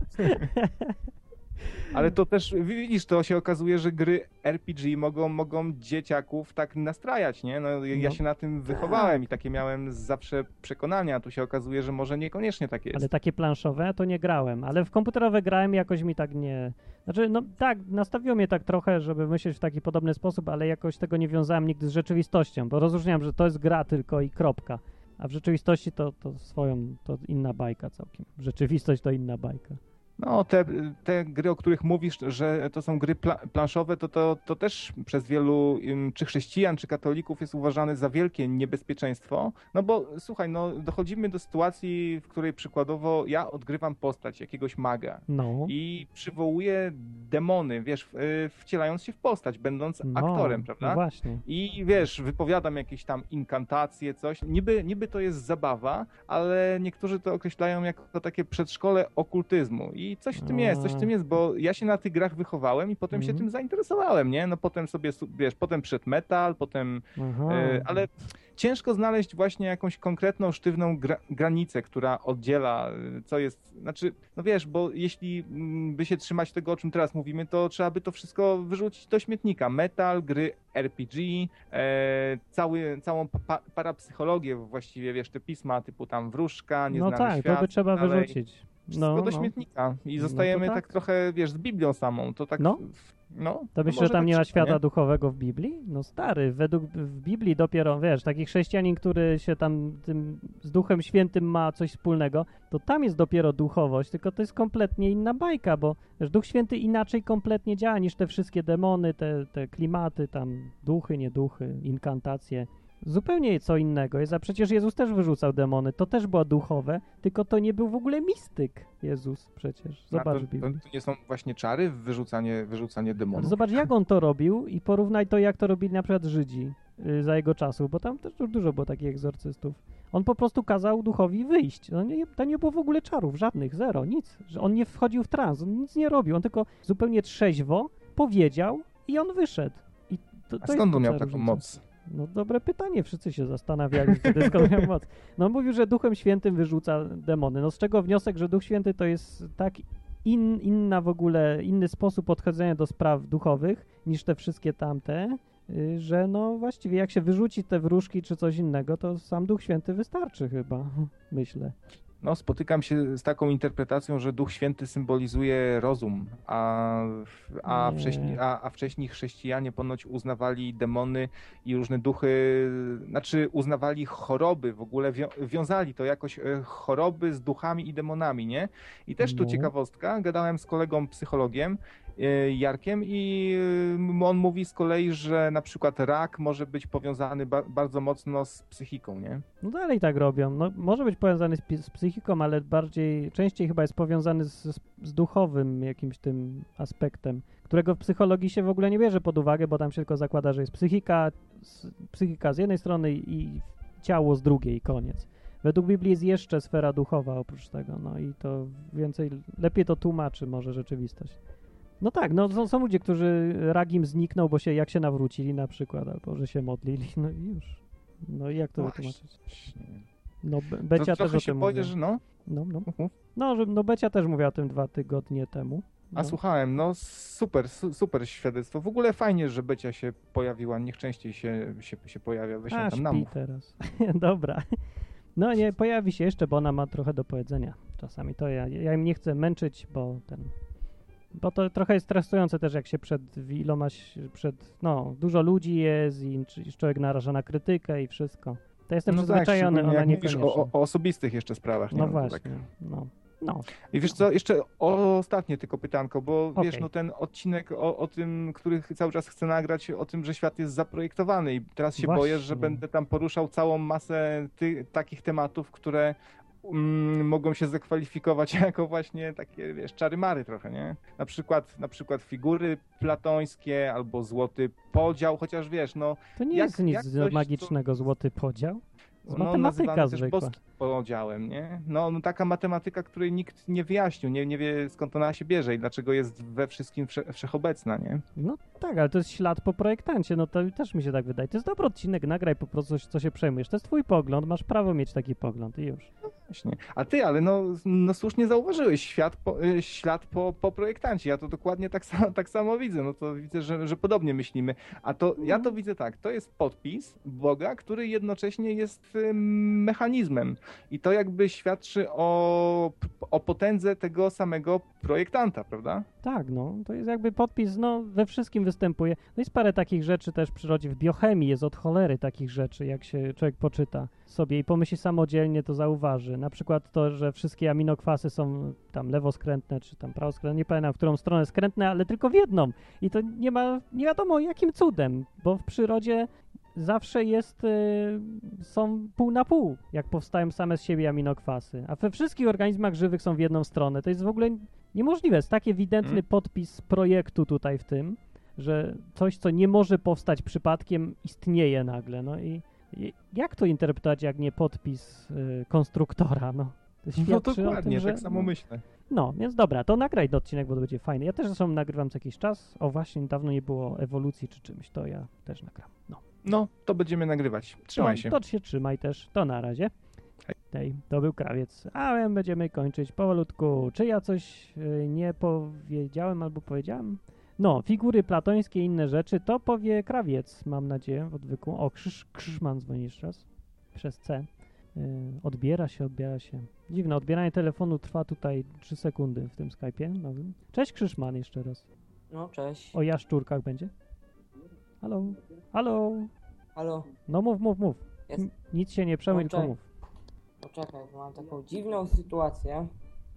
Ale to też, widzisz, to się okazuje, że gry R P G mogą, mogą dzieciaków tak nastrajać, nie? No, ja ja No. się na tym wychowałem i takie miałem zawsze przekonania, a tu się okazuje, że może niekoniecznie tak jest. Ale takie planszowe to nie grałem, ale w komputerowe grałem i jakoś mi tak nie... Znaczy, no tak, nastawiło mnie tak trochę, żeby myśleć w taki podobny sposób, ale jakoś tego nie wiązałem nigdy z rzeczywistością, bo rozróżniam, że to jest gra tylko i kropka, a w rzeczywistości to, to swoją, to inna bajka całkiem. Rzeczywistość to inna bajka. No, te, te gry, o których mówisz, że to są gry pla- planszowe, to, to, to też przez wielu, czy chrześcijan, czy katolików jest uważane za wielkie niebezpieczeństwo. No bo słuchaj, no dochodzimy do sytuacji, w której przykładowo ja odgrywam postać jakiegoś maga No. i przywołuję demony, wiesz, wcielając się w postać, będąc No, aktorem, prawda? No właśnie. I wiesz, wypowiadam jakieś tam inkantacje, coś. Niby, niby to jest zabawa, ale niektórzy to określają jako takie przedszkole okultyzmu. I coś w tym jest, coś w tym jest, bo ja się na tych grach wychowałem i potem Mhm. się tym zainteresowałem, nie? No potem sobie, wiesz, potem przyszedł metal, potem... Aha. E, ale ciężko znaleźć właśnie jakąś konkretną, sztywną gra- granicę, która oddziela, co jest... Znaczy, no wiesz, bo jeśli by się trzymać tego, o czym teraz mówimy, to trzeba by to wszystko wyrzucić do śmietnika. Metal, gry R P G, e, cały, całą pa- parapsychologię właściwie, wiesz, te pisma typu tam Wróżka, No Nieznany tak, Świat, to by trzeba dalej. wyrzucić. Wszystko No, do no. śmietnika i No to zostajemy tak. tak trochę, wiesz, z Biblią samą. To tak, No. no, To myślisz, że może tam tak nie ma trzeba, świata duchowego w Biblii? No stary, według w Biblii dopiero, wiesz, taki chrześcijanin, który się tam tym, z Duchem Świętym ma coś wspólnego, to tam jest dopiero duchowość, tylko to jest kompletnie inna bajka, bo wiesz, Duch Święty inaczej kompletnie działa niż te wszystkie demony, te, te klimaty, tam duchy, nie duchy, inkantacje. Zupełnie co innego jest, a przecież Jezus też wyrzucał demony, to też było duchowe, tylko to nie był w ogóle mistyk Jezus przecież. A Zobacz to, w Biblii. to nie są właśnie czary, wyrzucanie, wyrzucanie demonów? Zobacz, jak on to robił i porównaj to, jak to robili na przykład Żydzi y, za jego czasów, bo tam też dużo było takich egzorcystów. On po prostu kazał duchowi wyjść. No nie, tam nie było w ogóle czarów, żadnych, zero, nic. Że on nie wchodził w trans, on nic nie robił, on tylko zupełnie trzeźwo powiedział i on wyszedł. I to, to A skąd on miał ta taką różnica. moc? No dobre pytanie, wszyscy się zastanawiali wtedy, skąd miał moc. No mówił, że Duchem Świętym wyrzuca demony. No z czego wniosek, że Duch Święty to jest tak in, inna w ogóle, inny sposób podchodzenia do spraw duchowych niż te wszystkie tamte, y, że no właściwie jak się wyrzuci te wróżki czy coś innego, to sam Duch Święty wystarczy chyba, myślę. No, spotykam się z taką interpretacją, że Duch Święty symbolizuje rozum, a, a, Nie. wcześniej, a, a wcześniej chrześcijanie ponoć uznawali demony i różne duchy, znaczy uznawali choroby, w ogóle wią- wiązali to jakoś, e, choroby z duchami i demonami, nie? I też tu No. ciekawostka, gadałem z kolegą psychologiem, e, Jarkiem, i e, on mówi z kolei, że na przykład rak może być powiązany ba- bardzo mocno z psychiką, nie? No dalej tak robią. No, może być powiązany z, pi- z psychiką, ale bardziej, częściej chyba jest powiązany z, z, z duchowym jakimś tym aspektem, którego w psychologii się w ogóle nie bierze pod uwagę, bo tam się tylko zakłada, że jest psychika, z, psychika z jednej strony i ciało z drugiej i koniec. Według Biblii jest jeszcze sfera duchowa oprócz tego, no i to więcej, lepiej to tłumaczy może rzeczywistość. No tak, no są, są ludzie, którzy rak im zniknął, bo się, jak się nawrócili na przykład, albo że się modlili, no i już. No i jak to wytłumaczyć? Właśnie. No, Be- To Becia też trochę o się tym boję, mówiła. że no. No, no. Mów. No, że, no Becia też mówiła o tym dwa tygodnie temu. No. A słuchałem, no super, su- super świadectwo. W ogóle fajnie, że Becia się pojawiła, niech częściej się, się, się pojawia, weź ją A, tam śpi namów. teraz. Dobra. No nie, pojawi się jeszcze, bo ona ma trochę do powiedzenia czasami. To ja, ja im nie chcę męczyć, bo ten... Bo to trochę jest stresujące też, jak się przed ilomaś, przed, no, dużo ludzi jest i czy- człowiek naraża na krytykę i wszystko. To jestem No tak, przyzwyczajony, szczególnie ona jak mówisz niekoniecznie. o, o osobistych jeszcze sprawach. Nie? No to właśnie, tak. no. No, I wiesz co, jeszcze o- ostatnie tylko pytanko, bo wiesz, Okej. no ten odcinek o, o tym, który cały czas chcę nagrać, o tym, że świat jest zaprojektowany i teraz się Właśnie. boję, że będę tam poruszał całą masę ty, takich tematów, które mm, mogą się zakwalifikować jako właśnie takie, wiesz, czary-mary trochę, nie? Na przykład, na przykład figury platońskie albo złoty podział, chociaż wiesz, no to nie Jak- jest nic jak coś, magicznego, złoty podział. Z no, matematyka nazywany też zwykła. boskim podziałem, nie? No, no taka matematyka, której nikt nie wyjaśnił, nie, nie wie skąd ona się bierze i dlaczego jest we wszystkim wsze, wszechobecna, nie? No tak, ale to jest ślad po projektancie, no to też mi się tak wydaje. To jest dobry odcinek, nagraj po prostu coś, co się przejmujesz. To jest twój pogląd, masz prawo mieć taki pogląd i już. Właśnie. A ty, ale no, no słusznie zauważyłeś, świat po, y, ślad po, po projektancie. Ja to dokładnie tak samo, tak samo widzę. No to widzę, że, że podobnie myślimy. A to ja to widzę tak, to jest podpis Boga, który jednocześnie jest y, mechanizmem. I to jakby świadczy o, o potędze tego samego projektanta, prawda? Tak, no, to jest jakby podpis, no, we wszystkim występuje. No jest parę takich rzeczy też w przyrodzie, w biochemii jest od cholery takich rzeczy, jak się człowiek poczyta. sobie i pomyśli samodzielnie, to zauważy. Na przykład to, że wszystkie aminokwasy są tam lewoskrętne, czy tam prawoskrętne, nie pamiętam, w którą stronę skrętne, ale tylko w jedną. I to nie ma, nie wiadomo jakim cudem, bo w przyrodzie zawsze jest, y, są pół na pół, jak powstają same z siebie aminokwasy. A we wszystkich organizmach żywych są w jedną stronę. To jest w ogóle niemożliwe. Jest taki ewidentny hmm. podpis projektu tutaj w tym, że coś, co nie może powstać przypadkiem, istnieje nagle. No i, i jak to interpretować, jak nie podpis y, konstruktora? No, to świadczy no o dokładnie, tym, że, tak samo no, myślę. No, więc dobra, to nagraj odcinek, bo to będzie fajny. Ja też zresztą nagrywam co jakiś czas. O właśnie, dawno nie było ewolucji czy czymś, to ja też nagram. No, no to będziemy nagrywać. Trzymaj to, się. To się trzymaj też. To na razie. Hej, to był Krawiec, a my będziemy kończyć powolutku. Czy ja coś y, nie powiedziałem albo powiedziałem? No, figury platońskie i inne rzeczy, to powie Krawiec, mam nadzieję, w odwyku. O, Krzyż, Krzyżman dzwoni jeszcze raz, przez C. Yy, odbiera się, odbiera się. Dziwne, odbieranie telefonu trwa tutaj trzy sekundy w tym Skype'ie nowym. Cześć Krzyżman jeszcze raz. No, cześć. O jaszczurkach będzie? Halo? Halo? Halo? No mów, mów, mów. Jest. N- nic się nie przejmuj, No, tylko cześć. mów. Poczekaj, bo mam taką dziwną sytuację.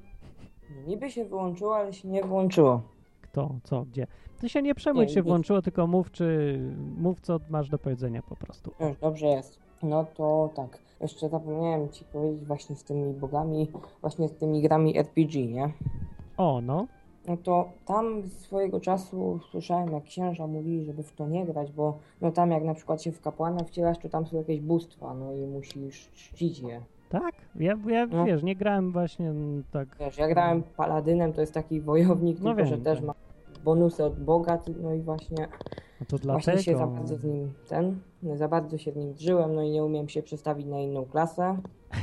Niby się wyłączyło, ale się nie włączyło. Kto, co, gdzie? Ty się nie przejmuj, Nie, czy się nic. włączyło, tylko mów, czy mów, co masz do powiedzenia po prostu. Już, dobrze jest. No to tak, jeszcze zapomniałem ci powiedzieć właśnie z tymi bogami, właśnie z tymi grami R P G, nie? O, no. No to tam swojego czasu słyszałem, jak księża mówili, żeby w to nie grać, bo no tam jak na przykład się w kapłana wcielasz, to tam są jakieś bóstwa, no i musisz czcić je. Tak? Ja, ja No. wiesz, nie grałem właśnie mm, tak. Wiesz, ja grałem paladynem, to jest taki wojownik, No tylko wiem, że też tak. ma bonusy od Boga, ty- no i właśnie, No to właśnie się za dlatego. bardzo z nim ten, za bardzo się w nim drzyłem, no i nie umiem się przestawić na inną klasę.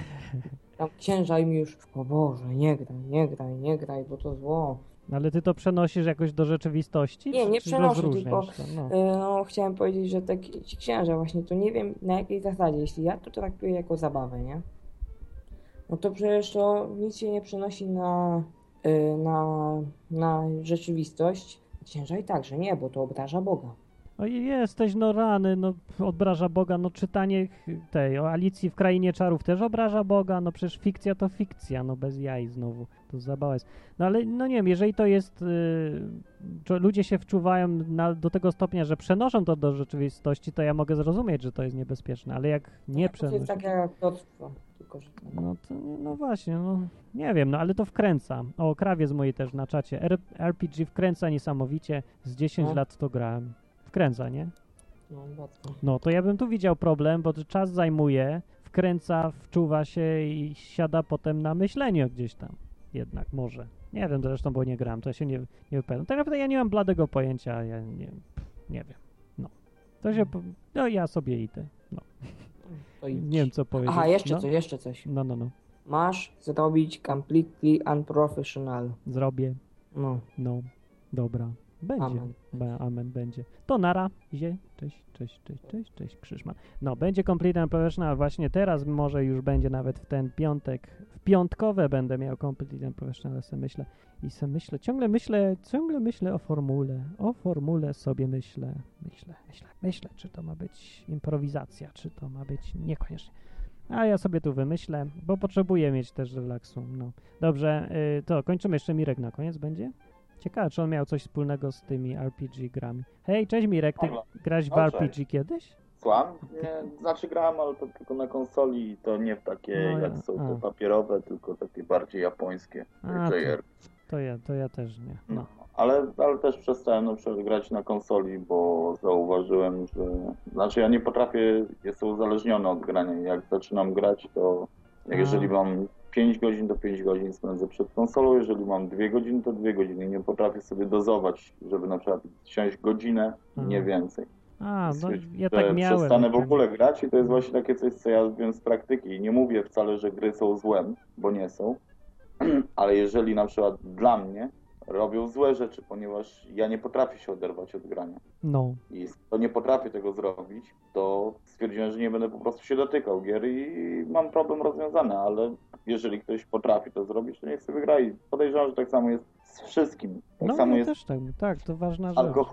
Tam księża i mi już, o Boże, nie graj, nie graj, nie graj, bo to zło. Ale ty to przenosisz jakoś do rzeczywistości? Nie, czy, nie czy przenoszę, rozróżniasz tylko to? No. Yy, No, chciałem powiedzieć, że te ki- ci księża właśnie, to nie wiem na jakiej zasadzie, jeśli ja to traktuję jako zabawę, nie? No to przecież to nic się nie przenosi na, yy, na, na rzeczywistość. Księża i także nie, bo to obraża Boga. O jesteś no rany, no obraża Boga, no czytanie ch- tej o Alicji w Krainie Czarów też obraża Boga, no przecież fikcja to fikcja, no bez jaj znowu, to zabawa jest. No ale no nie wiem, jeżeli to jest, yy, że ludzie się wczuwają na, do tego stopnia, że przenoszą to do rzeczywistości, to ja mogę zrozumieć, że to jest niebezpieczne, ale jak nie To jest przenoszą, takie jak aktorstwo, tylko że... no to no właśnie, no nie wiem, no ale to wkręca. O, krawiec moi też na czacie, R- RPG wkręca niesamowicie, z dziesięć No. lat to grałem. Wkręca, nie? No, bardzo. No to ja bym tu widział problem, bo to czas zajmuje, wkręca, wczuwa się i siada potem na myśleniu gdzieś tam. Jednak może. Nie wiem zresztą, bo nie gram, to ja się nie, nie wypowiem. Tak naprawdę ja nie mam bladego pojęcia, ja nie, nie wiem. No. To się, po- no ja sobie idę. No. To idź. Nie wiem co powiedzieć. Aha, jeszcze no. coś, jeszcze coś. No, no, no. Masz zrobić completely unprofessional. Zrobię. No, No. Dobra. Będzie. amen. Be, amen będzie. To nara. Idzie. Cześć, cześć, cześć, cześć, cześć, Krzyżman. No, będzie Complete and Professional właśnie teraz, może już będzie nawet w ten piątek, w piątkowe będę miał Complete and Professional, se myślę. I se myślę, ciągle myślę, ciągle myślę o formule, o formule sobie myślę, myślę, myślę, myślę, czy to ma być improwizacja, czy to ma być niekoniecznie. A ja sobie tu wymyślę, bo potrzebuję mieć też relaksu, no. Dobrze, y, to kończymy jeszcze Mirek na koniec będzie? Ciekawe, czy on miał coś wspólnego z tymi R P G grami. Hej, cześć Mirek, ty Halo. grałeś w O, R P G cześć. kiedyś? Słucham? Nie, znaczy grałem, ale to tylko na konsoli i to nie w takie No ja- jak są a. te papierowe, tylko takie bardziej japońskie. A, J R. To ja, to ja też nie. No. No. Ale, ale też przestałem na przykład grać na konsoli, bo zauważyłem, że... Znaczy ja nie potrafię, jestem uzależniony od grania. Jak zaczynam grać, to A. jeżeli mam pięć godzin, to pięć godzin spędzę przed konsolą. Jeżeli mam dwie godziny, to dwie godziny. Nie potrafię sobie dozować, żeby na przykład siąść godzinę i nie Aha. więcej. A, no Stwierdzić, ja że tak miałem. przestanę w tak. ogóle grać i to jest właśnie takie coś, co ja wiem z praktyki. I nie mówię wcale, że gry są złem, bo nie są, ale jeżeli na przykład dla mnie robią złe rzeczy, ponieważ ja nie potrafię się oderwać od grania No. i to nie potrafię tego zrobić, to stwierdziłem, że nie będę po prostu się dotykał gier i mam problem rozwiązany, ale jeżeli ktoś potrafi to zrobić, to niech sobie gra i podejrzewam, że tak samo jest z wszystkim. Tak No, samo ja jest też tak, tak, to ważna rzecz. alkohol,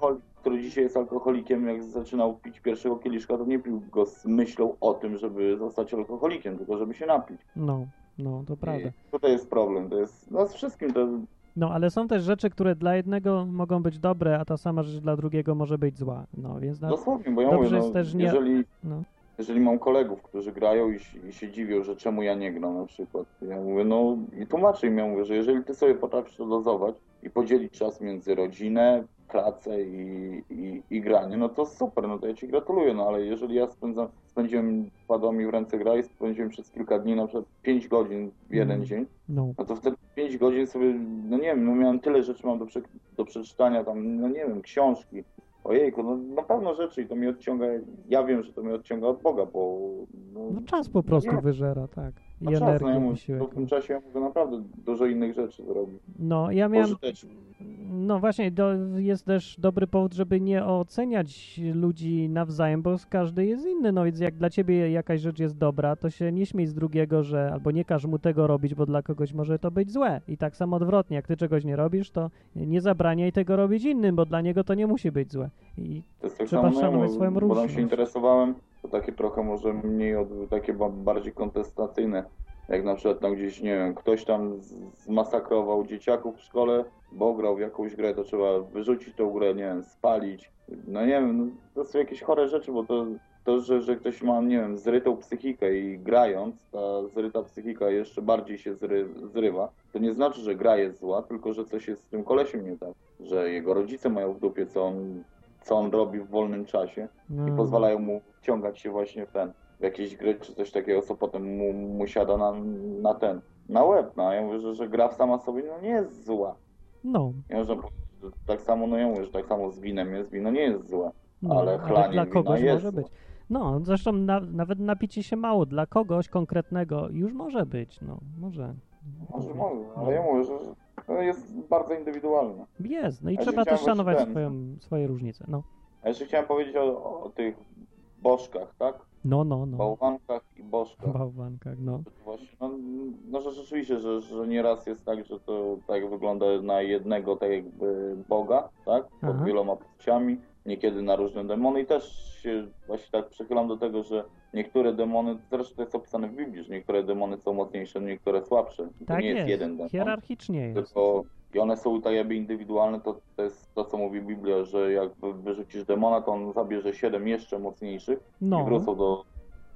który dzisiaj jest alkoholikiem, jak zaczynał pić pierwszego kieliszka, to nie pił go z myślą o tym, żeby zostać alkoholikiem, tylko żeby się napić. No, no, to prawda. I tutaj jest problem, to jest, no z wszystkim to... No, ale są też rzeczy, które dla jednego mogą być dobre, a ta sama rzecz dla drugiego może być zła. No, więc na... Dosłownie, bo ja dobrze mówię, jest no, też nie... jeżeli, No. jeżeli mam kolegów, którzy grają i, i się dziwią, że czemu ja nie gram na przykład, ja mówię, no i tłumaczę im, ja mówię, że jeżeli ty sobie potrafisz to dozować i podzielić czas między rodzinę, pracę i, i, i granie, no to super, no to ja ci gratuluję, no ale jeżeli ja spędzam, spędziłem, padła mi w ręce gra i spędziłem przez kilka dni, na przykład pięć godzin w jeden Mm. dzień, No. no to wtedy pięć godzin sobie, no nie wiem, no miałem tyle rzeczy mam do, prze, do przeczytania, tam, no nie wiem, książki, ojejku, no na pewno rzeczy i to mnie odciąga, ja wiem, że to mnie odciąga od Boga, bo... No, No czas po prostu nie, wyżera, tak. I no czas, no energię, ja i mówię, wysiłek. to w tym czasie ja mogę naprawdę dużo innych rzeczy zrobić. No, ja miałem... Pożytecznie. No właśnie, to jest też dobry powód, żeby nie oceniać ludzi nawzajem, bo każdy jest inny, no więc jak dla ciebie jakaś rzecz jest dobra, to się nie śmiej z drugiego, że albo nie każ mu tego robić, bo dla kogoś może to być złe. I tak samo odwrotnie, jak ty czegoś nie robisz, to nie zabraniaj tego robić innym, bo dla niego to nie musi być złe. I To jest tak trzeba samo, no, szanować bo- swoją bo tam różność. się interesowałem, to takie trochę może mniej, od, takie ba- bardziej kontestacyjne, jak na przykład tam gdzieś, nie wiem, ktoś tam z- zmasakrował dzieciaków w szkole, bo grał w jakąś grę, to trzeba wyrzucić tą grę, nie wiem, spalić, no nie wiem, no, to są jakieś chore rzeczy, bo to, to że, że ktoś ma, nie wiem, zrytą psychikę i grając, ta zryta psychika jeszcze bardziej się zry, zrywa, to nie znaczy, że gra jest zła, tylko że coś jest z tym kolesiem nie tak, że jego rodzice mają w dupie, co on, co on robi w wolnym czasie i No. pozwalają mu wciągać się właśnie w ten, w jakieś gry czy coś takiego, co potem mu, mu siada na, na ten, na łeb, no ja mówię, że, że gra sama sobie no nie jest zła. No, Ja można powiedzieć, że tak samo, no ja mówię, że tak samo z winem jest, wino nie jest złe, no, ale chlanie dla wina kogoś jest może złe. być. No, zresztą na, nawet napicie się mało dla kogoś konkretnego już może być, no, może. Może, może, ale ja mówię, że, że to jest bardzo indywidualne. Jest, no i Ja się trzeba też chciałem szanować właśnie ten- swoją, swoje różnice, no. A jeszcze chciałem powiedzieć o, o tych bożkach, tak? No, no, no. Bałwankach i bożkach. Bałwankach, no. Właśnie, no, no że rzeczywiście, że, że nieraz jest tak, że to tak wygląda na jednego tak jakby Boga, tak? Pod Aha. wieloma płciami, niekiedy na różne demony i też się właśnie tak przychylam do tego, że niektóre demony, zresztą to jest opisane w Biblii, że niektóre demony są mocniejsze, niektóre słabsze. To Tak nie jest, jest, jeden demon, hierarchicznie jest. tylko i one są tak jakby indywidualne, to, to jest to, co mówi Biblia, że jak wyrzucisz demona, to on zabierze siedem jeszcze mocniejszych i No, wrócą do,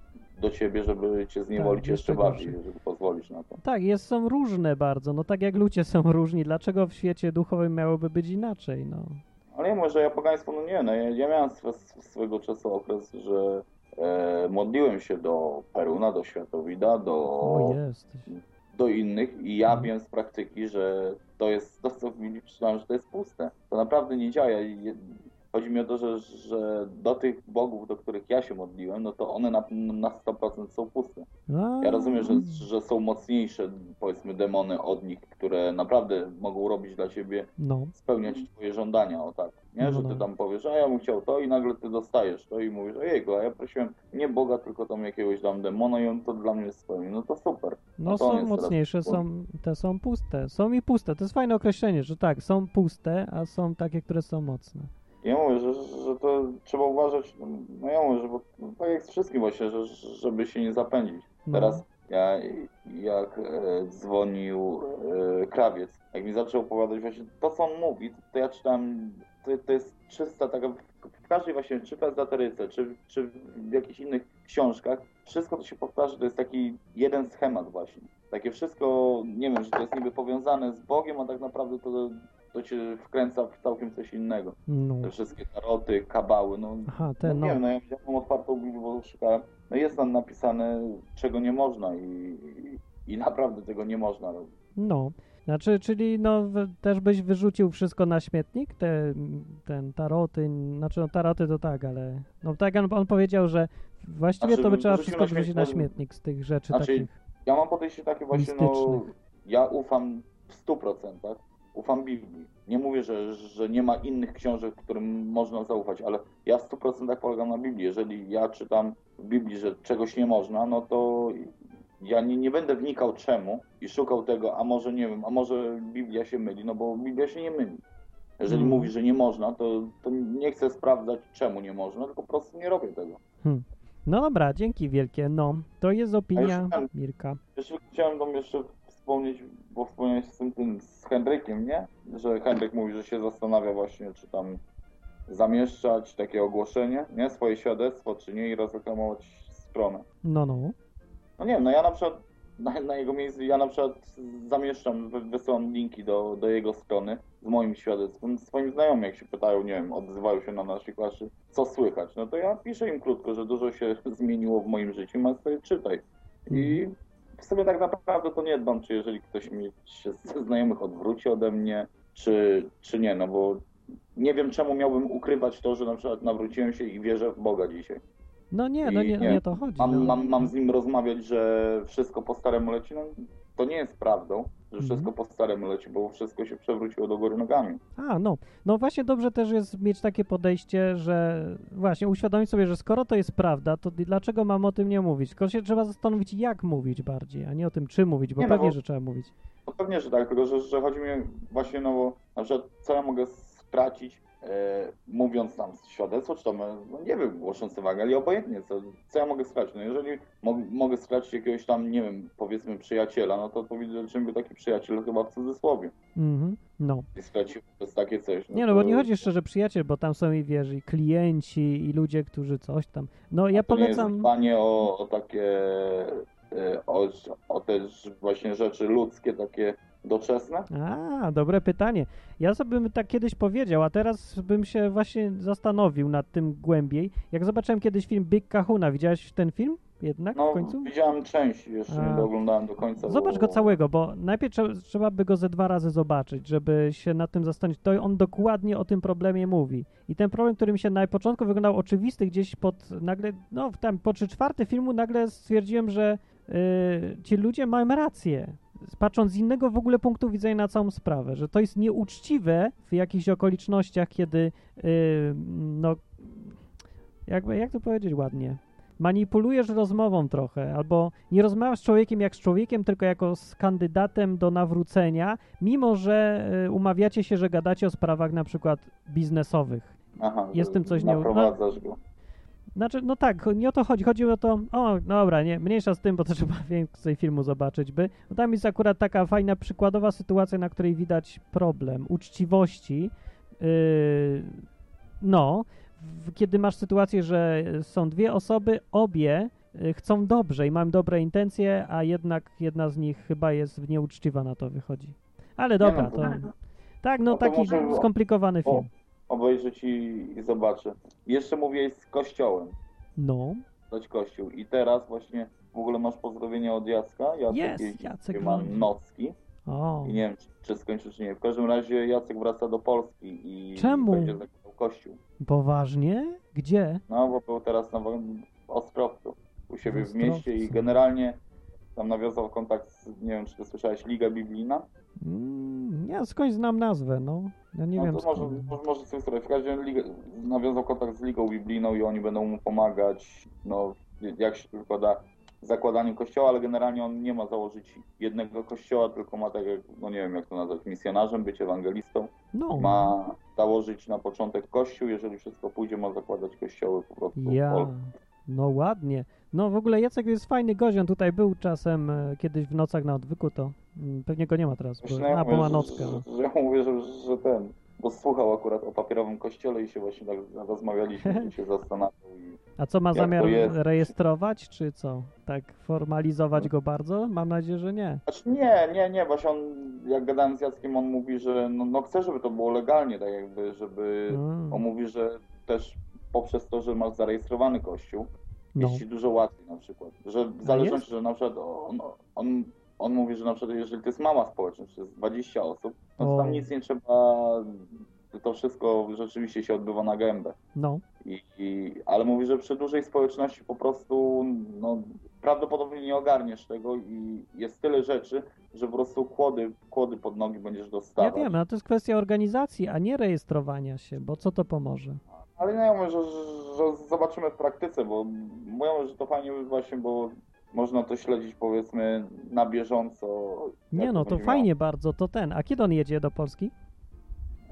do ciebie, żeby cię zniewolić Tak, jeszcze jeszcze bardziej, gorszy. żeby pozwolić na to. tak, jest, są różne bardzo, no tak jak ludzie są różni, dlaczego w świecie duchowym miałoby być inaczej, no. Ale ja mówię, że ja pogaństwo, no nie, no ja, ja miałem swe, swego czasu okres, że e, modliłem się do Peruna, do Światowida, do, O, jest. do innych i ja Mhm. wiem z praktyki, że to jest to, co w Biblii przeczytałem, że to jest puste. To naprawdę nie działa. I chodzi mi o to, że, że do tych bogów, do których ja się modliłem, no to one na, na sto procent są puste. A, Ja rozumiem, że, że są mocniejsze, powiedzmy, demony od nich, które naprawdę mogą robić dla ciebie, No, spełniać twoje żądania, o tak. Nie, No, że no. ty tam powiesz, a ja bym chciał to i nagle ty dostajesz to i mówisz, ojejku, a ja prosiłem nie Boga, tylko tam jakiegoś tam demona i on to dla mnie spełni. No to super. no to on są jest mocniejsze, teraz- są, te są puste, są i puste, to jest fajne określenie, że tak, są puste, a są takie, które są mocne. Ja mówię, że, że to trzeba uważać, no ja mówię, że bo, no, tak jak z wszystkim właśnie, że, żeby się nie zapędzić. No. Teraz ja, jak e, dzwonił e, krawiec, jak mi zaczął opowiadać właśnie to, co on mówi, to ja czytałem, to, to jest czysta taka, w, w każdej właśnie, czy w ezoteryce, czy, czy w jakichś innych książkach, wszystko to się powtarza, to jest taki jeden schemat właśnie. Takie wszystko, nie wiem, że to jest niby powiązane z Bogiem, a tak naprawdę to, to cię wkręca w całkiem coś innego. No. Te wszystkie taroty, kabały, no, Aha, no te, no. nie wiem, no ja wziąłem otwartą Biblię, bo szukałem, no jest tam napisane, czego nie można i, i, i naprawdę tego nie można robić. No, znaczy, czyli no w, też byś wyrzucił wszystko na śmietnik, te, ten taroty, znaczy no taroty to tak, ale no tak on, on powiedział, że właściwie Znaczy, to by trzeba wyrzucił wszystko na wyrzucić na śmietnik, śmietnik z tych rzeczy znaczy, takich Ja mam podejście takie właśnie, no, mistycznych. ja ufam w stu procentach, ufam Biblii. Nie mówię, że, że nie ma innych książek, którym można zaufać, ale ja w stu procentach polegam na Biblii. Jeżeli ja czytam w Biblii, że czegoś nie można, no to ja nie, nie będę wnikał czemu i szukał tego, a może nie wiem, a może Biblia się myli, no bo Biblia się nie myli. Jeżeli Mm. mówi, że nie można, to, to nie chcę sprawdzać, czemu nie można, tylko po prostu nie robię tego. Hmm. No dobra, dzięki wielkie. No, to jest opinia jeszcze- Mirka. Jeszcze chciałem tam jeszcze wspomnieć, bo wspomniałeś z tym, tym z Henrykiem, nie? Że Henryk mówi, że się zastanawia właśnie, czy tam zamieszczać takie ogłoszenie, nie? Swoje świadectwo, czy nie, i rozreklamować stronę. No, no. No nie wiem, no ja na przykład na, na jego miejscu, ja na przykład zamieszczam, wy- wysyłam linki do, do jego strony z moim świadectwem. Swoim znajomym, jak się pytają, nie wiem, odzywają się na naszej klasie, co słychać, no to ja piszę im krótko, że dużo się zmieniło w moim życiu, masz sobie czytaj. I w sumie tak naprawdę to nie dbam, czy jeżeli ktoś mi się ze znajomych odwróci ode mnie, czy, czy nie, no bo nie wiem, czemu miałbym ukrywać to, że na przykład nawróciłem się i wierzę w Boga dzisiaj. No nie, no I nie, nie, nie to chodzi. Mam, no. mam, mam z nim rozmawiać, że wszystko po staremu leci, no to nie jest prawdą, że Mhm. wszystko po staremu leci, bo wszystko się przewróciło do góry nogami. A, no. No właśnie dobrze też jest mieć takie podejście, że właśnie uświadomić sobie, że skoro to jest prawda, to dlaczego mam o tym nie mówić? Tylko się trzeba zastanowić, jak mówić bardziej, a nie o tym, czy mówić, bo Nie, no pewnie, bo- że trzeba mówić. No pewnie, że tak, tylko że, że chodzi mi właśnie, no bo na przykład co ja mogę stracić, e, mówiąc tam świadectwo, czy tam, e, no nie wiem, głosząc Ewangelię, obojętnie, co, co ja mogę stracić? No jeżeli mo mogę stracić jakiegoś tam, nie wiem, powiedzmy przyjaciela, no to to widzę, czym był taki przyjaciel chyba w cudzysłowie. Mhm, no. I stracił przez takie coś. Nie, no bo to- nie chodzi jeszcze, że przyjaciel, bo tam są i wiesz, i klienci, i ludzie, którzy coś tam. No ja To nie jest polecam. dbanie o, o takie, e, o, o te właśnie rzeczy ludzkie, takie doczesne. A, dobre pytanie. Ja sobie bym tak kiedyś powiedział, a teraz bym się właśnie zastanowił nad tym głębiej. Jak zobaczyłem kiedyś film Big Kahuna, widziałeś ten film jednak No, w końcu? widziałem część, jeszcze A. nie dooglądałem do końca. Zobacz bo... go całego, bo najpierw trzeba, trzeba by go ze dwa razy zobaczyć, żeby się nad tym zastanowić. To on dokładnie o tym problemie mówi. I ten problem, który mi się na początku wyglądał oczywisty, gdzieś pod nagle, no tam po trzy czwarte filmu nagle stwierdziłem, że yy, ci ludzie mają rację. Patrząc z innego w ogóle punktu widzenia na całą sprawę, że to jest nieuczciwe w jakichś okolicznościach, kiedy yy, no jakby, jak to powiedzieć ładnie? Manipulujesz rozmową trochę, albo nie rozmawiasz z człowiekiem jak z człowiekiem, tylko jako z kandydatem do nawrócenia, mimo że y, umawiacie się, że gadacie o sprawach na przykład biznesowych. Aha, jest że tym coś nie- naprowadzasz go. Znaczy, no tak, nie o to chodzi. Chodzi o to, o, dobra, nie, mniejsza z tym, bo to trzeba więcej filmu zobaczyć by. No tam jest akurat taka fajna, przykładowa sytuacja, na której widać problem uczciwości. Yy, no, w, kiedy masz sytuację, że są dwie osoby, obie y, chcą dobrze i mają dobre intencje, a jednak jedna z nich chyba jest nieuczciwa, na to wychodzi. Ale dobra, no, to... to- Tak, no no to taki może- skomplikowany o. film. Obejrzeć i, i zobaczę. Jeszcze mówiłeś z kościołem, No, dać kościół. I teraz właśnie w ogóle masz pozdrowienia od Jacka. Jacek Jest, jeździ Jacek z firma jeździ. Nocki. o, I nie wiem, czy, czy skończył, czy nie. W każdym razie Jacek wraca do Polski i Czemu? będzie zakładał kościół. poważnie? Gdzie? No, bo był teraz na w Ostrowcu, u siebie w mieście i Ostrowcu. generalnie tam nawiązał kontakt z, nie wiem, czy ty słyszałeś, Liga Biblijna? Mm, ja skądś znam nazwę, no. Ja nie no wiem to może, skąd. może, może coś słuchać. W każdym razie Liga, nawiązał kontakt z Ligą Biblijną i oni będą mu pomagać, no, jak się tylko da, w zakładaniu kościoła, ale generalnie on nie ma założyć jednego kościoła, tylko ma tak jak, no nie wiem jak to nazwać, misjonarzem, być ewangelistą. No, Ma założyć na początek kościół, jeżeli wszystko pójdzie, ma zakładać kościoły po prostu. w ja. Polsce. No ładnie. No w ogóle Jacek jest fajny gość, on tutaj był czasem e, kiedyś w nocach na odwyku, to mm, pewnie go nie ma teraz, Właśnie bo, ja a, bo mówię, ma że- nockę. No. Że, że ja mówię, że, że ten, bo słuchał akurat o papierowym kościele i się właśnie tak rozmawialiśmy, że się zastanawiał i A co ma Jak zamiar to jest? rejestrować, czy co? Tak formalizować go bardzo? Mam nadzieję, że nie. Znaczy nie, nie, nie, właśnie on, jak gadałem z Jackiem, on mówi, że no, no chce, żeby to było legalnie, tak jakby, żeby, Mm. on mówi, że też poprzez to, że masz zarejestrowany kościół, No. jest ci dużo łatwiej na przykład, że w zależności, że na przykład on, on, on mówi, że na przykład jeżeli to jest mała społeczność, to jest dwadzieścia osób, no to O. tam nic nie trzeba, to wszystko rzeczywiście się odbywa na gębę. No. I, i, ale mówi, że przy dużej społeczności po prostu no, prawdopodobnie nie ogarniesz tego i jest tyle rzeczy, że po prostu kłody, kłody pod nogi będziesz Ja dostawać. wiem, no to jest kwestia organizacji, a nie rejestrowania się, bo co to pomoże? Ale nie, ja mówię, że, że zobaczymy w praktyce, bo mówią, że to fajnie właśnie, bo można to śledzić powiedzmy na bieżąco. jak Nie no, to będzie fajnie bardzo, to ten. A kiedy on jedzie do Polski? miało.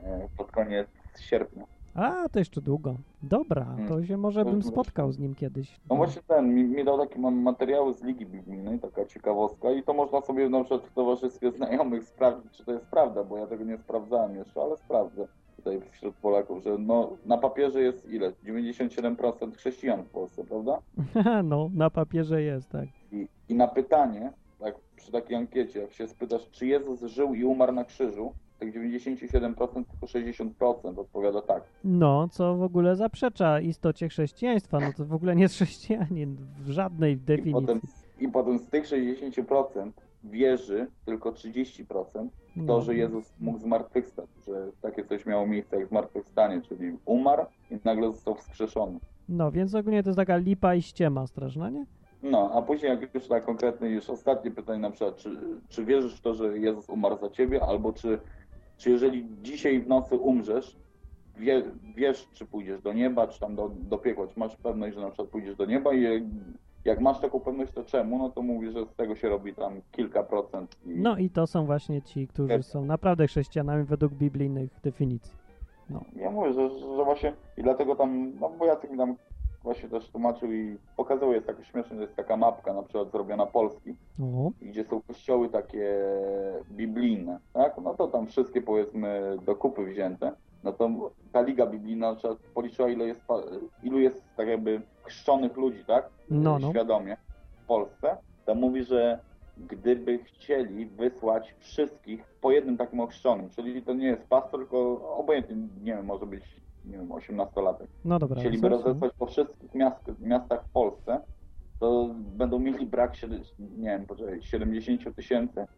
pod koniec sierpnia. A, to jeszcze długo. Dobra, to się może bym spotkał z nim kiedyś. No właśnie ten, mi, mi dał takie mam materiały z Ligi Biblijnej, taka ciekawostka i to można sobie na przykład w towarzystwie znajomych sprawdzić, czy to jest prawda, bo ja tego nie sprawdzałem jeszcze, ale sprawdzę tutaj wśród Polaków, że no na papierze jest ile? dziewięćdziesiąt siedem procent chrześcijan w Polsce, prawda? No, na papierze jest, tak. I, i na pytanie, tak przy takiej ankiecie, jak się spytasz, czy Jezus żył i umarł na krzyżu, tak dziewięćdziesiąt siedem procent, tylko sześćdziesiąt procent odpowiada tak. No, co w ogóle zaprzecza istocie chrześcijaństwa. No to w ogóle nie jest chrześcijanin w żadnej definicji. I potem, i potem z tych sześćdziesiąt procent wierzy tylko trzydzieści procent w to, No. że Jezus mógł zmartwychwstać, że takie coś miało miejsce jak zmartwychwstanie, czyli umarł i nagle został wskrzeszony. No, więc ogólnie to jest taka lipa i ściema straszna, nie? No, a później jak już tak konkretnie, już ostatnie pytanie na przykład, czy, czy wierzysz w to, że Jezus umarł za ciebie, albo czy, czy jeżeli dzisiaj w nocy umrzesz, wie, wiesz, czy pójdziesz do nieba, czy tam do, do piekła, czy masz pewność, że na przykład pójdziesz do nieba i jak, jak masz taką pewność, to czemu? No to mówisz, że z tego się robi tam kilka procent. I... No i to są właśnie ci, którzy są naprawdę chrześcijanami według biblijnych definicji. No. Ja mówię, że, że właśnie i dlatego tam, no bo Jacek mi tam właśnie też tłumaczył i pokazał, jest tak śmieszne, że jest taka mapka na przykład zrobiona Polski, O. gdzie są kościoły takie biblijne, tak? No to tam wszystkie powiedzmy do kupy wzięte. No to ta Liga Biblijna na przykład policzyła, ile jest, ilu jest tak jakby chrzczonych ludzi, tak? No, no. Świadomie w Polsce. To mówi, że gdyby chcieli wysłać wszystkich po jednym takim ochrzczonym, czyli to nie jest pastor, tylko obojętnie, nie wiem, może być, nie wiem, osiemnastolatek. No dobra. Chcieliby coś, rozesłać po wszystkich miast, miastach w Polsce, to będą mieli brak, nie wiem, poczekaj, siedemdziesiąt tysięcy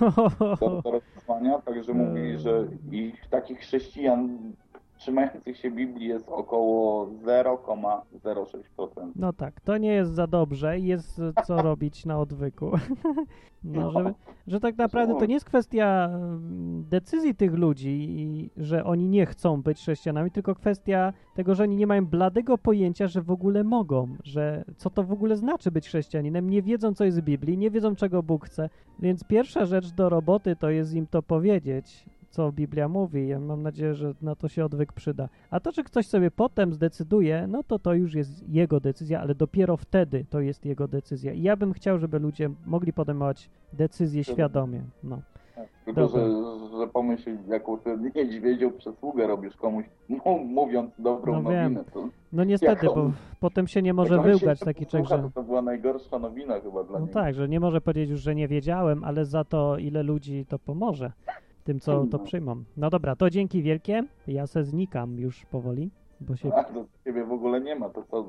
do, do rozesłania, także mówi, że ich takich chrześcijan trzymających się Biblii jest około zero przecinek zero sześć procent. No tak, to nie jest za dobrze i jest co robić na odwyku. No, żeby, że tak naprawdę to nie jest kwestia mm, decyzji tych ludzi, i, że oni nie chcą być chrześcijanami, tylko kwestia tego, że oni nie mają bladego pojęcia, że w ogóle mogą, że co to w ogóle znaczy być chrześcijaninem, nie wiedzą, co jest w Biblii, nie wiedzą, czego Bóg chce, więc pierwsza rzecz do roboty to jest im to powiedzieć, co Biblia mówi. Ja mam nadzieję, że na to się odwyk przyda. A to, że ktoś sobie potem zdecyduje, no to to już jest jego decyzja, ale dopiero wtedy to jest jego decyzja. I ja bym chciał, żeby ludzie mogli podejmować decyzje świadomie. No. Tak, tylko, że, że pomyśl, jaką ty niedźwiedzią przysługę robisz komuś, mówiąc dobrą No wiem. nowinę. To, No niestety, jak bo on- potem się nie może jak on się wyłgać nie taki czek, posłucha, że... To była najgorsza nowina chyba dla No niego. tak, że nie może powiedzieć już, że nie wiedziałem, ale za to ile ludzi to pomoże tym, co to przyjmą. No dobra, to dzięki wielkie. Ja se znikam już powoli, bo się A to ciebie w ogóle nie ma, to co?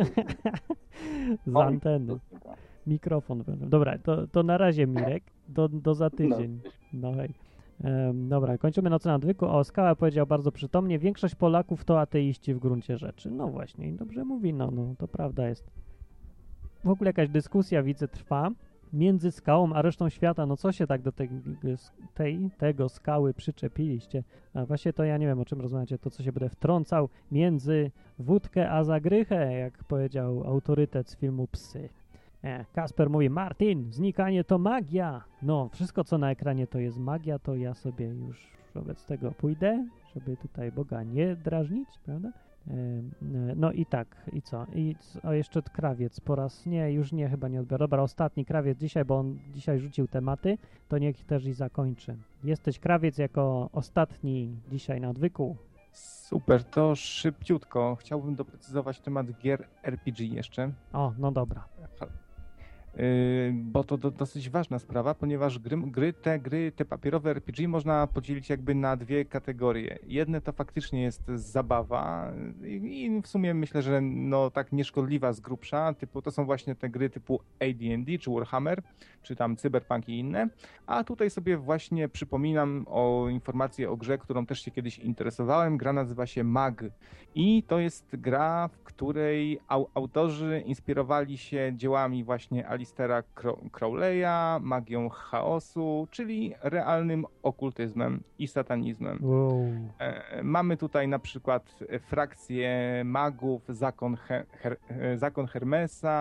z anteny. Mikrofon. Dobra, to, to na razie, Mirek. Do, do za tydzień. No hej. Em, dobra, kończymy Noce na odwyku. O, Skała powiedział bardzo przytomnie, większość Polaków to ateiści w gruncie rzeczy. No właśnie, i dobrze mówi, no, no, to prawda jest. W ogóle jakaś dyskusja, widzę, trwa między Skałą a resztą świata. No co się tak do tej, tej tego Skały przyczepiliście? A właśnie to ja nie wiem, o czym rozmawiacie, to co się będę wtrącał między wódkę a zagrychę, jak powiedział autorytet z filmu Psy. E, Kasper mówi, Martin, znikanie to magia. No, wszystko co na ekranie to jest magia, to ja sobie już wobec tego pójdę, żeby tutaj Boga nie drażnić, prawda? E, e, no i tak, i co? I o, jeszcze krawiec po raz, nie, już nie, chyba nie odbiorę. Dobra, ostatni krawiec dzisiaj, bo on dzisiaj rzucił tematy, to niech też i zakończy. Jesteś krawiec jako ostatni dzisiaj na odwyku. Super, to szybciutko. Chciałbym doprecyzować temat gier R P G jeszcze. O, no dobra. Yy, bo to do, dosyć ważna sprawa, ponieważ gry, gry, te gry, te papierowe R P G można podzielić jakby na dwie kategorie. Jedne to faktycznie jest zabawa i, i w sumie myślę, że no tak nieszkodliwa z grubsza, typu to są właśnie te gry typu A D and D czy Warhammer, czy tam Cyberpunk i inne, a tutaj sobie właśnie przypominam o informacji o grze, którą też się kiedyś interesowałem. Gra nazywa się Mag i to jest gra, w której au, autorzy inspirowali się dziełami właśnie Alistera Crowleya, magią chaosu, czyli realnym okultyzmem i satanizmem. Wow. E, mamy tutaj na przykład frakcję magów, zakon, Her, Her, zakon Hermesa,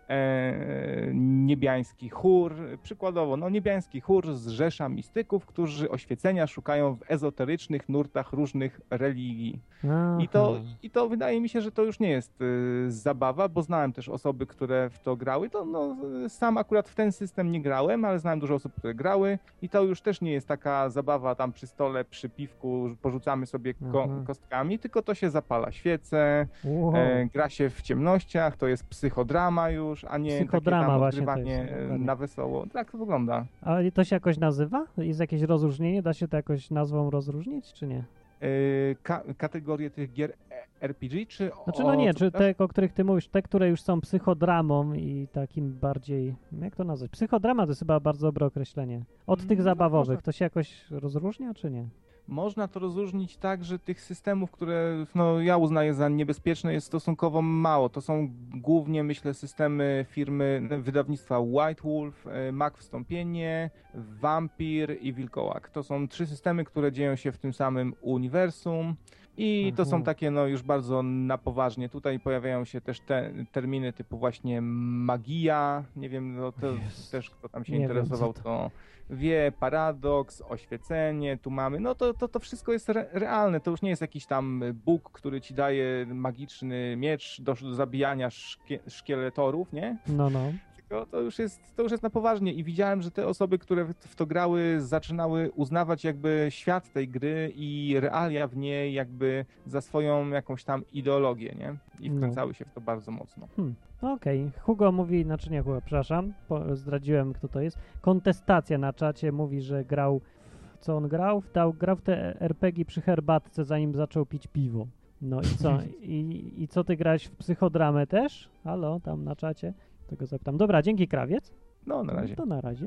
e, niebiański chór. Przykładowo, no niebiański chór zrzesza mistyków, którzy oświecenia szukają w ezoterycznych nurtach różnych religii. I to, I to wydaje mi się, że to już nie jest y, zabawa, bo znałem też osoby, które w to grały. To, no, sam akurat w ten system nie grałem, ale znałem dużo osób, które grały i to już też nie jest taka zabawa tam przy stole, przy piwku, porzucamy sobie ko kostkami, tylko to się zapala świece, wow. e, gra się w ciemnościach, to jest psychodrama już, a nie psychodrama takie tam odgrywanie jest, na wesoło. Tak to wygląda. A to się jakoś nazywa? Jest jakieś rozróżnienie? Da się to jakoś nazwą rozróżnić, czy nie? Ka kategorie tych gier R P G, czy Znaczy no nie, czy te, o których ty mówisz, te, które już są psychodramą i takim bardziej, jak to nazwać? Psychodrama to jest chyba bardzo dobre określenie. Od tych zabawowych, to się jakoś rozróżnia, czy nie? Można to rozróżnić tak, że tych systemów, które no, ja uznaję za niebezpieczne, jest stosunkowo mało. To są głównie, myślę, systemy firmy wydawnictwa White Wolf, Mag Wstąpienie, Vampir i Wilkołak. To są trzy systemy, które dzieją się w tym samym uniwersum. I to są takie no już bardzo na poważnie. Tutaj pojawiają się też te terminy typu właśnie magia. Nie wiem, no to Jest. też kto tam się nie interesował, wiem, to... to wie, paradoks, oświecenie, tu mamy. No to, to, to wszystko jest re realne. To już nie jest jakiś tam Bóg, który ci daje magiczny miecz do, do zabijania szkie szkieletorów, nie? No, no. To już, jest, to już jest na poważnie i widziałem, że te osoby, które w to grały, zaczynały uznawać jakby świat tej gry i realia w niej jakby za swoją jakąś tam ideologię, nie? I wkręcały no. się w to bardzo mocno. Hmm. Okej, okay. Hugo mówi, znaczy nie Hugo, przepraszam, zdradziłem kto to jest. Kontestacja na czacie mówi, że grał, co on grał? Dał, grał w te R P G przy herbatce, zanim zaczął pić piwo. No i co? I, i co ty grałeś w psychodramę też? Halo, tam na czacie? Tego zapytam. Dobra, dzięki Krawiec. No, na razie. To na razie.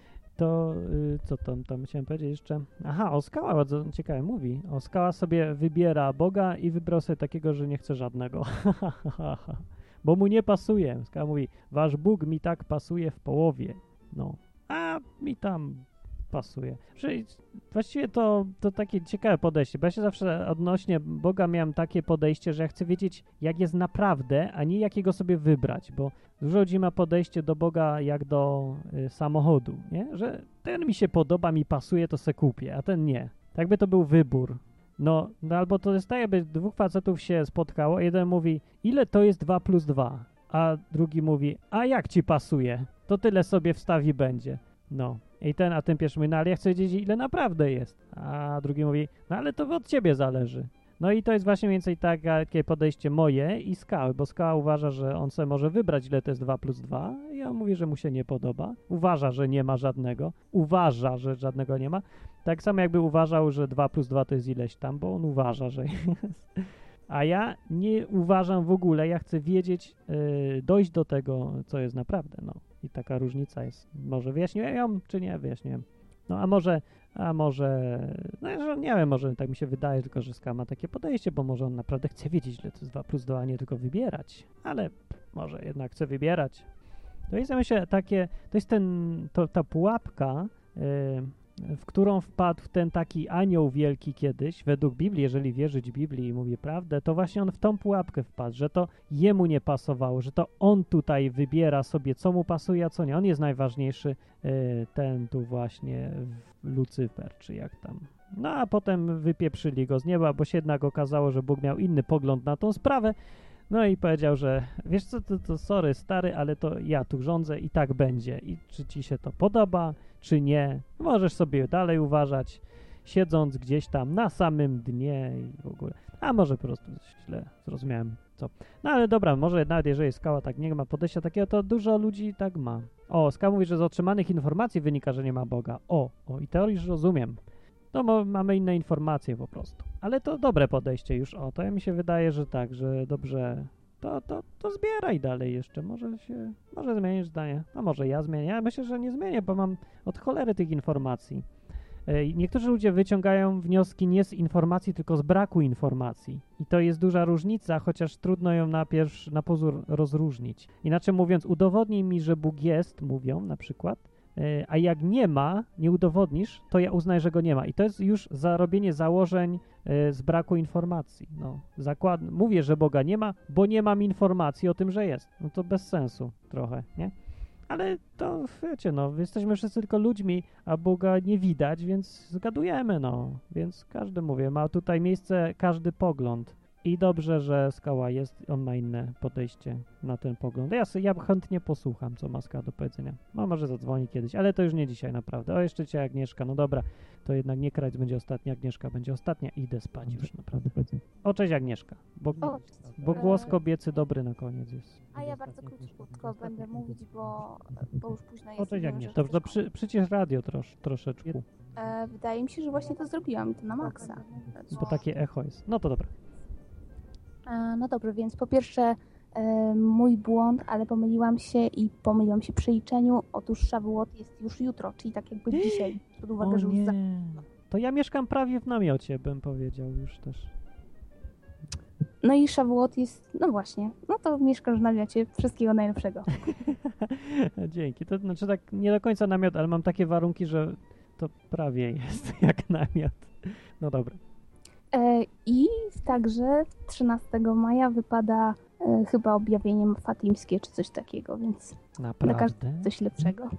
To y, co tam, tam chciałem powiedzieć jeszcze? Aha, Oskała bardzo ciekawe mówi. Oskała sobie wybiera Boga i wybrał sobie takiego, że nie chce żadnego. Bo mu nie pasuje. Oskała mówi, wasz Bóg mi tak pasuje w połowie. No, a mi tam pasuje. Właściwie to, to takie ciekawe podejście, bo ja się zawsze odnośnie Boga miałem takie podejście, że ja chcę wiedzieć, jak jest naprawdę, a nie jakiego sobie wybrać, bo dużo ludzi ma podejście do Boga jak do y, samochodu, nie? Że ten mi się podoba, mi pasuje, to se kupię, a ten nie. Tak by to był wybór. No, no albo to jest tak, jakby dwóch facetów się spotkało, jeden mówi, ile to jest dwa plus dwa, a drugi mówi, a jak ci pasuje, to tyle sobie wstawi będzie. No. I ten, a ten pierwszy mówi, no ale ja chcę wiedzieć, ile naprawdę jest. A drugi mówi, no ale to od ciebie zależy. No i to jest właśnie mniej więcej takie podejście moje i Skały, bo Skała uważa, że on sobie może wybrać, ile to jest dwa plus dwa i on mówi, że mu się nie podoba. Uważa, że nie ma żadnego. Uważa, że żadnego nie ma. Tak samo jakby uważał, że dwa plus dwa to jest ileś tam, bo on uważa, że jest. A ja nie uważam w ogóle, ja chcę wiedzieć, yy, dojść do tego, co jest naprawdę, no. I taka różnica jest. Może wyjaśniłem ją, czy nie wyjaśniłem. No a może, a może, no nie wiem, może tak mi się wydaje, tylko że Ska ma takie podejście, bo może on naprawdę chce wiedzieć, ile to jest dwa plus dwa, a nie tylko wybierać. Ale może jednak chce wybierać. To jest, ja myślę, takie, to jest ten, to, ta pułapka, yy, w którą wpadł ten taki anioł wielki kiedyś, według Biblii, jeżeli wierzyć Biblii i mówię prawdę, to właśnie on w tą pułapkę wpadł, że to jemu nie pasowało, że to on tutaj wybiera sobie, co mu pasuje, a co nie. On jest najważniejszy, ten tu właśnie Lucyfer, czy jak tam. No a potem wypieprzyli go z nieba, bo się jednak okazało, że Bóg miał inny pogląd na tą sprawę. No i powiedział, że wiesz co, to, to sorry stary, ale to ja tu rządzę i tak będzie. I czy ci się to podoba, czy nie, możesz sobie dalej uważać, siedząc gdzieś tam na samym dnie i w ogóle. A może po prostu źle zrozumiałem co. No ale dobra, może nawet jeżeli Skała tak nie ma podejścia takiego, to dużo ludzi tak ma. O, Skała mówi, że z otrzymanych informacji wynika, że nie ma Boga. O, o i teorii już rozumiem. No mamy inne informacje po prostu. Ale to dobre podejście już. O, to ja mi się wydaje, że tak, że dobrze, to, to, to zbieraj dalej jeszcze. Może się, może zmienisz zdanie. A może ja zmienię. Ja myślę, że nie zmienię, bo mam od cholery tych informacji. Niektórzy ludzie wyciągają wnioski nie z informacji, tylko z braku informacji. I to jest duża różnica, chociaż trudno ją na pierwszy, na pozór rozróżnić. Inaczej mówiąc, udowodnij mi, że Bóg jest, mówią na przykład, a jak nie ma, nie udowodnisz, to ja uznaję, że go nie ma. I to jest już zarobienie założeń z braku informacji. No, zakład... Mówię, że Boga nie ma, bo nie mam informacji o tym, że jest. No to bez sensu trochę, nie? Ale to, wiecie, no, jesteśmy wszyscy tylko ludźmi, a Boga nie widać, więc zgadujemy, no. Więc każdy, mówię, ma tutaj miejsce każdy pogląd. I dobrze, że Skała jest, on ma inne podejście na ten pogląd. Ja, ja chętnie posłucham, co ma Skała do powiedzenia. No może zadzwoni kiedyś, ale to już nie dzisiaj naprawdę. O, jeszcze cię Agnieszka, no dobra, to jednak nie Krajc będzie ostatnia, Agnieszka będzie ostatnia. Idę spać już naprawdę. O, cześć Agnieszka, bo, O, bo głos kobiecy dobry na koniec jest. A ja bardzo króciutko będę mówić, bo, bo już późno jest. O, cześć i wiem, Agnieszka, że dobrze, to chcesz przy, przycisz radio trosz, troszeczkę, E, wydaje mi się, że właśnie to zrobiłam i to na maksa. bo takie echo jest. No to dobra. E, no dobrze, więc po pierwsze e, mój błąd, ale pomyliłam się i pomyliłam się przy liczeniu. Otóż Szawuot jest już jutro, czyli tak jakby dzisiaj. Pod uwagę, O że już za... nie, to ja mieszkam prawie w namiocie, bym powiedział już też. No i Szawuot jest, no właśnie, no to mieszkasz w namiocie. Wszystkiego najlepszego. Dzięki. To znaczy tak nie do końca namiot, ale mam takie warunki, że to prawie jest jak namiot. No dobra. E, I także trzynastego maja wypada e, chyba objawienie fatimskie czy coś takiego, więc Naprawdę? dla każdego coś lepszego.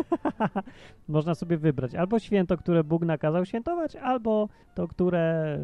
Można sobie wybrać albo święto, które Bóg nakazał świętować, albo to, które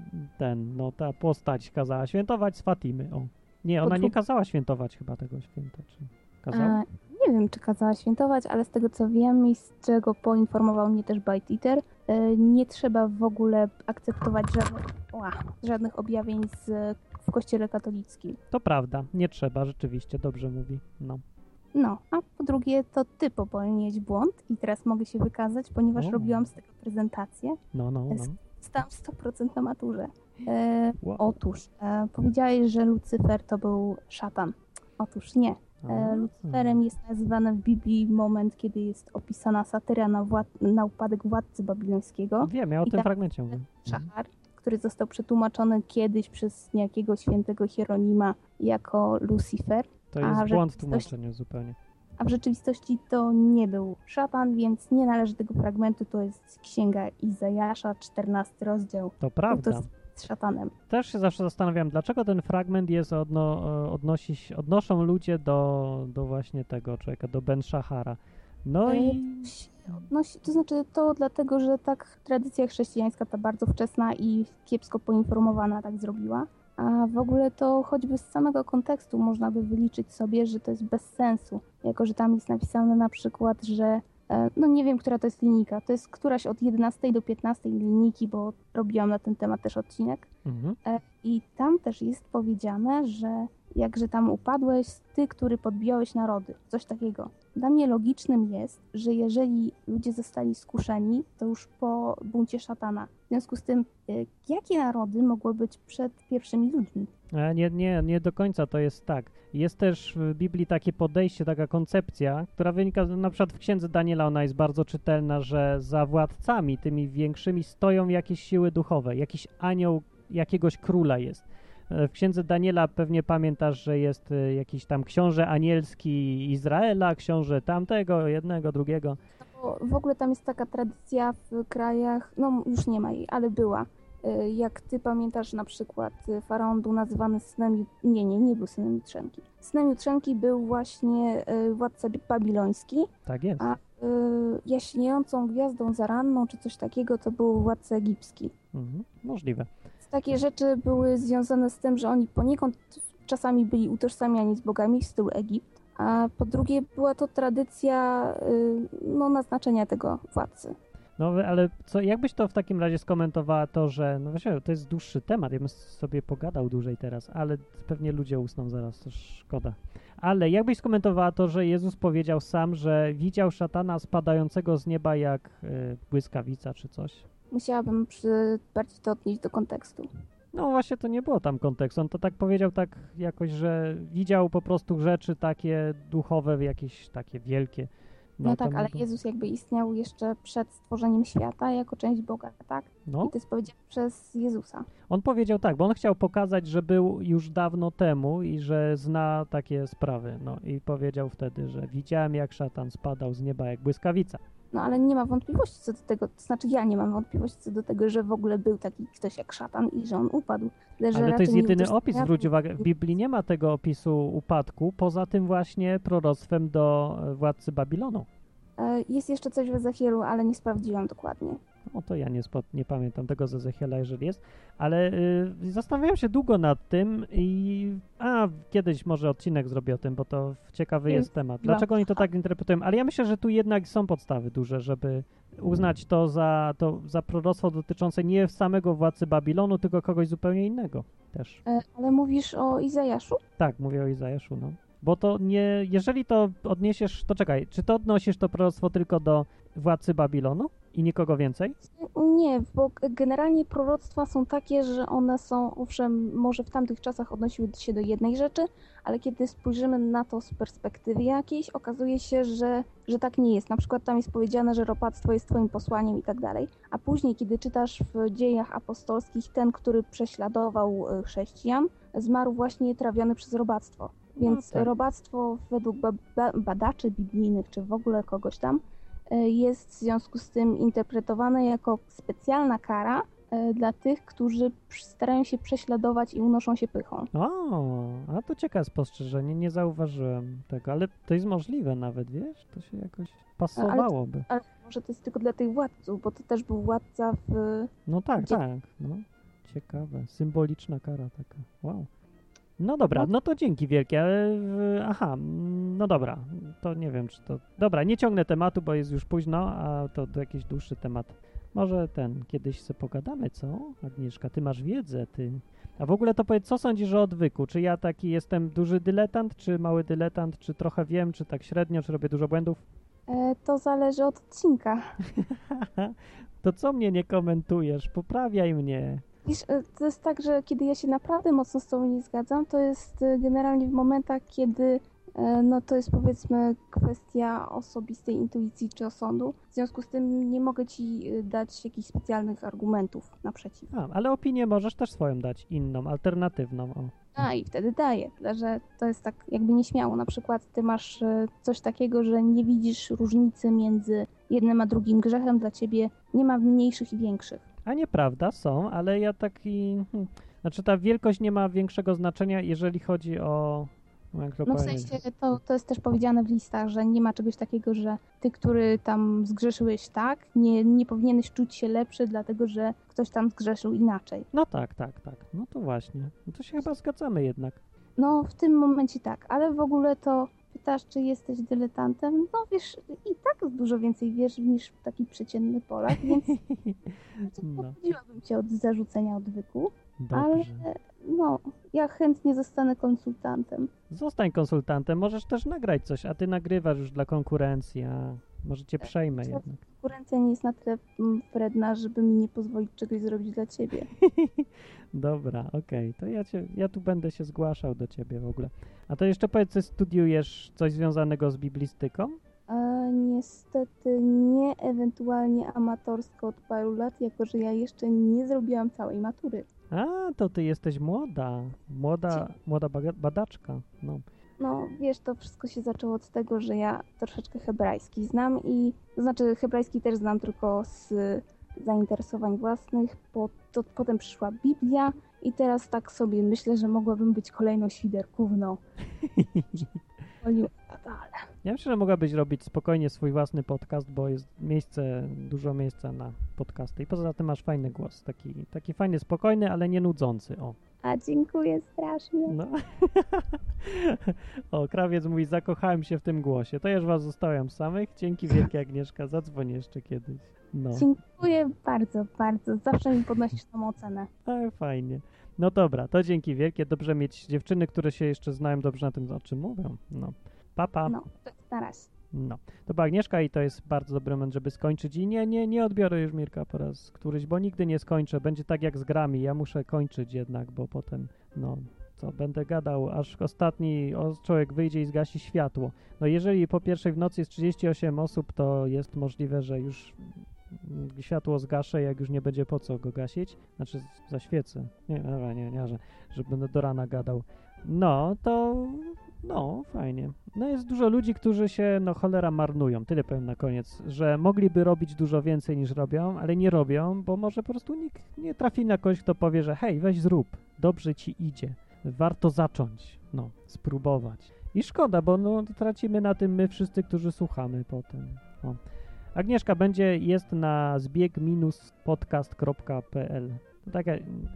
ten, no ta postać kazała świętować z Fatimy. O. Nie, ona Podwój- nie kazała świętować chyba tego święta, czy kazała? E, nie wiem, czy kazała świętować, ale z tego co wiem i z czego poinformował mnie też Bite Eater, e, nie trzeba w ogóle akceptować żadnych, ła, żadnych objawień z, w kościele katolickim. To prawda, nie trzeba, rzeczywiście, dobrze mówi. No. No, a po drugie to ty popełniłeś błąd i teraz mogę się wykazać, ponieważ O. robiłam z tego prezentację. No, no, no. Stałam sto procent na maturze. E, Wow. otóż, e, powiedziałeś, że Lucyfer to był szatan. Otóż nie. E, Lucyferem jest nazywany w Biblii moment, kiedy jest opisana satyra na, wład- na upadek władcy babilońskiego. Wiem, ja o I tym tam fragmencie mówię. Szachar, który został przetłumaczony kiedyś przez niejakiego świętego Hieronima jako Lucifer, To a jest w błąd w rzeczywistości- tłumaczeniu zupełnie. a w rzeczywistości to nie był szatan, więc nie należy tego fragmentu. To jest Księga Izajasza, czternasty rozdział. To No prawda. to jest z szatanem. Też się zawsze zastanawiam, dlaczego ten fragment jest odno, odnosi, się- odnoszą ludzie do, do właśnie tego człowieka, do Ben Shahara. No i No, to znaczy to dlatego, że tak tradycja chrześcijańska, ta bardzo wczesna i kiepsko poinformowana tak zrobiła. A w ogóle to choćby z samego kontekstu można by wyliczyć sobie, że to jest bez sensu. Jako, że tam jest napisane na przykład, że e, no nie wiem, która to jest linijka. To jest któraś od jedenastej do piętnastej linijki, bo robiłam na ten temat też odcinek. mhm. E, I tam też jest powiedziane, że jakże tam upadłeś, ty, który podbijałeś narody. Coś takiego. Dla mnie logicznym jest, że jeżeli ludzie zostali skuszeni, to już po buncie szatana. W związku z tym, y, jakie narody mogły być przed pierwszymi ludźmi? E, Nie, nie, nie do końca to jest tak. Jest też w Biblii takie podejście, taka koncepcja, która wynika z- na przykład w Księdze Daniela, ona jest bardzo czytelna, że za władcami, tymi większymi stoją jakieś siły duchowe, jakiś anioł jakiegoś króla jest. E, W Księdze Daniela pewnie pamiętasz, że jest e, jakiś tam książę anielski Izraela, książę tamtego, jednego, drugiego. Bo w ogóle tam jest taka tradycja w krajach, no już nie ma jej, ale była. Y, Jak ty pamiętasz, na przykład y, faraon był nazywany synem, Ju- nie, nie, nie był synem Jutrzenki. Synem Jutrzenki był właśnie y, władca bi- babiloński, Tak jest. a y, jaśniejącą gwiazdą zaranną czy coś takiego to był władca egipski. Mhm. Możliwe. Takie rzeczy były związane z tym, że oni poniekąd czasami byli utożsamiani z bogami w stylu Egipt, a po drugie była to tradycja y, no, naznaczenia tego władcy. No ale co, jakbyś to w takim razie skomentowała to, że, no właśnie, to jest dłuższy temat, ja bym sobie pogadał dłużej teraz, ale pewnie ludzie usną zaraz, to szkoda. Ale jakbyś skomentowała to, że Jezus powiedział sam, że widział szatana spadającego z nieba jak y, błyskawica czy coś? Musiałabym przy, bardziej to odnieść do kontekstu. No właśnie to nie było tam kontekstu, on to tak powiedział tak jakoś, że widział po prostu rzeczy takie duchowe, jakieś takie wielkie. No, tak, tam ale było- Jezus jakby istniał jeszcze przed stworzeniem świata jako część Boga, tak? No, I to jest powiedziane przez Jezusa. on powiedział tak, bo on chciał pokazać, że był już dawno temu i że zna takie sprawy. No i powiedział wtedy, że widziałem, jak szatan spadał z nieba jak błyskawica. No ale nie ma wątpliwości co do tego, to znaczy ja nie mam wątpliwości co do tego, że w ogóle był taki ktoś jak szatan i że on upadł. Tyle, że Ale to raczej jest nie jedyny udostępnia- opis, zwróć uwagę, w Biblii nie ma tego opisu upadku, poza tym właśnie proroctwem do e, władcy Babilonu. E, Jest jeszcze coś w Ezechielu, ale nie sprawdziłam dokładnie. No to ja nie, spo, nie pamiętam tego z Ezechiela, jeżeli jest, ale y, zastanawiałem się długo nad tym i a, kiedyś może odcinek zrobię o tym, bo to ciekawy jest Jest. temat. Dlaczego oni to tak interpretują? Ale ja myślę, że tu jednak są podstawy duże, żeby uznać to za, to za proroctwo dotyczące nie samego władcy Babilonu, tylko kogoś zupełnie innego też. E, Ale mówisz o Izajaszu? Tak, mówię o Izajaszu, no. Bo to nie, jeżeli to odniesiesz, to czekaj, czy to odnosisz to proroctwo tylko do władcy Babilonu i nikogo więcej? Nie, bo generalnie proroctwa są takie, że one są, owszem, może w tamtych czasach odnosiły się do jednej rzeczy, ale kiedy spojrzymy na to z perspektywy jakiejś, okazuje się, że, że tak nie jest. Na przykład tam jest powiedziane, że robactwo jest twoim posłaniem i tak dalej, a później, kiedy czytasz w dziejach apostolskich, ten, który prześladował e, chrześcijan, zmarł właśnie trawiony przez robactwo. Więc tak. robactwo według ba- ba- badaczy biblijnych, czy w ogóle kogoś tam, e, jest w związku z tym interpretowane jako specjalna kara e, dla tych, którzy przy- starają się prześladować i unoszą się pychą. O, a to ciekawe spostrzeżenie, nie zauważyłem tego, ale to jest możliwe nawet, wiesz? To się jakoś pasowałoby. Ale może to jest tylko dla tych władców, bo to też był władca w... No tak, Gdzie- tak, no. Ciekawe, symboliczna kara taka, wow. No dobra, No. no to dzięki wielkie, ale w- aha, mm, no dobra, to nie wiem czy to, dobra, nie ciągnę tematu, bo jest już późno, a to, to jakiś dłuższy temat. Może ten, kiedyś sobie pogadamy, co? Agnieszka, ty masz wiedzę, ty. A w ogóle to powiedz, co sądzisz o odwyku? Czy ja taki jestem duży dyletant, czy mały dyletant, czy trochę wiem, czy tak średnio, czy robię dużo błędów? E, to zależy od odcinka. To co mnie nie komentujesz? Poprawiaj mnie. Wiesz, e, to jest tak, że kiedy ja się naprawdę mocno z tobą nie zgadzam, to jest e, generalnie w momentach, kiedy e, no to jest powiedzmy kwestia osobistej intuicji czy osądu. W związku z tym nie mogę ci e, dać jakichś specjalnych argumentów naprzeciw. A, ale opinię możesz też swoją dać, inną, alternatywną. O. A i wtedy daję, tyle że to jest tak jakby nieśmiało. Na przykład ty masz e, coś takiego, że nie widzisz różnicy między jednym a drugim grzechem. Dla ciebie nie ma mniejszych i większych. A nieprawda, są, ale ja taki... Hmm, znaczy ta wielkość nie ma większego znaczenia, jeżeli chodzi o... Jak to No w powiedzieć? sensie to, to jest też powiedziane w listach, że nie ma czegoś takiego, że ty, który tam zgrzeszyłeś tak, nie, nie powinieneś czuć się lepszy, dlatego że ktoś tam zgrzeszył inaczej. No tak, tak, tak. No to właśnie. No to się chyba zgadzamy jednak. No w tym momencie tak, ale w ogóle to pytasz, czy jesteś dyletantem? No wiesz, i tak dużo więcej wiesz niż taki przeciętny Polak, więc No, odchodziłabym cię od zarzucenia odwyku, ale dobrze. no, ja chętnie zostanę konsultantem. Zostań konsultantem, możesz też nagrać coś, a ty nagrywasz już dla konkurencji, a może cię przejmę jednak. Konkurencja nie jest na tyle mm, wredna, żeby mi nie pozwolić czegoś zrobić dla ciebie. Dobra, okej, to ja, cię, ja tu będę się zgłaszał do ciebie w ogóle. A to jeszcze powiedz, czy studiujesz coś związanego z biblistyką? E, niestety nie, ewentualnie amatorsko od paru lat, jako że ja jeszcze nie zrobiłam całej matury. A, to ty jesteś młoda, młoda, młoda baga- badaczka, no. No, wiesz, to wszystko się zaczęło od tego, że ja troszeczkę hebrajski znam i, to znaczy hebrajski też znam tylko z zainteresowań własnych, po, to, potem przyszła Biblia i teraz tak sobie myślę, że mogłabym być kolejną świderkówną. Olił- ale Ja myślę, że mogłabyś robić spokojnie swój własny podcast, bo jest miejsce, dużo miejsca na podcasty i poza tym masz fajny głos, taki, taki fajny, spokojny, ale nie nudzący, o. A dziękuję strasznie. No. O, krawiec mówi, zakochałem się w tym głosie. To już was zostawiam samych. Dzięki wielkie, Agnieszka, zadzwoń jeszcze kiedyś. No, Dziękuję bardzo, bardzo. Zawsze mi podnosisz tą ocenę. a, fajnie. No dobra, to dzięki wielkie. Dobrze mieć dziewczyny, które się jeszcze znają dobrze na tym, o czym mówią. No, papa. No, to na razie. No, to była Agnieszka i to jest bardzo dobry moment, żeby skończyć. I nie, nie, nie odbiorę już Mirka po raz któryś, bo nigdy nie skończę. Będzie tak jak z grami. Ja muszę kończyć jednak, bo potem, no, co, będę gadał, aż ostatni człowiek wyjdzie i zgasi światło. No jeżeli po pierwszej w nocy jest trzydzieści osiem osób, to jest możliwe, że już światło zgaszę, jak już nie będzie po co go gasić. Znaczy zaświecę. Nie, nie, nie, nie że, że będę do rana gadał. No, to no, fajnie. No jest dużo ludzi, którzy się, no cholera, marnują. Tyle powiem na koniec, że mogliby robić dużo więcej niż robią, ale nie robią, bo może po prostu nikt nie trafi na kogoś, kto powie, że hej, weź zrób, dobrze ci idzie. Warto zacząć, no, spróbować. I szkoda, bo no tracimy na tym my wszyscy, którzy słuchamy potem. O. Agnieszka będzie, jest na zbieg podcast kropka p l. To taka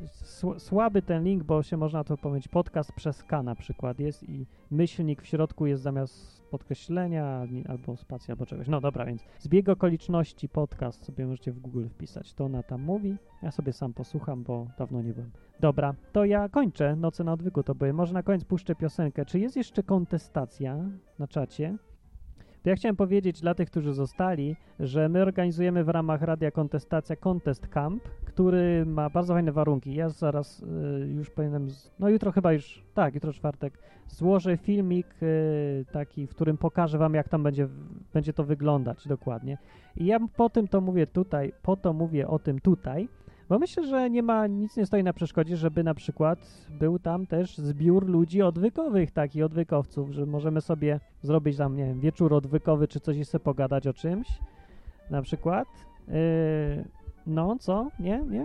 słaby ten link, bo się można to powiedzieć podcast przez K na przykład jest i myślnik w środku jest zamiast podkreślenia albo spacja albo czegoś. No dobra, więc zbieg okoliczności podcast sobie możecie w Google wpisać. To ona tam mówi. Ja sobie sam posłucham, bo dawno nie byłem. Dobra, to ja kończę Noce na odwyku, to były. Może na koniec puszczę piosenkę. Czy jest jeszcze kontestacja na czacie? To ja chciałem powiedzieć dla tych, którzy zostali, że my organizujemy w ramach Radia Kontestacja Contest Camp, który ma bardzo fajne warunki. Ja zaraz y, już powinienem, z... no jutro chyba już, tak, jutro czwartek, złożę filmik y, taki, w którym pokażę wam, jak tam będzie, będzie to wyglądać dokładnie. I ja po tym to mówię tutaj, po to mówię o tym tutaj, bo myślę, że nie ma, nic nie stoi na przeszkodzie, żeby na przykład był tam też zbiór ludzi odwykowych, takich odwykowców, że możemy sobie zrobić tam, nie wiem, wieczór odwykowy, czy coś i sobie pogadać o czymś, na przykład. Yy, no, co? Nie? Nie?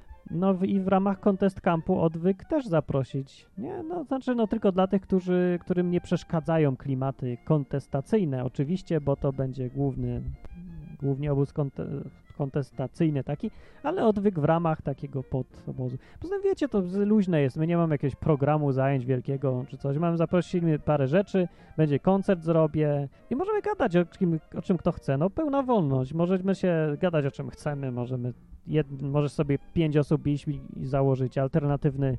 No w, i w ramach Contest Campu odwyk też zaprosić. Nie? No, znaczy, no tylko dla tych, którzy, którym nie przeszkadzają klimaty kontestacyjne, oczywiście, bo to będzie główny, głównie obóz konte- kontestacyjny taki, ale odwyk w ramach takiego podobozu. Poza tym wiecie, to luźne jest, my nie mamy jakiegoś programu zajęć wielkiego czy coś, mamy zaprosić parę rzeczy, będzie koncert zrobię i możemy gadać o czym, o czym kto chce, no pełna wolność, możemy się gadać o czym chcemy, możemy, jed, możesz sobie pięć osób iść i, i założyć alternatywny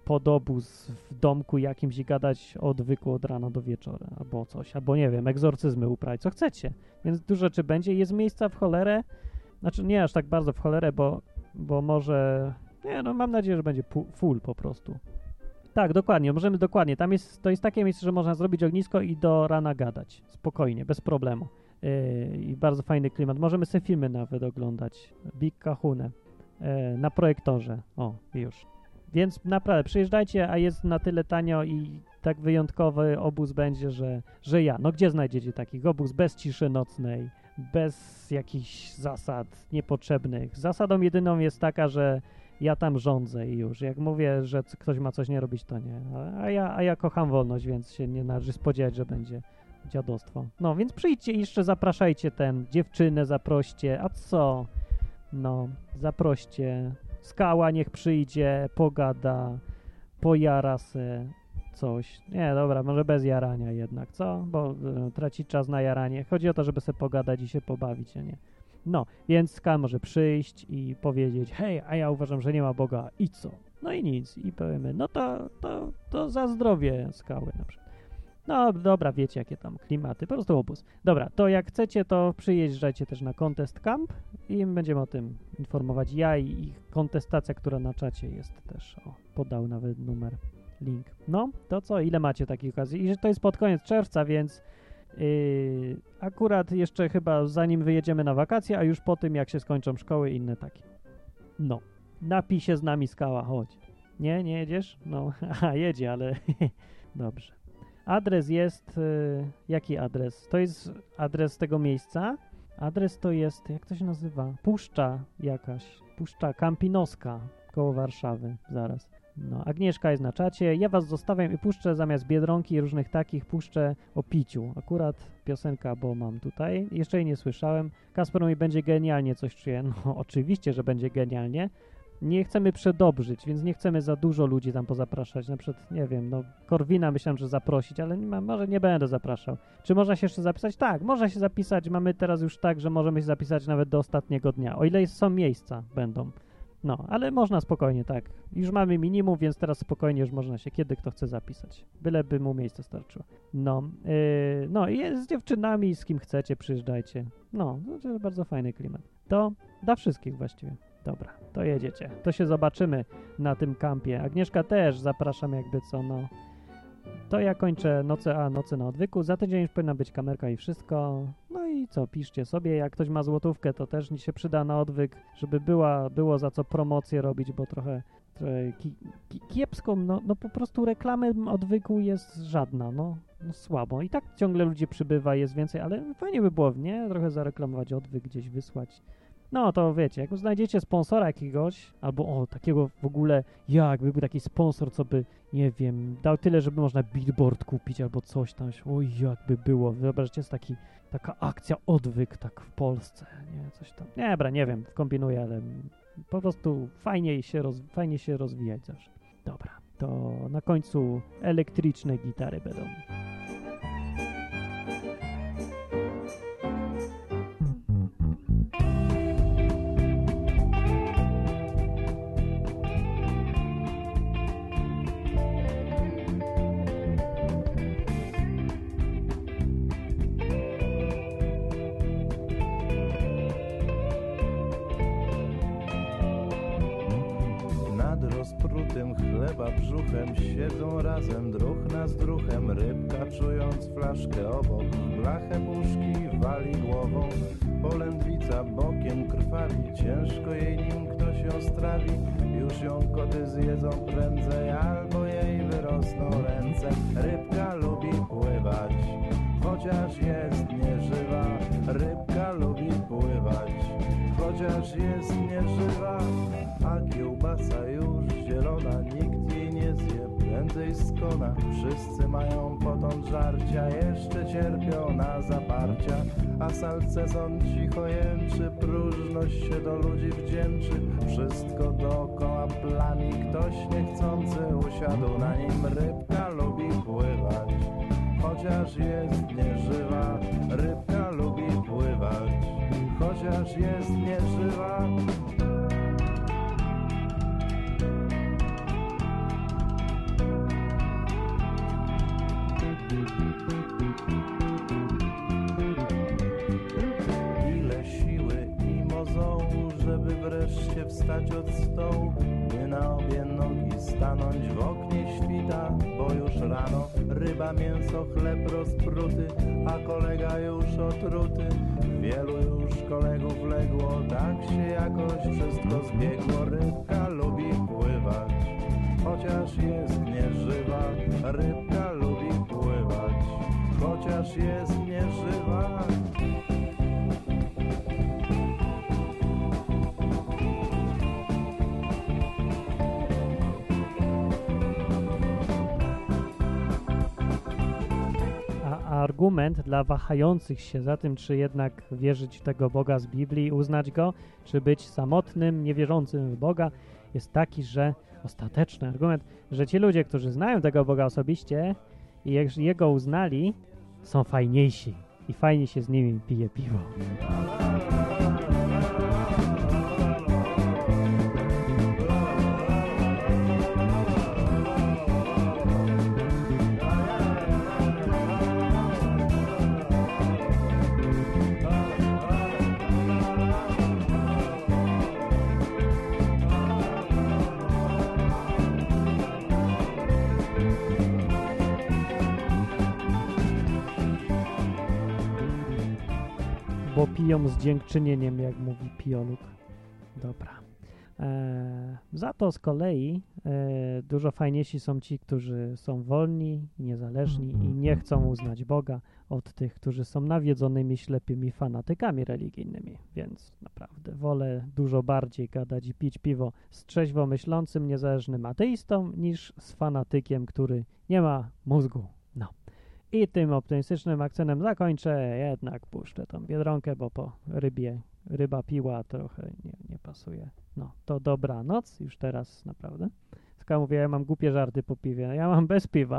podobóz w domku jakimś i gadać o odwyku od rana do wieczora, albo coś, albo nie wiem, egzorcyzmy uprawiać, co chcecie, więc dużo rzeczy będzie, jest miejsca w cholerę. Znaczy nie aż tak bardzo w cholerę, bo, bo może... Nie, no mam nadzieję, że będzie pu- full po prostu. Tak, dokładnie, możemy dokładnie. Tam jest, to jest takie miejsce, że można zrobić ognisko i do rana gadać. Spokojnie, bez problemu. Yy, I bardzo fajny klimat. Możemy sobie filmy nawet oglądać. Big Kahune. Yy, na projektorze. O, już. Więc naprawdę, przyjeżdżajcie, a jest na tyle tanio i tak wyjątkowy obóz będzie, że, że ja. No gdzie znajdziecie takich obóz bez ciszy nocnej? Bez jakichś zasad niepotrzebnych. Zasadą jedyną jest taka, że ja tam rządzę i już. Jak mówię, że ktoś ma coś nie robić, to nie. A ja, a ja kocham wolność, więc się nie należy spodziewać, że będzie dziadostwo. No, więc przyjdźcie i jeszcze zapraszajcie ten, dziewczynę zaproście. A co? No, zaproście. Skała niech przyjdzie, pogada, pojara se coś. Nie, dobra, może bez jarania jednak, co? Bo y, traci czas na jaranie. Chodzi o to, żeby sobie pogadać i się pobawić, a nie. No, więc Ska może przyjść i powiedzieć, hej, a ja uważam, że nie ma Boga i co? No i nic. I powiemy, no to, to, to za zdrowie Skały na przykład. No dobra, wiecie jakie tam klimaty, po prostu obóz. Dobra, to jak chcecie, to przyjeżdżajcie też na Contest Camp i będziemy o tym informować. Ja i, i kontestacja, która na czacie jest też. O, podał nawet numer, link. No, to co, ile macie takich okazji? I że to jest pod koniec czerwca, więc yy, akurat jeszcze chyba zanim wyjedziemy na wakacje, a już po tym jak się skończą szkoły i inne takie. No, napij się z nami Skała, chodź. Nie, nie jedziesz? No, aha, jedzie, ale dobrze. Adres jest... Y, jaki adres? To jest adres tego miejsca. Adres to jest... Jak to się nazywa? Puszcza jakaś. Puszcza Kampinoska koło Warszawy. Zaraz. No, Agnieszka jest na czacie. Ja was zostawiam i puszczę zamiast Biedronki i różnych takich puszczę o piciu. Akurat piosenka, bo mam tutaj. Jeszcze jej nie słyszałem. Kasper mi będzie genialnie coś czuje. No, oczywiście, że będzie genialnie. Nie chcemy przedobrzyć, więc nie chcemy za dużo ludzi tam pozapraszać. Na przykład, nie wiem, no Korwina myślałem, że zaprosić, ale nie ma, może nie będę zapraszał. Czy można się jeszcze zapisać? Tak, można się zapisać. Mamy teraz już tak, że możemy się zapisać nawet do ostatniego dnia. O ile są miejsca, będą. No, ale można spokojnie, tak. Już mamy minimum, więc teraz spokojnie już można się, kiedy kto chce zapisać. Byleby mu miejsce starczyło. No, yy, no i z dziewczynami, z kim chcecie, przyjeżdżajcie. No, to jest bardzo fajny klimat. To dla wszystkich właściwie. Dobra, to jedziecie. To się zobaczymy na tym kampie. Agnieszka też zapraszam jakby co, no. To ja kończę noce, a noce na odwyku. Za tydzień już powinna być kamerka i wszystko. No i co, piszcie sobie. Jak ktoś ma złotówkę, to też mi się przyda na odwyk, żeby była, było za co promocję robić, bo trochę, trochę ki, ki, kiepską, no, no po prostu reklamy odwyku jest żadna, no, no słabo. I tak ciągle ludzi przybywa, jest więcej, ale fajnie by było, nie? Trochę zareklamować odwyk, gdzieś wysłać. No to wiecie, jak znajdziecie sponsora jakiegoś, albo o, takiego w ogóle, jakby był taki sponsor, co by, nie wiem, dał tyle, żeby można billboard kupić albo coś tam, oj, jakby było, wyobraźcie, jest taki, taka akcja odwyk tak w Polsce, nie, coś tam, nie, bra, nie wiem, kombinuję, ale po prostu fajnie się, roz, fajnie się rozwijać zawsze. Dobra, to na końcu elektryczne gitary będą. Rozprutym chleba brzuchem siedzą razem druh na zdruchem, rybka czując flaszkę obok, blachę puszki wali głową, polędwica bokiem krwawi, ciężko jej nim ktoś ją strawi, już ją koty zjedzą prędzej, albo jej wyrosną ręce. Rybka lubi pływać, chociaż jest nieżywa, rybka lubi pływać, chociaż jest nieżywa, a kiełbasa już zielona, nikt jej nie zje, prędzej skona. Wszyscy mają potąd żarcia, jeszcze cierpią na zaparcia, a salcezon cicho jęczy, próżność się do ludzi wdzięczy. Wszystko dookoła plami, ktoś niechcący usiadł na nim. Rybka lubi pływać, chociaż jest nieżywa, rybka lubi pływać, chociaż jest nieżywa. Ile siły i mozołu, żeby wreszcie wstać od stołu, by na obie nogi stanąć w oknie świta, bo już rano. Ryba, mięso, chleb rozpruty, a kolega już otruty. Wielu już kolegów legło, tak się jakoś wszystko zbiegło. Rybka lubi pływać, chociaż jest nieżywa, rybka lubi pływać, chociaż jest nieżywa. Argument dla wahających się za tym, czy jednak wierzyć w tego Boga z Biblii, uznać Go, czy być samotnym, niewierzącym w Boga, jest taki, że ostateczny argument, że ci ludzie, którzy znają tego Boga osobiście i Jego uznali, są fajniejsi i fajnie się z nimi pije piwo. Bo piją z dziękczynieniem, jak mówi Pioluk. Dobra. E, za to z kolei e, dużo fajniejsi są ci, którzy są wolni, niezależni i nie chcą uznać Boga od tych, którzy są nawiedzonymi, ślepymi fanatykami religijnymi. Więc naprawdę wolę dużo bardziej gadać i pić piwo z trzeźwo myślącym, niezależnym ateistą niż z fanatykiem, który nie ma mózgu. No. I tym optymistycznym akcentem zakończę, jednak puszczę tą Biedronkę, bo po rybie, ryba piła trochę nie, nie pasuje. No, to dobranoc, już teraz naprawdę. Skoro mówię, ja mam głupie żarty po piwie, ja mam bez piwa.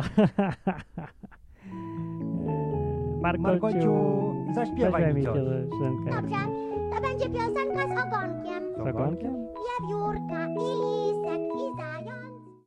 Margociu, Margociu, zaśpiewaj mi coś. Dobrze, to będzie piosenka z ogonkiem. Z ogonkiem? Wiewiórka i lisek i zając.